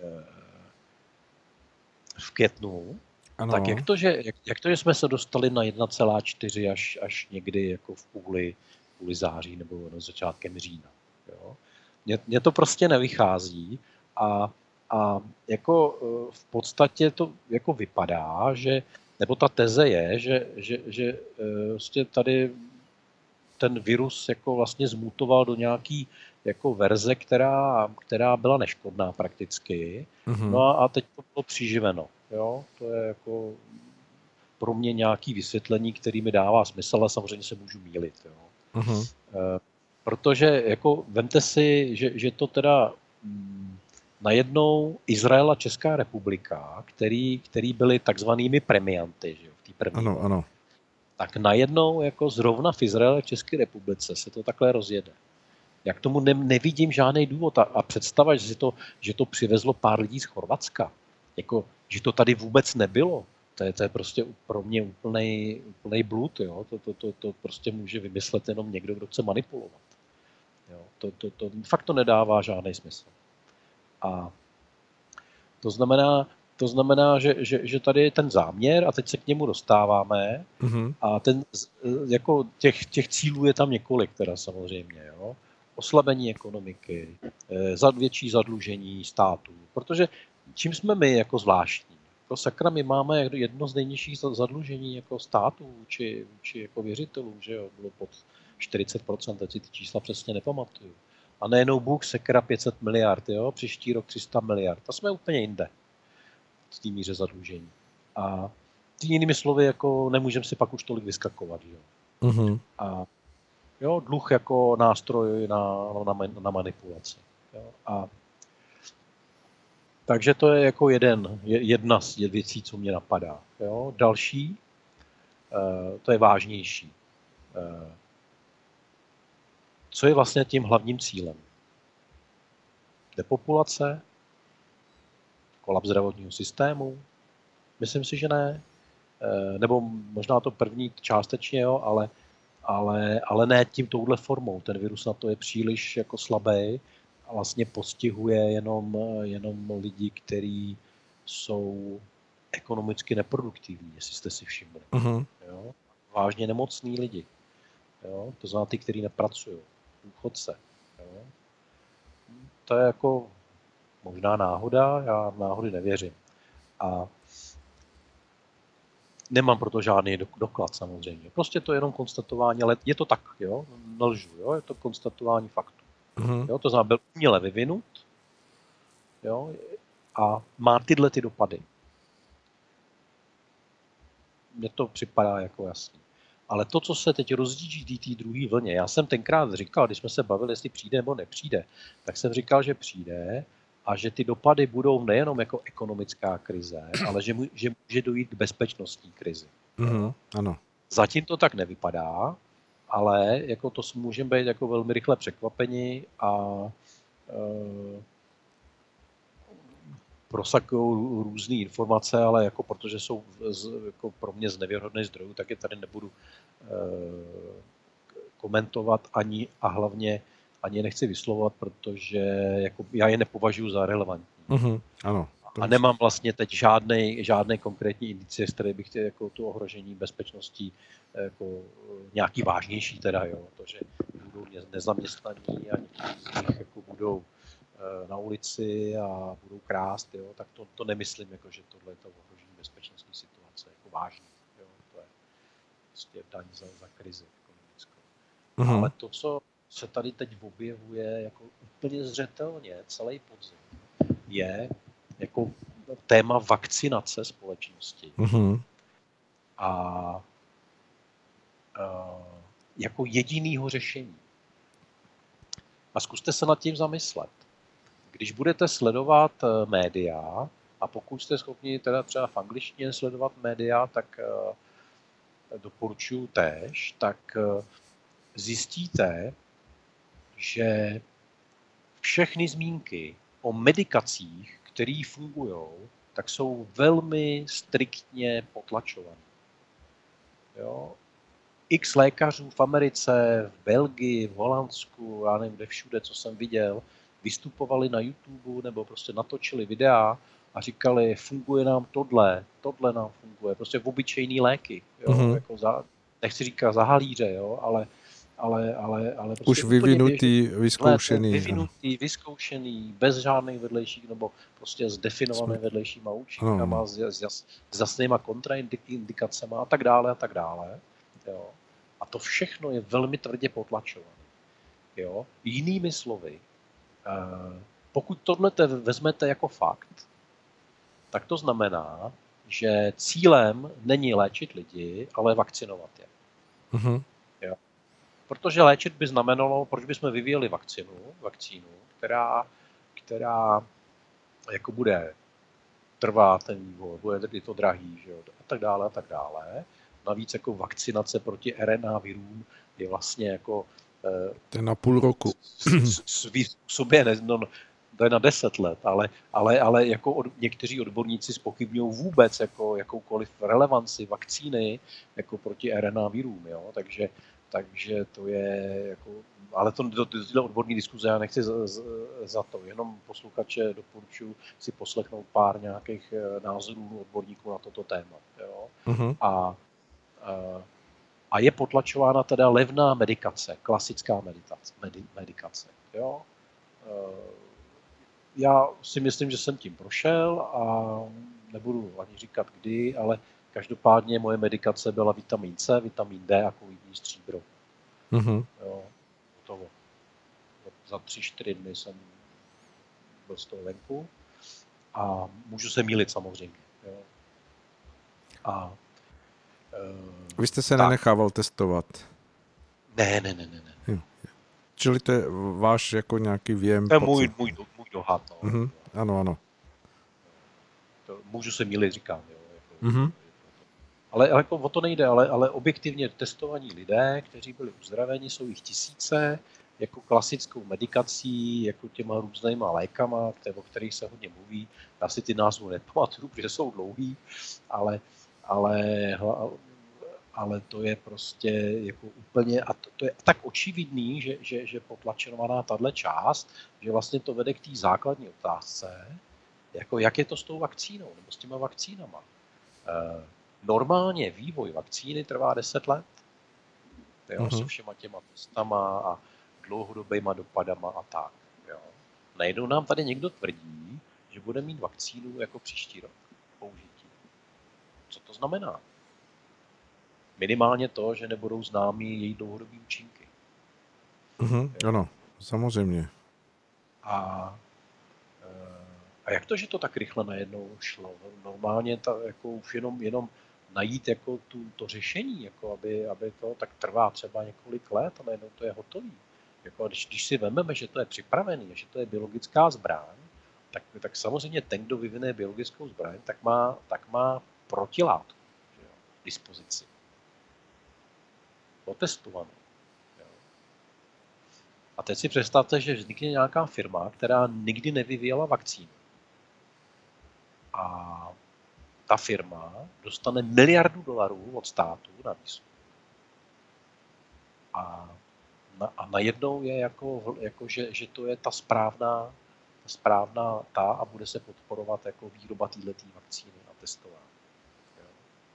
v květnu, ano. Tak jak to, že, jak, jak to, že jsme se dostali na jedna celá čtyři až, až někdy jako v půli, půli září nebo no, začátkem října. Jo? Mně, mně to prostě nevychází a, a jako v podstatě to jako vypadá, že, nebo ta teze je, že, že, že vlastně tady ten virus jako vlastně zmutoval do nějaký jako verze, která, která byla neškodná prakticky. Mm-hmm. No a, a teď to bylo přiživeno. Jo? To je jako pro mě nějaké vysvětlení, který mi dává smysl, ale samozřejmě se můžu mýlit. Jo? Mm-hmm. E, protože jako vemte si, že, že to teda m, najednou Izrael a Česká republika, který, který byli takzvanými premianty, že jo, v té první. Ano, ano. Tak najednou jako zrovna v Izraeli a v České republice se to takhle rozjede. Já k tomu ne, nevidím žádný důvod. A, a představa, že to, že to přivezlo pár lidí z Chorvatska, jako, že to tady vůbec nebylo, to je, to je prostě pro mě úplnej, úplnej blud. Jo? To, to, to, to prostě může vymyslet jenom někdo, kdo chce manipulovat. Jo? To, to, to, fakt to nedává žádný smysl. A to znamená, To znamená, že, že, že tady je ten záměr a teď se k němu dostáváme mm-hmm. a ten, jako těch, těch cílů je tam několik teda samozřejmě. Jo? Oslabení ekonomiky, větší zadlužení států, protože čím jsme my jako zvláštní? Pro sakra my máme jedno z nejnižších zadlužení jako států či, či jako věřitelů, že jo? Bylo pod čtyřicet procent, teď si ty čísla přesně nepamatuju. A nejenom Bůh sakra pět set miliard, jo? Příští rok tři sta miliard. To jsme úplně jinde. V té míře zadlužení. A tím jinými slovy, jako nemůžeme si pak už tolik vyskakovat. Jo? Mm-hmm. A jo, dluh jako nástroj na, na, na manipulaci. Jo? A takže to je jako jeden, jedna z věcí, co mě napadá. Jo? Další, uh, to je vážnější. Uh, co je vlastně tím hlavním cílem? Depopulace? Kolaps zdravotního systému? Myslím si, že ne. E, nebo možná to první částečně, jo, ale, ale, ale ne tím touhle formou. Ten virus na to je příliš jako slabý a vlastně postihuje jenom, jenom lidi, kteří jsou ekonomicky neproduktivní, jestli jste si všimli. Uh-huh. Jo? Vážně nemocní lidi. Jo? To znamená ty, kteří nepracují. Důchodce. Jo? To je jako možná náhoda, já v náhody nevěřím. A nemám proto žádný doklad samozřejmě. Prostě to je jenom konstatování, ale je to tak, jo, nelžu, jo, je to konstatování faktu. Mm-hmm. Jo, to znamená, byl uměle vyvinut, jo, a má tyhle ty dopady. Mně to připadá jako jasný. Ale to, co se teď rozdíží té druhé vlně, já jsem tenkrát říkal, když jsme se bavili, jestli přijde nebo nepřijde, tak jsem říkal, že přijde, a že ty dopady budou nejenom jako ekonomická krize, ale že, mu, že může dojít k bezpečnostní krizi. Mm-hmm, ano. Zatím to tak nevypadá, ale jako to můžeme být jako velmi rychle překvapeni a e, prosakují různé informace, ale jako protože jsou z, jako pro mě z nevěrohodných zdrojů, tak je tady nebudu e, komentovat ani a hlavně ani je nechci vyslovovat, protože jako já je nepovažuji za relevantní. Mm-hmm, ano. A nemám vlastně teď žádnej, žádnej konkrétní indicie, z které bych chtěl jako tu ohrožení bezpečnosti jako nějaký vážnější teda, jo. To, že budou nezaměstnaní a někteří z nich jako budou na ulici a budou krást, jo, tak to, to nemyslím, jako, že tohle je to ohrožení bezpečnostní situace jako vážný. Jo. To je prostě daň za, za krizi ekonomickou. Mm-hmm. Ale to, co se tady teď objevuje jako úplně zřetelně celý podzim, je jako téma vakcinace společnosti. Mm-hmm. A, a jako jedinýho řešení. A zkuste se nad tím zamyslet. Když budete sledovat média, a pokud jste schopni teda třeba v angličtině sledovat média, tak doporučuju též, tak zjistíte, že všechny zmínky o medikacích, které fungují, tak jsou velmi striktně potlačované. Jo? X lékařů v Americe, v Belgii, v Holandsku, já nevím kde všude, co jsem viděl, vystupovali na YouTube nebo prostě natočili videa a říkali, funguje nám tohle, tohle nám funguje, prostě v obyčejný léky, jo? Mm-hmm. Jako za, nechci říkat za halíře, jo? ale ale, ale, ale prostě už vyvinutý, vyzkoušený. Vyvinutý, vyzkoušený, bez žádných vedlejších, nebo prostě s definovanými vedlejšíma účinkama, s, s, s jasnýma kontraindikacemi a tak dále a tak dále. Jo. A to všechno je velmi tvrdě potlačované. Jo. Jinými slovy, pokud tohle vezmete jako fakt, tak to znamená, že cílem není léčit lidi, ale vakcinovat je. Mm-hmm. Protože léčit by znamenalo, proč bychom vyvíjeli vakcínu, vakcínu, která, která jako bude trvat ten vývoj, bude to drahý, že jo, a tak dále, a tak dále. Navíc jako vakcinace proti R N A virům je vlastně jako... To je na půl roku. Sobě, ne, no, to je na deset let, ale, ale, ale jako od, někteří odborníci zpochybňují vůbec jako, jakoukoliv relevanci vakcíny jako proti R N A virům, jo, takže Takže to je jako, ale to do této odborné diskuze já nechci za, za to, jenom posluchače doporučuji si poslechnout pár nějakých názorů odborníků na toto téma. Jo? Uh-huh. A, a je potlačována teda levná medikace, klasická meditace, medi, medikace. Jo? Já si myslím, že jsem tím prošel a nebudu ani říkat kdy, ale každopádně moje medikace byla vitamin C, vitamin D a kovidní stříbro. Mm-hmm. Jo, hotovo. Za tři, čtyři dny jsem byl z toho venku a můžu se mýlit samozřejmě. Jo. A, e, Vy jste se tak. nenechával testovat? Ne, ne, ne, ne. ne. Jo. Čili to je váš jako nějaký věm? To je můj, můj, můj dohad. No. Mm-hmm. Ano, ano. To, můžu se mýlit, říkám. Jo. Jako, mm-hmm. Ale jako o to nejde, ale, ale objektivně testovaní lidé, kteří byli uzdraveni, jsou jich tisíce, jako klasickou medikací, jako těma různýma lékama, které, o kterých se hodně mluví. Já si ty názvy nepamatuju, protože jsou dlouhý, ale, ale, ale to je prostě jako úplně, a to, to je tak očividný, že, že, že potlačenovaná tahle část, že vlastně to vede k té základní otázce, jako jak je to s tou vakcínou, nebo s těma vakcínama. Normálně vývoj vakcíny trvá deset let. Jo, uh-huh. Se všema těma testama a dlouhodobýma dopadama a tak. Jo. Najednou nám tady někdo tvrdí, že bude mít vakcínu jako příští rok použití. Co to znamená? Minimálně to, že nebudou známý její dlouhodobý účinky. Uh-huh. Ano, samozřejmě. A A jak to, že to tak rychle najednou šlo? Normálně ta, jako už jenom, jenom najít jako tu, to řešení, jako aby, aby to tak trvá třeba několik let a najednou to je hotový. Jako, když, když si vezmeme, že to je připravený, že to je biologická zbraň, tak, tak samozřejmě ten, kdo vyvine biologickou zbraň, tak má, tak má protilátku, že jo, dispozici. Otestovanou. Jo. A teď si představte, že vznikne nějaká firma, která nikdy nevyvíjela vakcínu. A ta firma dostane miliardu dolarů od státu na výzkum. A, na, a najednou je jako, jako že, že to je ta správná, ta správná ta a bude se podporovat jako výroba téhletý vakcíny a testování. Jo.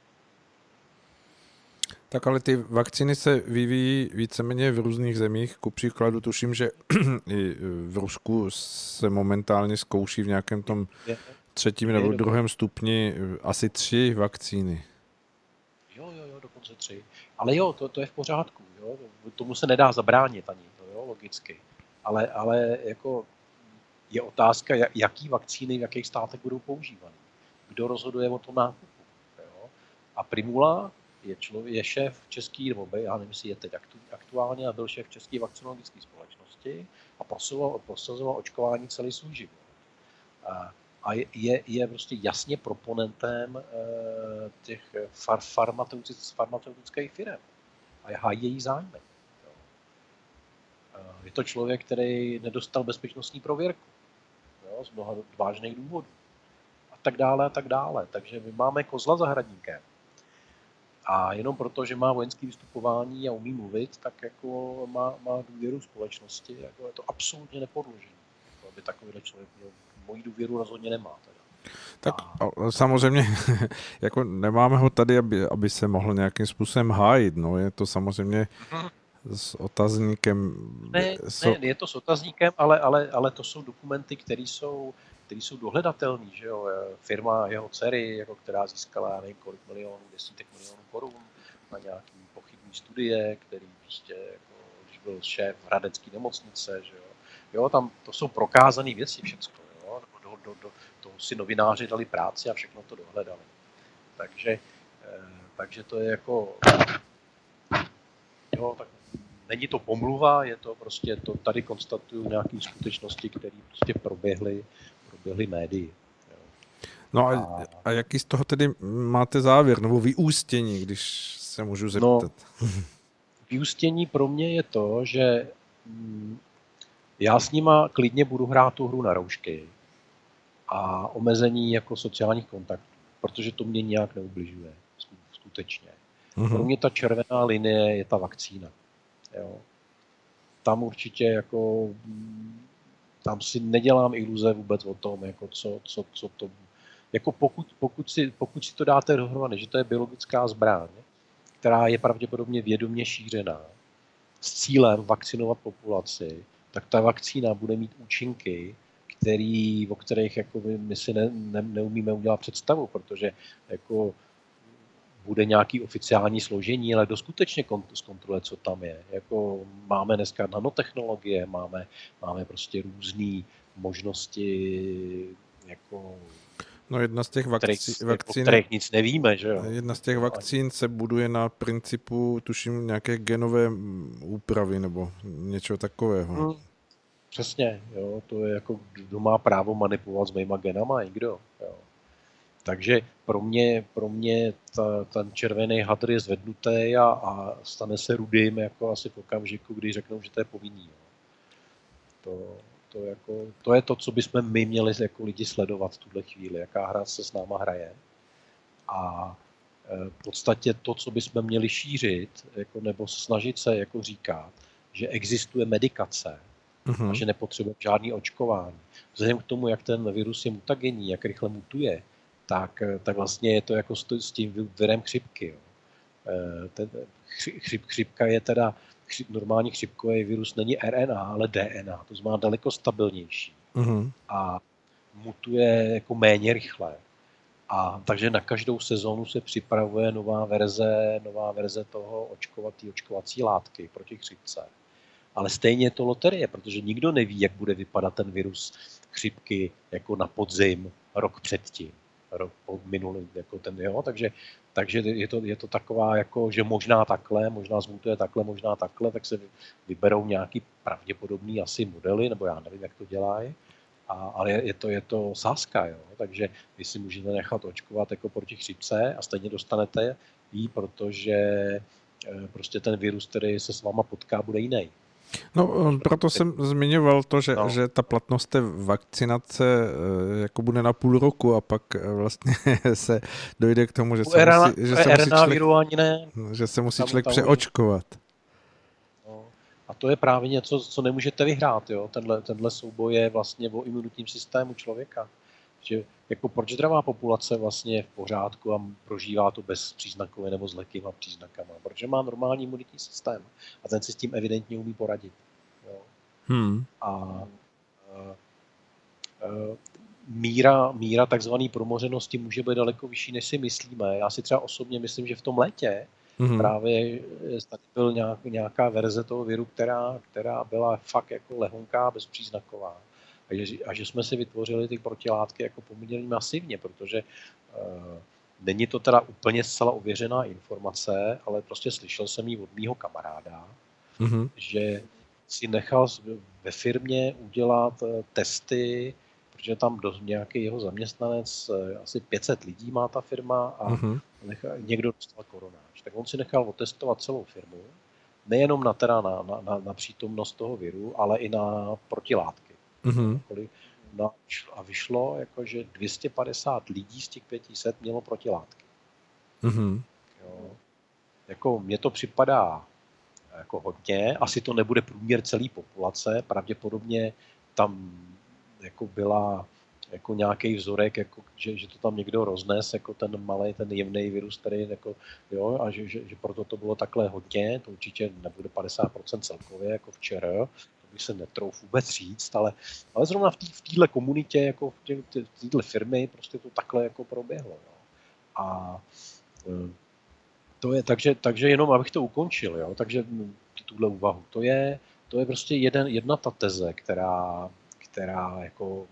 Tak ale ty vakcíny se vyvíjí víceméně v různých zemích. Ku příkladu tuším, že i v Rusku se momentálně zkouší v nějakém tom třetím nebo druhém stupni asi tři vakcíny. Jo, jo, jo, dokonce tři. Ale jo, to, to je v pořádku. Jo? Tomu se nedá zabránit ani, to jo, logicky. Ale, ale jako je otázka, jaký vakcíny v jakých státech budou používané. Kdo rozhoduje o tom nákupu. Jo? A Primula je, člověk, je šéf český, nebo já nevím, jestli je teď aktu, aktuálně, a byl šéf České vakcinologické společnosti a prosazoval, prosazoval očkování celý svůj život. A a je, je, je prostě jasně proponentem e, těch far, farmaceutických, farmaceutických firm a hájí její zájmy. Jo. E, je to člověk, který nedostal bezpečnostní prověrku, jo, z mnoha vážných důvodů a tak dále a tak dále. Takže my máme kozla za hradníkem. A jenom proto, že má vojenské vystupování a umí mluvit, tak jako má, má důvěru společnosti, jako je to absolutně nepodložené. Jako aby takovýhle člověk měl, moji důvěru rozhodně nemá. Teda. Tak a... samozřejmě, jako nemáme ho tady, aby, aby se mohl nějakým způsobem hájit. No, je to samozřejmě s otazníkem. Ne, so... ne je to s otazníkem, ale, ale, ale to jsou dokumenty, které jsou, které jsou dohledatelné. Že jo? Firma jeho dcery, jako která získala nevím kolik milionů, desítek milionů korun na nějaký pochybný studie, který prostě, jako, když byl šéf hradecké nemocnice, že jo? Jo, tam to jsou prokázané věci všechno. Jo? Do, do, do, to si novináři dali práci a všechno to dohledali. Takže, eh, takže to je jako... Jo, tak není to pomluva, je to prostě, to tady konstatuju nějaké skutečnosti, které prostě proběhly, proběhly médii. Jo. No a, a jaký z toho tedy máte závěr, nebo vyústění, když se můžu zeptat? No, vyústění pro mě je to, že já s nima klidně budu hrát tu hru na roušky a omezení jako sociálních kontaktů, protože to mě nějak neubližuje, skutečně. Mm-hmm. Pro mě ta červená linie je ta vakcína. Jo. Tam určitě jako, tam si nedělám iluze vůbec o tom, jako co, co, co to, jako pokud, pokud, si, pokud si to dáte dohromady, že to je biologická zbraň, která je pravděpodobně vědomě šířená s cílem vakcinovat populaci, tak ta vakcína bude mít účinky, který, o kterých jako my, my si ne, ne, neumíme udělat představu, protože jako bude nějaký oficiální složení, ale kdo skutečně zkontroluje, co tam je. Jako máme dneska nanotechnologie, máme, máme prostě různé možnosti, jako, no jedna z těch vakcí, vakcín, o kterých nic nevíme. Že jo? Jedna z těch vakcín se buduje na principu, tuším, nějaké genové úpravy nebo něčeho takového. Hmm. Přesně, jo, to je jako, kdo má právo manipulovat s mýma genama, nikdo. Jo. Takže pro mě, pro mě ta, ten červený hadr je zvednutý a, a stane se rudým jako asi v okamžiku, kdy řeknou, že to je povinný. Jo. To, to, jako, to je to, co bychom my měli jako lidi sledovat v tuhle chvíli, jaká hra se s náma hraje. A v podstatě to, co bychom měli šířit, jako, nebo snažit se jako říkat, že existuje medikace, mm-hmm. a že nepotřebujeme žádný očkování. Vzhledem k tomu, jak ten virus je mutagenní, jak rychle mutuje, tak, tak vlastně je to jako s tím virem chřipky. Jo. Ten, chřip, chřipka je teda, chřip, normální chřipkový virus není R N A, ale D N A, to znamená daleko stabilnější. Mm-hmm. A mutuje jako méně rychle. A takže na každou sezónu se připravuje nová verze, nová verze toho očkovatý, očkovací látky proti chřipce. Ale stejně je to loterie, protože nikdo neví, jak bude vypadat ten virus chřipky jako na podzim rok předtím. Rok po minulý, jako ten, jo, takže, takže je, to, je to taková, jako, že možná takhle, možná zmutuje takhle, možná takhle, tak se vyberou nějaký pravděpodobný asi modely, nebo já nevím, jak to dělají, a, ale je to, je to sázka, jo, takže vy si můžete nechat očkovat jako proti chřipce a stejně dostanete jí, protože prostě ten virus, který se s váma potká, bude jiný. No, proto jsem zmiňoval to, že, no. že ta platnost té vakcinace jako bude na půl roku a pak vlastně se dojde k tomu, že se R N A, musí, že se musí člověk, ne. že se musí člověk přeočkovat. No. A to je právě něco, co nemůžete vyhrát. Jo? Tenhle, tenhle souboj je vlastně o imunitním systému člověka. Že jako proč zdravá populace vlastně je v pořádku a prožívá to bez příznakové nebo s lehkýma příznakama? Protože má normální imunitní systém a ten si s tím evidentně umí poradit. Jo. Hmm. A, a, a míra, míra takzvané promořenosti může být daleko vyšší, než si myslíme. Já si třeba osobně myslím, že v tom létě hmm. právě tady byl nějak, nějaká verze toho viru, která, která byla fakt jako lehonká, bezpříznaková. A že, a že jsme si vytvořili ty protilátky jako poměrně masivně, protože uh, není to teda úplně zcela ověřená informace, ale prostě slyšel jsem ji od mýho kamaráda, mm-hmm. že si nechal ve firmě udělat testy protože tam do, nějaký jeho zaměstnanec, asi pět set lidí má ta firma a mm-hmm. nechá, někdo dostal koronáč. Tak on si nechal otestovat celou firmu, nejenom na, teda na, na, na přítomnost toho viru, ale i na protilátky. Mm-hmm. No, a vyšlo, jako, že dvě stě padesát lidí z těch pět set mělo protilátky. Mm-hmm. Jo. Jako, mně to připadá jako hodně, asi to nebude průměr celé populace, pravděpodobně tam jako byla jako nějaký vzorek, jako, že, že to tam někdo roznes, jako ten malý, ten jemný virus, který jako, jo, a že, že, že proto to bylo takhle hodně, to určitě nebude padesát procent celkově, jako včera, to bych se netrouf vůbec říct, ale, ale zrovna v téhle komunitě, jako v téhle firmy, prostě to takhle jako proběhlo. Jo. A to je, takže, takže jenom abych to ukončil, jo, takže tuhle úvahu, to je, to je prostě jeden, jedna ta teze, která, která jako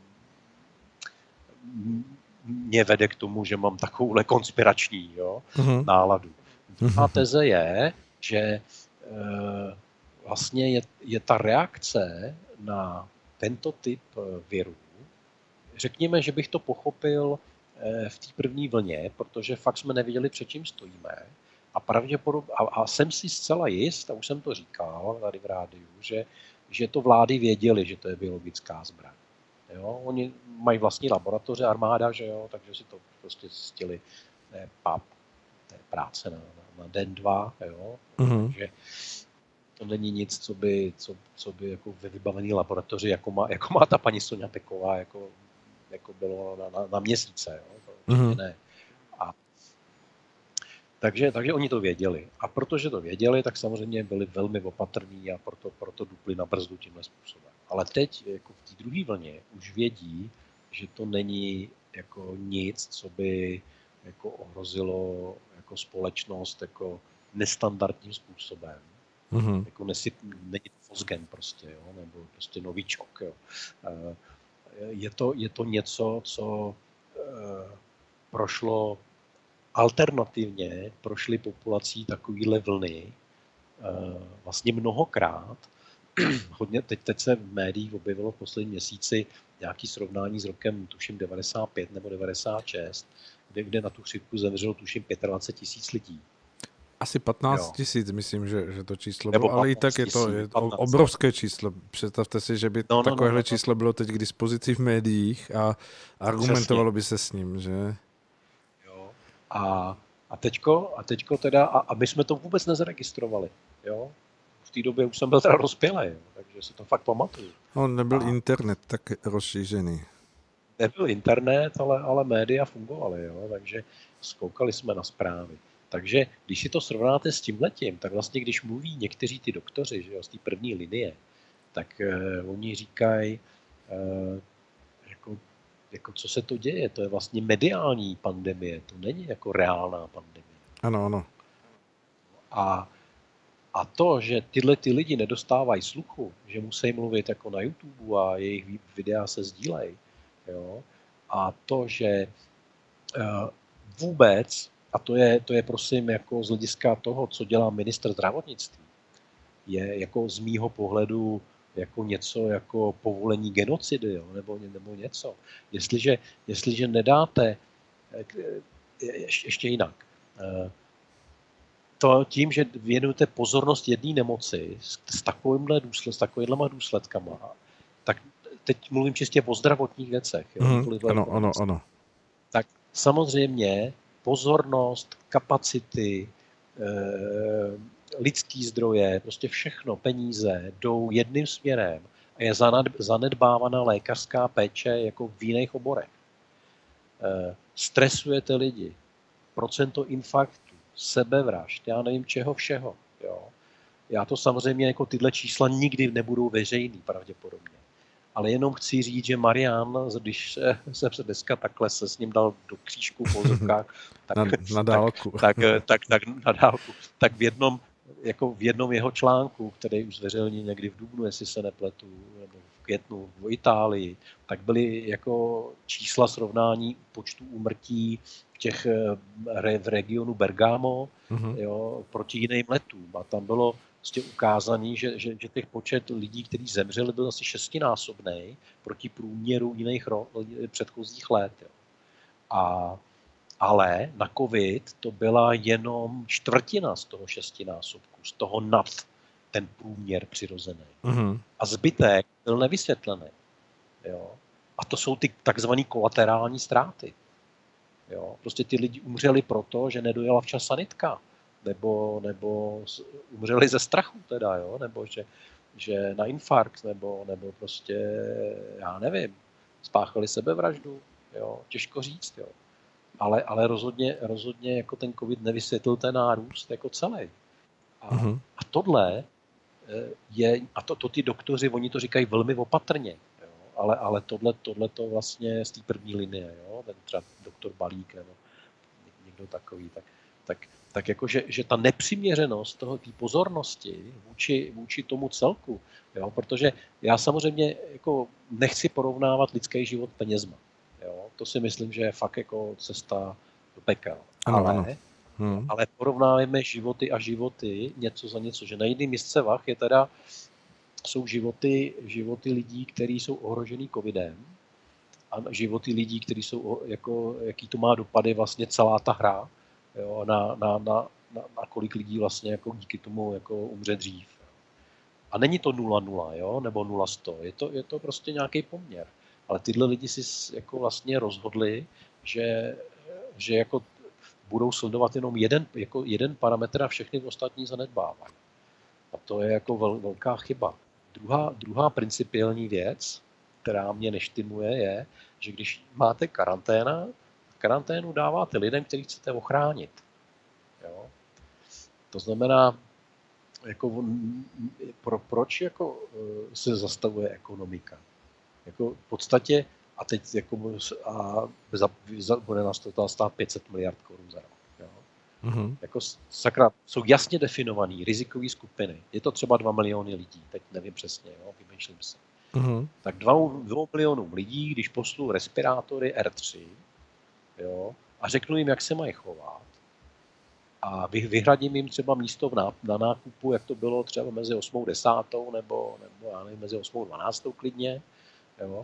mě vede k tomu, že mám takovouhle konspirační, jo, uh-huh. náladu. Druhá teze je, že e, vlastně je, je ta reakce na tento typ viru, řekněme, že bych to pochopil e, v té první vlně, protože fakt jsme nevěděli, před čím stojíme. A pravděpodobně, a, a jsem si zcela jist, a už jsem to říkal tady v rádiu, že, že to vlády věděly, že to je biologická zbraň. Jo? Oni mají vlastní laboratoře, armáda, že jo, takže si to prostě zjistili, ne, pap, to je práce na, na, na den, dva, jo, mm-hmm. takže to není nic, co by, co, co by jako ve vybavené laboratoři, jako má, jako má ta paní Soňa Peková, jako, jako bylo na, na, na měsíce, jo, to mm-hmm. ne. A Takže, takže oni to věděli. A protože to věděli, tak samozřejmě byli velmi opatrní a proto, proto dupli na brzdu tímhle způsobem. Ale teď jako v té druhé vlně už vědí, že to není jako nic, co by jako ohrozilo jako společnost jako nestandardním způsobem. Mm-hmm. Jako nesi, není to Fosgen prostě, jo? Nebo prostě novičok. Jo? Je to, je to něco, co prošlo alternativně prošly populací takovýhle vlny vlastně mnohokrát. Hodně, teď, teď se v médiích objevilo v posledním měsíci nějaké srovnání s rokem tuším devadesát pět nebo devadesát šest, kde, kde na tu chřipku zemřelo tuším dvacet pět tisíc lidí. Asi patnáct tisíc, myslím, že, že to číslo bylo, ale i tak je to je obrovské číslo. Představte si, že by no, no, takovéhle no, no, číslo bylo teď k dispozici v médiích a argumentovalo by se s ním, že... A, a teďko, a teďko teda, a, a my jsme to vůbec nezaregistrovali, jo. V té době už jsem byl teda rozpělej, takže si to fakt pamatuju. No, nebyl a internet tak rozšířený. Nebyl internet, ale, ale média fungovaly, jo, takže zkoukali jsme na zprávy. Takže když si to srovnáte s tímhletím, tak vlastně když mluví někteří ty doktoři, že jo, z té první linie, tak uh, oni říkají, uh, jako Jako co se to děje? To je vlastně mediální pandemie, to není jako reálná pandemie. Ano, ano. A, a to, že tyhle ty lidi nedostávají sluchu, že musí mluvit jako na YouTube a jejich videa se sdílejí, jo? A to, že uh, vůbec, a to je, to je prosím jako z hlediska toho, co dělá ministr zdravotnictví, je jako z mýho pohledu jako něco jako povolení genocidy, jo, nebo, nebo něco. Jestliže, jestliže nedáte, ještě jinak, to tím, že věnujete pozornost jedné nemoci s, s takovýmhle důsled, s takovýmhlema důsledkama, tak teď mluvím čistě o zdravotních věcech. Jo, mm, ano, ano, ano. Tak samozřejmě pozornost, kapacity, eh, lidský zdroje, prostě všechno, peníze jdou jedným směrem a je zanedbávaná lékařská péče jako v jiných oborech. E, stresujete lidi, procento infarktů, sebevražd, já nevím čeho všeho. Jo. Já to samozřejmě jako tyhle čísla nikdy nebudou veřejný pravděpodobně. Ale jenom chci říct, že Marian, když jsem se dneska takhle se s ním dal do křížku v pozorkách, tak, na, na dálku. Tak, tak, tak, tak, na dálku, tak v jednom jako v jednom jeho článku, který už zveřejnil někdy v dubnu, jestli se nepletu, nebo v květnu v Itálii, tak byly jako čísla srovnání počtu úmrtí v těch v regionu Bergamo, mm-hmm. jo, proti jiným letům. A tam bylo prostě ukázaný, že, že, že těch počet lidí, kteří zemřeli, byl asi šestinásobný proti průměru jiných ro, předchozích let. Jo. A, ale na covid to byla jenom čtvrtina z toho šestinásobku, z toho nad ten průměr přirozený. Mm-hmm. A zbytek byl nevysvětlený. Jo. A to jsou ty takzvané kolaterální ztráty. Jo. Prostě ty lidi umřeli proto, že nedojela včas sanitka. Nebo, nebo umřeli ze strachu teda, jo? Nebo že, že na infarkt, nebo, nebo prostě, já nevím, spáchali sebevraždu, jo? Těžko říct, jo? Ale, ale rozhodně, rozhodně jako ten covid nevysvětlil ten nárůst jako celý. A, mm-hmm. a tohle je, a to, to ty doktoři, oni to říkají velmi opatrně, jo? Ale, ale tohle, tohle to vlastně z té první linie, jo? Ten třeba doktor Balík nebo někdo takový, tak, tak tak jako, že, že ta nepřiměřenost toho, té pozornosti vůči, vůči tomu celku, jo, protože já samozřejmě jako nechci porovnávat lidský život penězma, jo, to si myslím, že je fakt jako cesta do pekel, ano, ale, ano. Hmm. ale porovnáváme životy a životy něco za něco, že na jedné misce vah je teda, jsou životy, životy lidí, kteří jsou ohrožený covidem a životy lidí, kteří jsou, jako, jaký to má dopady vlastně celá ta hra, jo, na, na, na, na, na kolik lidí vlastně jako díky tomu jako umře dřív. A není to nula nula, jo, nebo nula sto, je to, je to prostě nějaký poměr. Ale tyhle lidi si jako vlastně rozhodli, že, že jako budou sledovat jenom jeden, jako jeden parametr a všechny ostatní zanedbávají. A to je jako vel, velká chyba. Druhá, druhá principiální věc, která mě neštimuje, je, že když máte karanténa, karanténu dáváte lidem, který chcete ochránit. Jo? To znamená, jako, pro, proč jako, se zastavuje ekonomika? Jako, v podstatě, a teď jako, a za, za, bude nás to stát pět set miliard korun za rok. Jo? Mm-hmm. Jako, sakra, jsou jasně definované rizikové skupiny. Je to třeba dva miliony lidí, teď nevím přesně, jo? Vymýšlím se. Mm-hmm. Tak dva, dvou milionům lidí, když pošlu respirátory R tři, jo, a řeknu jim, jak se mají chovat. A vyhradím jim třeba místo na, na nákupu, jak to bylo třeba mezi osmou desátou nebo, nebo já nevím, mezi osmou dvanáctou klidně. Jo.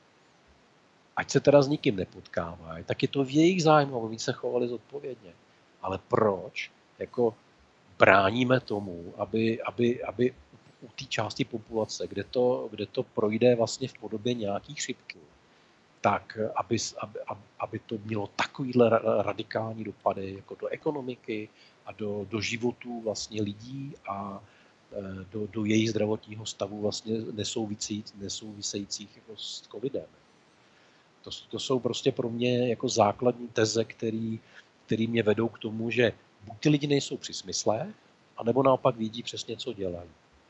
Ať se teda s nikým nepotkávají, tak je to v jejich zájmu, aby se chovali zodpovědně. Ale proč jako bráníme tomu, aby, aby, aby u té části populace, kde to, kde to projde vlastně v podobě nějakých chřipků, tak aby, aby, aby to mělo takovýhle radikální dopady jako do ekonomiky a do, do životů vlastně lidí a do, do jejich zdravotního stavu vlastně nesouvisejících, nesouvisejících jako s covidem. To, to jsou prostě pro mě jako základní teze, který, který mě vedou k tomu, že buď ty lidi nejsou při smyslech, anebo naopak vidí přesně, co dělají.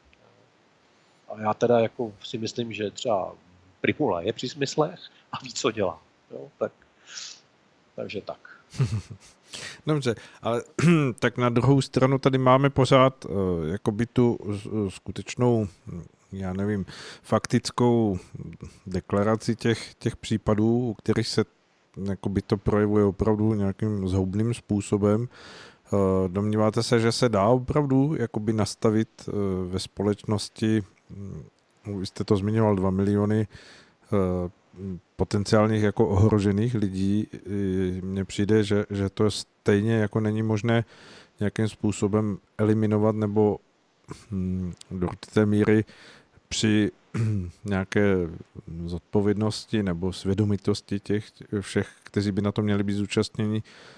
A já teda jako si myslím, že třeba Prymula je při smyslech a ví, co dělá. Jo? Tak, takže tak. Dobře, ale tak na druhou stranu tady máme pořád uh, jakoby tu uh, skutečnou, já nevím, faktickou deklaraci těch, těch případů, u kterých se jakoby to projevuje opravdu nějakým zhoubným způsobem. Uh, domníváte se, že se dá opravdu jakoby nastavit uh, ve společnosti, um, vy jste to zmiňoval, dva miliony uh, potenciálních jako ohrožených lidí, mně přijde, že, že to stejně jako není možné nějakým způsobem eliminovat nebo hm, do určité míry při hm, nějaké zodpovědnosti nebo svědomitosti těch všech, kteří by na to měli být zúčastněni,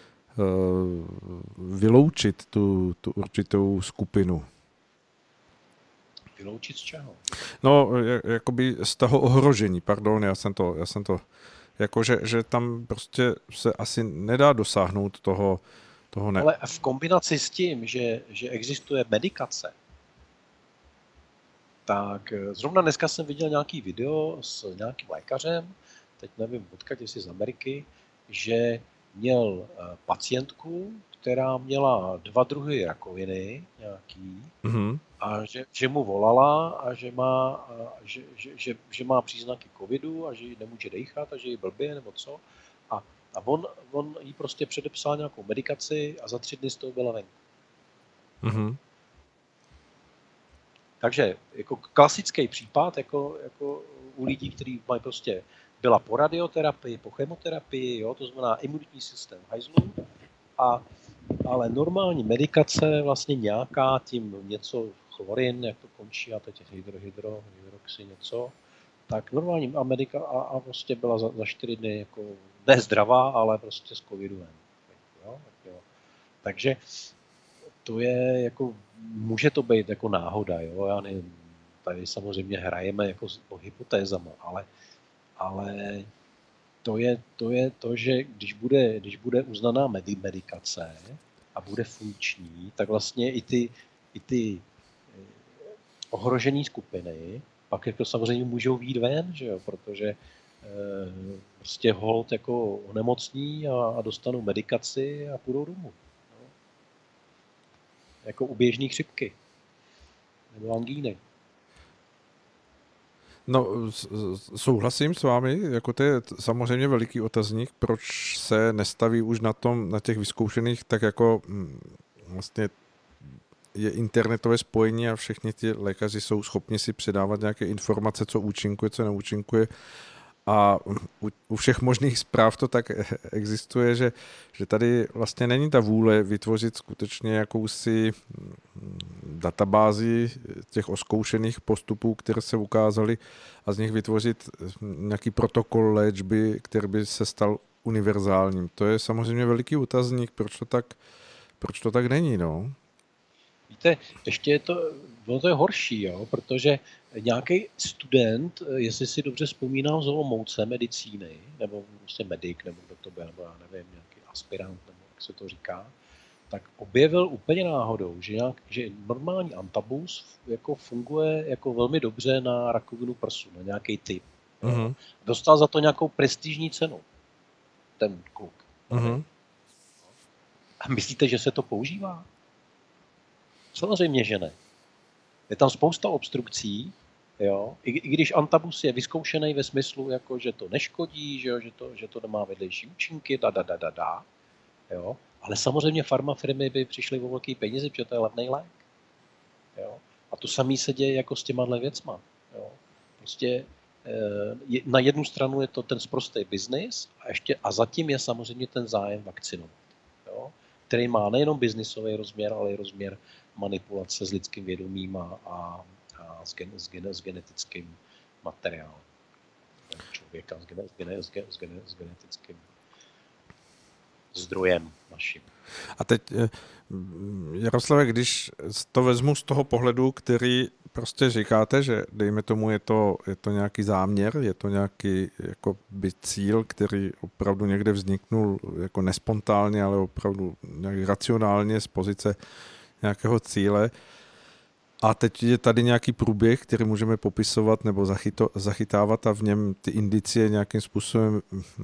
vyloučit tu, tu určitou skupinu. Vyloučit z čeho? No, jakoby z toho ohrožení, pardon, já jsem to, já jsem to, jakože, že tam prostě se asi nedá dosáhnout toho, toho ne. Ale v kombinaci s tím, že, že existuje medikace, tak zrovna dneska jsem viděl nějaký video s nějakým lékařem, teď nevím odkud, jestli z Ameriky, že měl pacientku, která měla dva druhy rakoviny nějaký, mm-hmm. a že, že mu volala a že má, a že, že, že, že má příznaky covidu a že ji nemůže dejchat a že ji blbě nebo co. A, a on, on jí prostě předepsal nějakou medikaci a za tři dny z toho byla venku. Mm-hmm. Takže jako klasický případ, jako, jako u lidí, kteří mají prostě, byla po radioterapii, po chemoterapii, jo, to znamená imunitní systém hajzlu, a, ale normální medikace vlastně nějaká tím něco chlorin, jak to končí, a teď hydro, hydro, hydroxy něco, tak normální a medika a, a prostě byla za, za čtyři dny jako ne zdravá, ale prostě s covidem. Jo, jo. Takže to je jako, může to být jako náhoda, jo, já nevím, tady samozřejmě hrajeme jako s hypotézama, ale, ale to je, to je to, že když bude, když bude uznaná medikace a bude funkční, tak vlastně i ty, i ty ohrožené skupiny pak jako samozřejmě můžou vyjít ven, že jo, protože e, prostě hold jako onemocní a, a dostanou medikaci a půjdou domů. No. Jako u běžné chřipky. Nebo angíny. No, souhlasím s vámi, jako to je samozřejmě veliký otazník, proč se nestaví už na tom, na těch vyzkoušených, tak jako vlastně je internetové spojení a všichni ti lékaři jsou schopni si předávat nějaké informace, co účinkuje, co neúčinkuje. A u, u všech možných zpráv to tak existuje, že, že tady vlastně není ta vůle vytvořit skutečně jakousi databázi těch oskoušených postupů, které se ukázaly, a z nich vytvořit nějaký protokol léčby, který by se stal univerzálním. To je samozřejmě veliký otazník, proč to tak, proč to tak není, no. Víte, ještě je to, bylo to je horší, jo, protože nějaký student, jestli si dobře vzpomínám z Olomouce medicíny, nebo prostě medic, nebo kdo to byl, nebo já nevím, nějaký aspirant, nebo jak se to říká, tak objevil úplně náhodou, že, nějak, že normální antabus jako funguje jako velmi dobře na rakovinu prsu, na nějaký typ. Mm-hmm. Dostal za to nějakou prestižní cenu, ten kluk. Mm-hmm. A myslíte, že se to používá? Samozřejmě, že ne. Je tam spousta obstrukcí, jo? I, i když antabus je vyzkoušený ve smyslu, jako, že to neškodí, že, jo? Že, to, že to nemá vedlejší účinky, da, da, da, da, da, jo? Ale samozřejmě farmafirmy by přišly o velký peníze, protože to je levný lék. Jo? A to samé se děje jako s těma věcma. Jo? Prostě eh, na jednu stranu je to ten sprostý biznis a, ještě, a zatím je samozřejmě ten zájem vakcinovat, jo? Který má nejenom biznisový rozměr, ale i rozměr manipulace s lidským vědomím a, a, a s, gen, s, gen, s genetickým materiálem člověka, s, gen, s, gen, s, gen, s, gen, s genetickým zdrojem naším. A teď, Jaroslave, když to vezmu z toho pohledu, který prostě říkáte, že dejme tomu, je to, je to nějaký záměr, je to nějaký jako by cíl, který opravdu někde vzniknul jako nespontánně, ale opravdu nějak racionálně z pozice nějakého cíle. A teď je tady nějaký průběh, který můžeme popisovat nebo zachyto, zachytávat a v něm ty indicie nějakým způsobem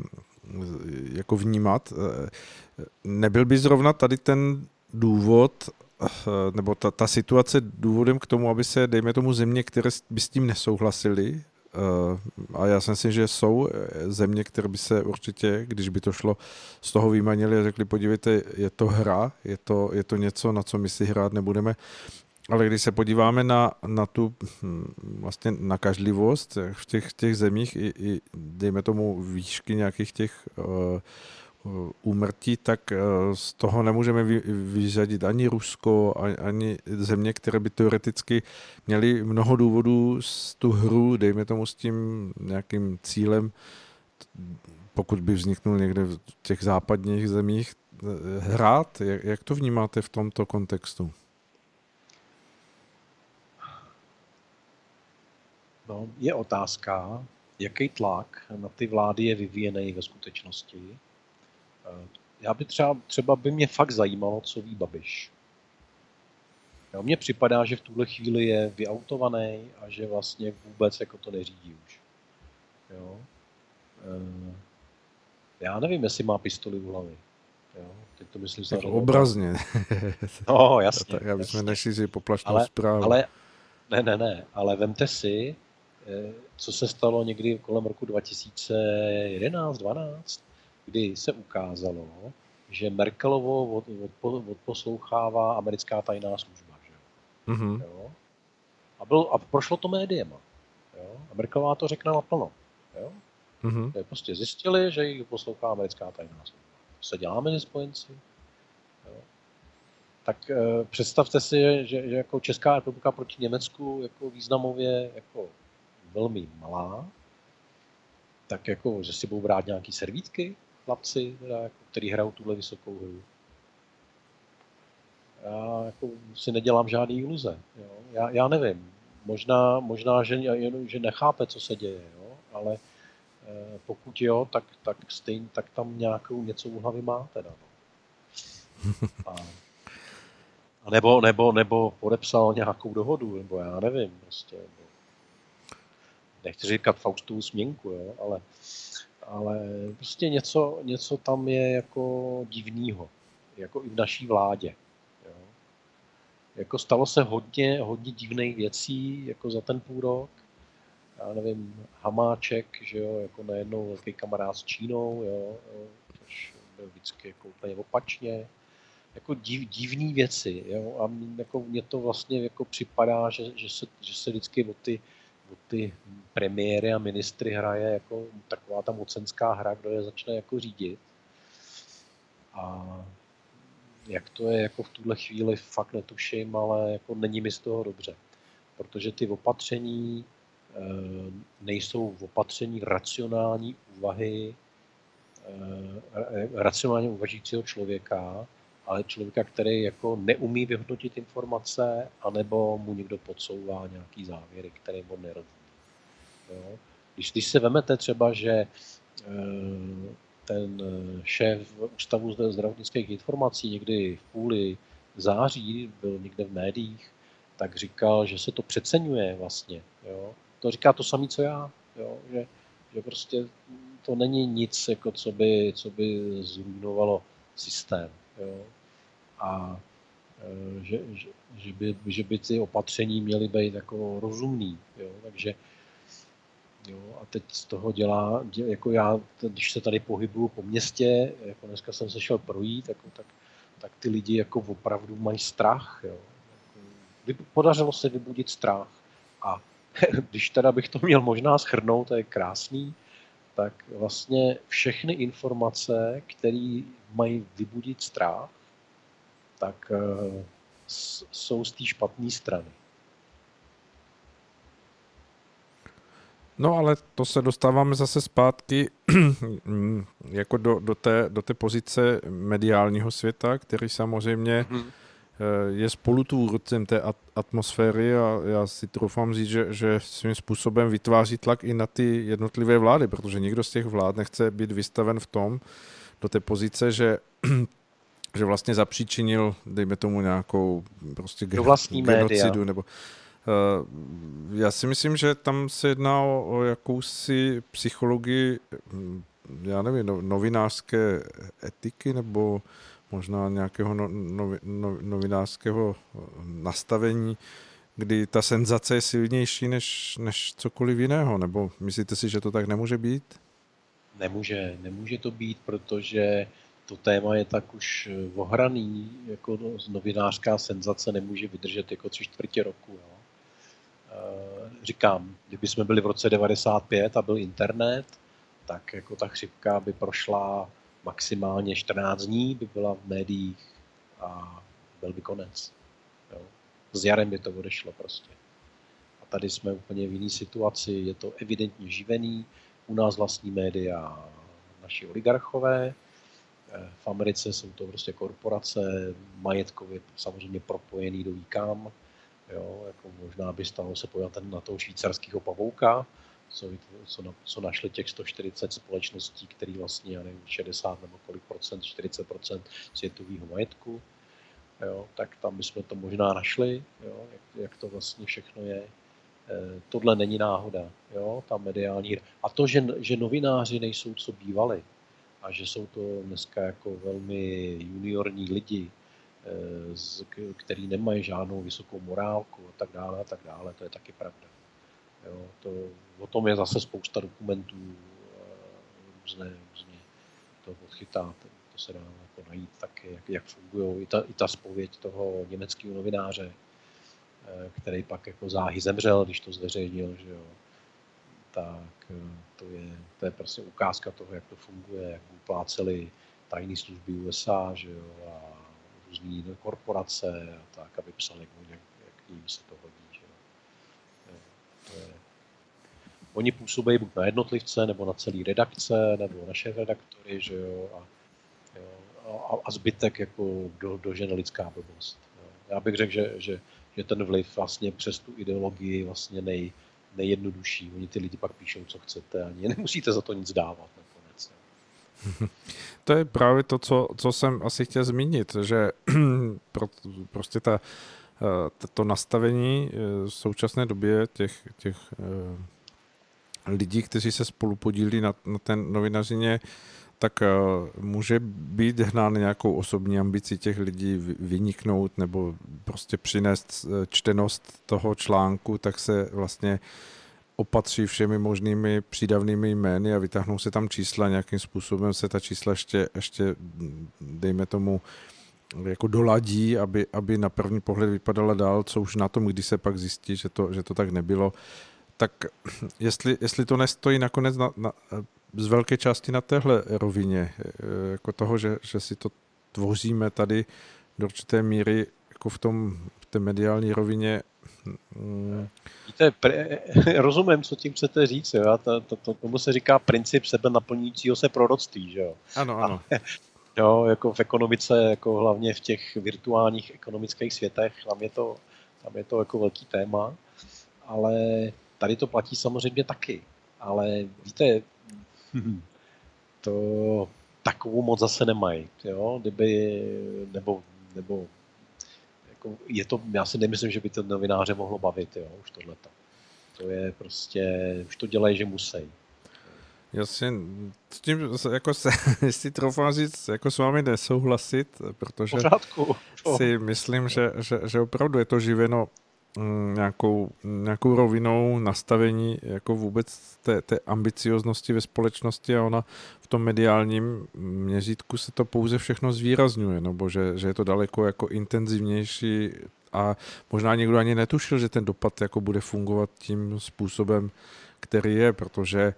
jako vnímat. Nebyl by zrovna tady ten důvod, nebo ta, ta situace důvodem k tomu, aby se, dejme tomu, země, které by s tím nesouhlasily, a já si myslím, že jsou země, které by se určitě, když by to šlo, z toho vymanili a řekli, podívejte, je to hra, je to, je to něco, na co my si hrát nebudeme. Ale když se podíváme na, na tu vlastně nakažlivost v těch, těch zemích i, i dejme tomu výšky nějakých těch uh, úmrtí, tak uh, z toho nemůžeme vy, vyřadit ani Rusko, ani, ani země, které by teoreticky měly mnoho důvodů z tu hru, dejme tomu s tím nějakým cílem, pokud by vzniknul někde v těch západních zemích, hrát. Jak, jak to vnímáte v tomto kontextu? No, je otázka, jaký tlak na ty vlády je vyvíjený ve skutečnosti. Já by třeba, třeba by mě fakt zajímalo, co ví Babiš. Jo, mně připadá, že v tuhle chvíli je vyautovaný a že vlastně vůbec jako to neřídí už. Jo. Já nevím, jestli má pistoli v hlavě. Jo. Teď to myslím tak obrazně. No, jasně. Tak, aby jsme nešli poplašnou ale, zprávu. Ale, ne, ne, ne, ale vemte si, co se stalo někdy kolem roku dva tisíce jedenáct dvanáct, kdy se ukázalo, že Merkelovo od, od, odposlouchává americká tajná služba. Že? Mm-hmm. Jo? A, byl, a prošlo to médiema. Jo? A Merkelová to řekne naplno. Jo? Mm-hmm. Prostě zjistili, že ji poslouchá americká tajná služba. To se děláme ze spojenci. Jo? Tak e, představte si, že, že jako Česká republika proti Německu jako významově jako velmi malá, tak jako, že si budou brát nějaký servítky, chlapci, teda, jako, který hrajou tuhle vysokou hru. Já jako, si nedělám žádný iluze. Jo? Já, já nevím. Možná, možná že, že nechápe, co se děje, jo? Ale eh, pokud jo, tak, tak, stejně, tak tam nějakou něco u hlavy má teda. No. A, a nebo, nebo, nebo podepsal nějakou dohodu, nebo já nevím. Prostě, nebo, nechci říkat Faustovu směnku, jo? Ale, ale prostě něco, něco tam je jako divnýho. Jako i v naší vládě. Jo? Jako stalo se hodně, hodně divných věcí jako za ten půl rok. Já nevím, Hamáček, že jo, jako najednou velký kamarád s Čínou, jo, jo, což byl vždycky jako úplně opačně. Jako div, divný věci, jo, a jako mně to vlastně jako připadá, že, že, se, že se vždycky o ty, o ty premiéry a ministry hraje jako taková ta mocenská hra, kdo je začne jako řídit. A jak to je jako v tuhle chvíli, fakt netuším, ale jako není mi z toho dobře. Protože ty opatření e, nejsou opatření racionální úvahy, e, racionálně uvažujícího člověka, ale člověka, který jako neumí vyhodnotit informace, anebo mu někdo podsouvá nějaký závěry, které on nerozumí. Jo? Když, když se vemete třeba, že e, ten šéf Ústavu zdravotnických informací někdy v půli září byl někde v médiích, tak říkal, že se to přeceňuje vlastně. Jo? To říká to samé, co já. Jo? Že, že prostě to není nic, jako co by, co by zrujnovalo systém. Jo? A že, že, že, by, že by ty opatření měly být jako rozumný. Jo? Takže jo, a teď z toho dělá, dělá, jako já, když se tady pohybuju po městě, jako dneska jsem se šel projít, jako, tak, tak ty lidi jako opravdu mají strach. Jo. Jako, podařilo se vybudit strach. A když teda bych to měl možná shrnout, to je krásný, tak vlastně všechny informace, které mají vybudit strach, tak uh, jsou z té špatné strany. No ale to se dostáváme zase zpátky jako do, do, té, do té pozice mediálního světa, který samozřejmě hmm. je spolutvůrcem té atmosféry a já si troufám říct, že, že svým způsobem vytváří tlak i na ty jednotlivé vlády, protože nikdo z těch vlád nechce být vystaven v tom, do té pozice, že že vlastně zapříčinil, dejme tomu nějakou prostě genocidu nebo já si myslím, že tam se jedná o, o jakousi psychologii, já nevím, novinářské etiky nebo možná nějakého no, no, no, novinářského nastavení, kdy ta senzace je silnější než, než cokoliv jiného, nebo myslíte si, že to tak nemůže být? Nemůže, nemůže to být, protože to téma je tak už ohraný, jako novinářská senzace nemůže vydržet jako tři čtvrtě roku. Jo. Říkám, kdyby jsme byli v roce devadesát pět a byl internet, tak jako ta chřipka by prošla maximálně čtrnáct dní, by byla v médiích a byl by konec. Jo. S jarem by to odešlo prostě. A tady jsme úplně v jiné situaci, je to evidentně živený, u nás vlastní média naši oligarchové, v Americe jsou to prostě korporace, majetkově samozřejmě propojený do výkam. Jo, jako možná by stalo se podívat na toho švýcarského pavouka, co, co, na, co našli těch sto čtyřicet společností, který vlastně, já nevím, šedesát nebo kolik procent, čtyřicet procent světového majetku. Jo, tak tam bychom to možná našli, jo, jak, jak to vlastně všechno je. E, tohle není náhoda, jo, ta mediální. A to, že, že novináři nejsou, co bývali, a že jsou to dneska jako velmi juniorní lidi, který nemají žádnou vysokou morálku a tak dále a tak dále, to je taky pravda. Jo, to, o tom je zase spousta dokumentů, různé, různě to odchytáte, to se dá jako najít taky, jak, jak fungují, i ta, i ta zpověď toho německého novináře, který pak jako záhy zemřel, když to zveřejnil, že jo. Tak to je, to je prostě ukázka toho, jak to funguje, jak upláceli tajné služby U S A, že jo, a různý korporace a tak, aby psali, jak, jak jim se to hodí, že jo. To je, oni působí buď na jednotlivce, nebo na celý redakce, nebo na šéfredaktory, že jo, a, jo, a, a zbytek jako do, dožene lidská blbost. Jo. Já bych řekl, že, že, že ten vliv vlastně přes tu ideologii vlastně nej, nejjednodušší. Oni ty lidi pak píšou, co chcete, ani nemusíte za to nic dávat nakonec. Jo. To je právě to, co, co jsem asi chtěl zmínit, že pro, prostě ta, to nastavení v současné době těch, těch lidí, kteří se spolu podílí na, na té novinařině, tak může být hnán nějakou osobní ambicí těch lidí vyniknout nebo prostě přinést čtenost toho článku, tak se vlastně opatří všemi možnými přídavnými jmény a vytáhnou se tam čísla, nějakým způsobem se ta čísla ještě, ještě dejme tomu, jako doladí, aby, aby na první pohled vypadala dál, co už na tom, když se pak zjistí, že to, že to tak nebylo. Tak jestli, jestli to nestojí nakonec na, na, z velké části na téhle rovině, jako toho, že, že si to tvoříme tady do určité míry jako v tom v té mediální rovině. Víte, pre, rozumím, co tím chcete říct. Jo? To, to, to, tomu se říká princip sebe naplňujícího se proroctví. Že jo? Ano, ano. A, jo, jako v ekonomice, jako hlavně v těch virtuálních ekonomických světech, tam je to, tam je to jako velký téma, ale tady to platí samozřejmě taky. Ale víte, to takovou moc zase nemají. Jo? Kdyby, nebo, nebo jako je to, já si nemyslím, že by to novináře mohlo bavit, jo, už tohleto. To je prostě, už to dělají, že musí. Já si s tím, jako se, jestli troufám říct, jako s vámi nesouhlasit, protože Pořádku. si myslím, že, že, že opravdu je to živeno nějakou, nějakou rovinou nastavení jako vůbec té, té ambicioznosti ve společnosti a ona v tom mediálním měřítku se to pouze všechno zvýrazňuje, nebo že, že je to daleko jako intenzivnější a možná někdo ani netušil, že ten dopad jako bude fungovat tím způsobem, který je, protože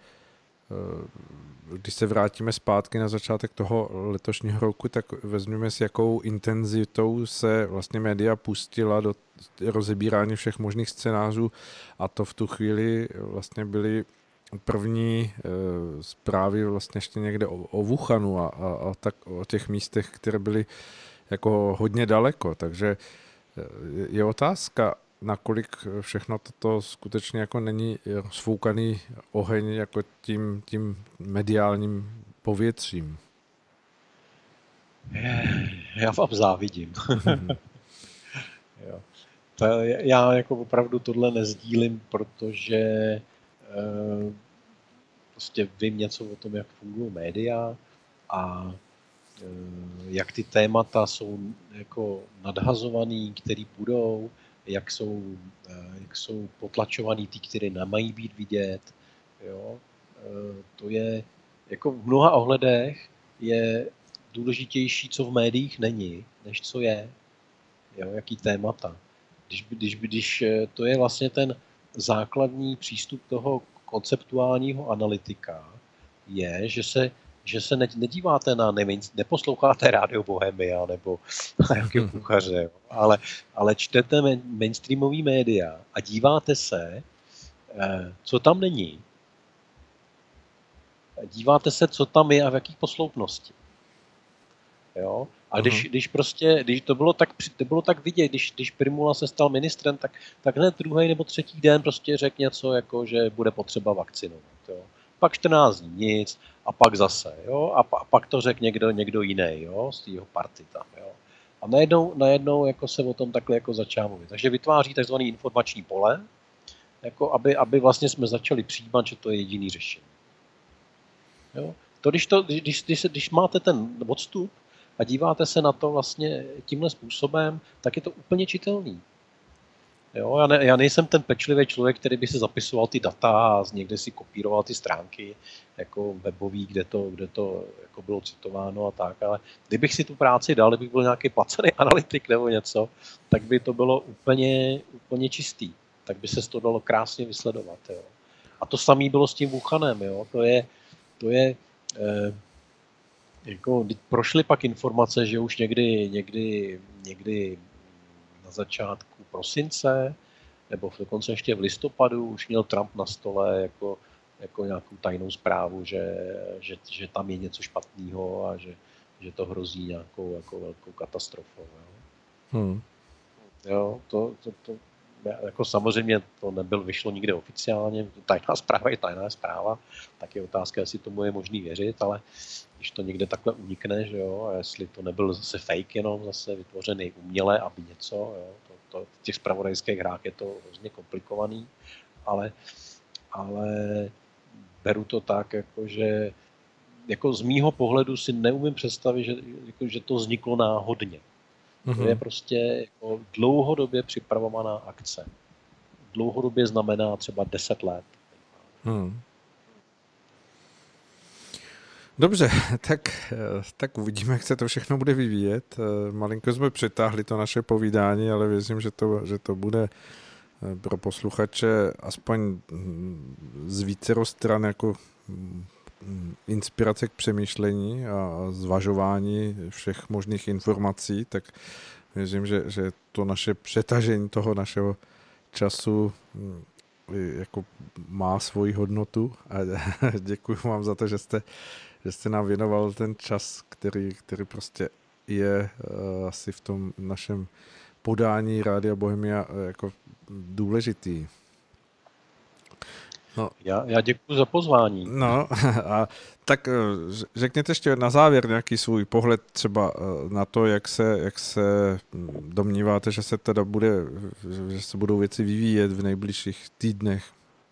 když se vrátíme zpátky na začátek toho letošního roku, tak vezměme s jakou intenzitou se vlastně média pustila do rozebírání všech možných scénářů a to v tu chvíli vlastně byly první e, zprávy vlastně ještě někde o, o Wuhanu a, a, a tak o těch místech, které byly jako hodně daleko, takže je otázka, nakolik všechno toto skutečně jako není rozfoukaný oheň jako tím, tím mediálním povětřím. Já vám závidím. Jo. To, já jako opravdu tohle nezdílím, protože e, prostě vím něco o tom, jak fungují média a e, jak ty témata jsou jako nadhazovaný, který budou, jak jsou, jak jsou potlačovaný ty, které nemají být vidět. Jo? To je, jako v mnoha ohledech je důležitější, co v médiích není, než co je. Jo? Jaký témata. Když, když, když to je vlastně ten základní přístup toho konceptuálního analytika, je, že se že se nedíváte na, nevím, neposloucháte Rádio Bohemia nebo nějakého kuchaře, ale, ale čtete mainstreamový média a díváte se, co tam není. Díváte se, co tam je a v jaký posloupnosti. Jo? A když, když prostě, když to bylo tak, to bylo tak vidět, když, když Primula se stal ministrem, tak, tak hned druhý nebo třetí den prostě řekl něco, jako, že bude potřeba vakcinovat. Jo? Pak čtrnáct dní nic a pak zase, jo, a, pa, a pak to řekl někdo, někdo jiný, jo, z jeho party tam, jo. A najednou, najednou jako se o tom takhle jako začal mluvit. Takže vytváří takzvaný informační pole, jako aby, aby vlastně jsme začali přijímat, že to je jediný řešení. Jo. To, když, to, když, když, když máte ten odstup a díváte se na to vlastně tímhle způsobem, tak je to úplně čitelný. Jo, já, ne, já nejsem ten pečlivý člověk, který by si zapisoval ty data a někde si kopíroval ty stránky jako webový, kde to, kde to jako bylo citováno a tak, ale kdybych si tu práci dal, kdybych byl nějaký placený analytik nebo něco, tak by to bylo úplně, úplně čistý. Tak by se to dalo krásně vysledovat. Jo. A to samé bylo s tím Wuhanem. Jo. To je, to je eh, jako, prošly pak informace, že už někdy, někdy, někdy na začátku prosince, nebo dokonce ještě v listopadu už měl Trump na stole jako, jako nějakou tajnou zprávu, že, že, že tam je něco špatného a že, že to hrozí nějakou jako velkou katastrofou. Jo. Hmm. Jo, to, to, to, jako samozřejmě to nebyl, vyšlo nikde oficiálně, tajná zpráva je tajná zpráva, tak je otázka, jestli tomu je možný věřit, ale když to někde takhle unikne, že jo, a jestli to nebyl zase fake jenom, zase vytvořený uměle, aby něco, jo, to, to, v těch zpravodajských hrách je to hrozně komplikovaný, ale, ale beru to tak, jako že jako z mýho pohledu si neumím představit, že, jako, že to vzniklo náhodně. Mm-hmm. To je prostě jako dlouhodobě připravovaná akce. Dlouhodobě znamená třeba deset let. Hmm. Dobře, tak, tak uvidíme, jak se to všechno bude vyvíjet. Malinko jsme přetáhli to naše povídání, ale věřím, že to, že to bude pro posluchače aspoň z vícero stran jako inspirace k přemýšlení a zvažování všech možných informací, tak věřím, že, že to naše přetažení toho našeho času jako má svoji hodnotu a děkuji vám za to, že jste, že jste nám věnoval ten čas, který, který prostě je uh, asi v tom našem podání Rádia Bohemia jako důležitý. No. Já, já děkuji za pozvání. No a tak řekněte ještě na závěr nějaký svůj pohled třeba na to, jak se, jak se domníváte, že se teda bude, že se budou věci vyvíjet v nejbližších týdnech.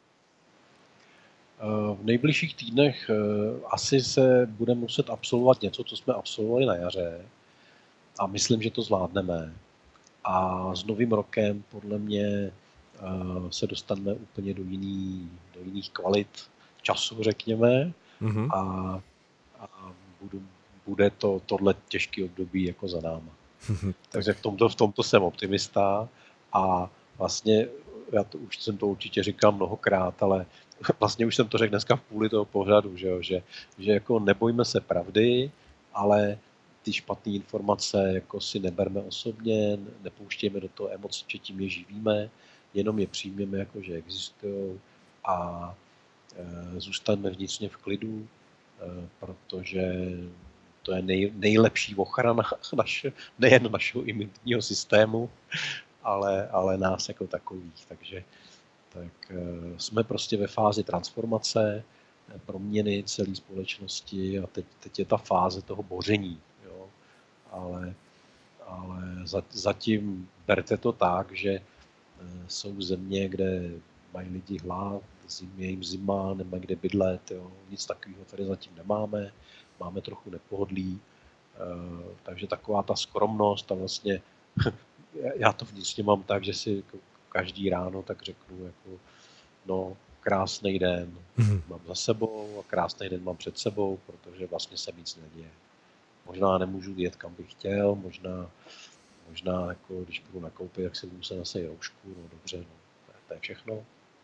V nejbližších týdnech asi se bude muset absolvovat něco, co jsme absolvovali na jaře a myslím, že to zvládneme. A s novým rokem podle mě se dostaneme úplně do, jiný, do jiných kvalit času, řekněme, mm-hmm. a, a budu, bude to tohle těžké období jako za náma. Takže v tomto, v tomto jsem optimista a vlastně, já to už jsem to určitě říkal mnohokrát, ale vlastně už jsem to řekl dneska v půli toho pořadu, že, jo, že, že jako nebojme se pravdy, ale ty špatné informace jako si neberme osobně, nepouštějme do toho emoce, že tím je živíme, jenom je přijměme, jako že existují a e, zůstaneme vnitřně v klidu, e, protože to je nej, nejlepší ochrana naše, nejen našeho imunitního systému, ale, ale nás jako takových. Takže tak, e, jsme prostě ve fázi transformace, proměny celé společnosti a teď, teď je ta fáze toho boření. Jo? Ale, ale zatím berte to tak, že jsou země, kde mají lidi hlad, je jim zima, nemají kde bydlet, jo. Nic takového tady zatím nemáme, máme trochu nepohodlí, takže taková ta skromnost a vlastně já to vnitřně mám tak, že si každý ráno tak řeknu jako no krásný den mám za sebou a krásný den mám před sebou, protože vlastně se nic neděje. Možná nemůžu jet kam bych chtěl, možná Možná, jako, když budu nakoupit, jak si budu se nasejít roušku, no dobře, no, to, je, to je všechno.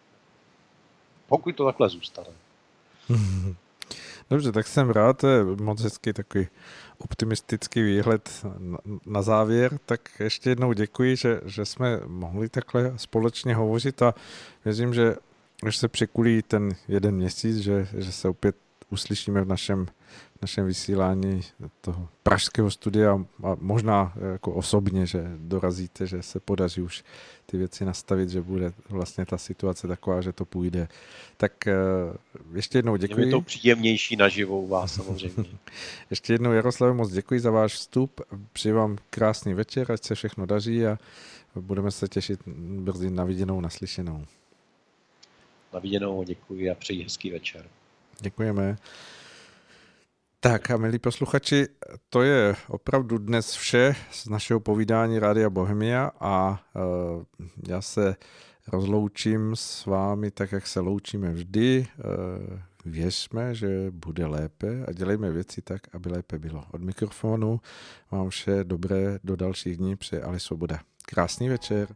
Pokud to takhle zůstane. Dobře, tak jsem rád, to je moc hezký takový optimistický výhled na, na závěr, tak ještě jednou děkuji, že, že jsme mohli takhle společně hovořit a věřím, že až se překulí ten jeden měsíc, že, že se opět uslyšíme v našem, v našem vysílání toho pražského studia a možná jako osobně, že dorazíte, že se podaří už ty věci nastavit, že bude vlastně ta situace taková, že to půjde. Tak ještě jednou děkuji. Je to příjemnější naživo u vás samozřejmě. Ještě jednou, Jaroslave, moc děkuji za váš vstup. Přeji vám krásný večer, ať se všechno daří a budeme se těšit brzy na viděnou, naslyšenou. Na viděnou, děkuji a přeji hezký večer. Děkujeme. Tak a milí posluchači, to je opravdu dnes vše z našeho povídání Rádia Bohemia a uh, já se rozloučím s vámi tak, jak se loučíme vždy. Uh, věřme, že bude lépe a dělejme věci tak, aby lépe bylo. Od mikrofonu vám vše dobré do dalších dní přeje Ali Svoboda. Krásný večer.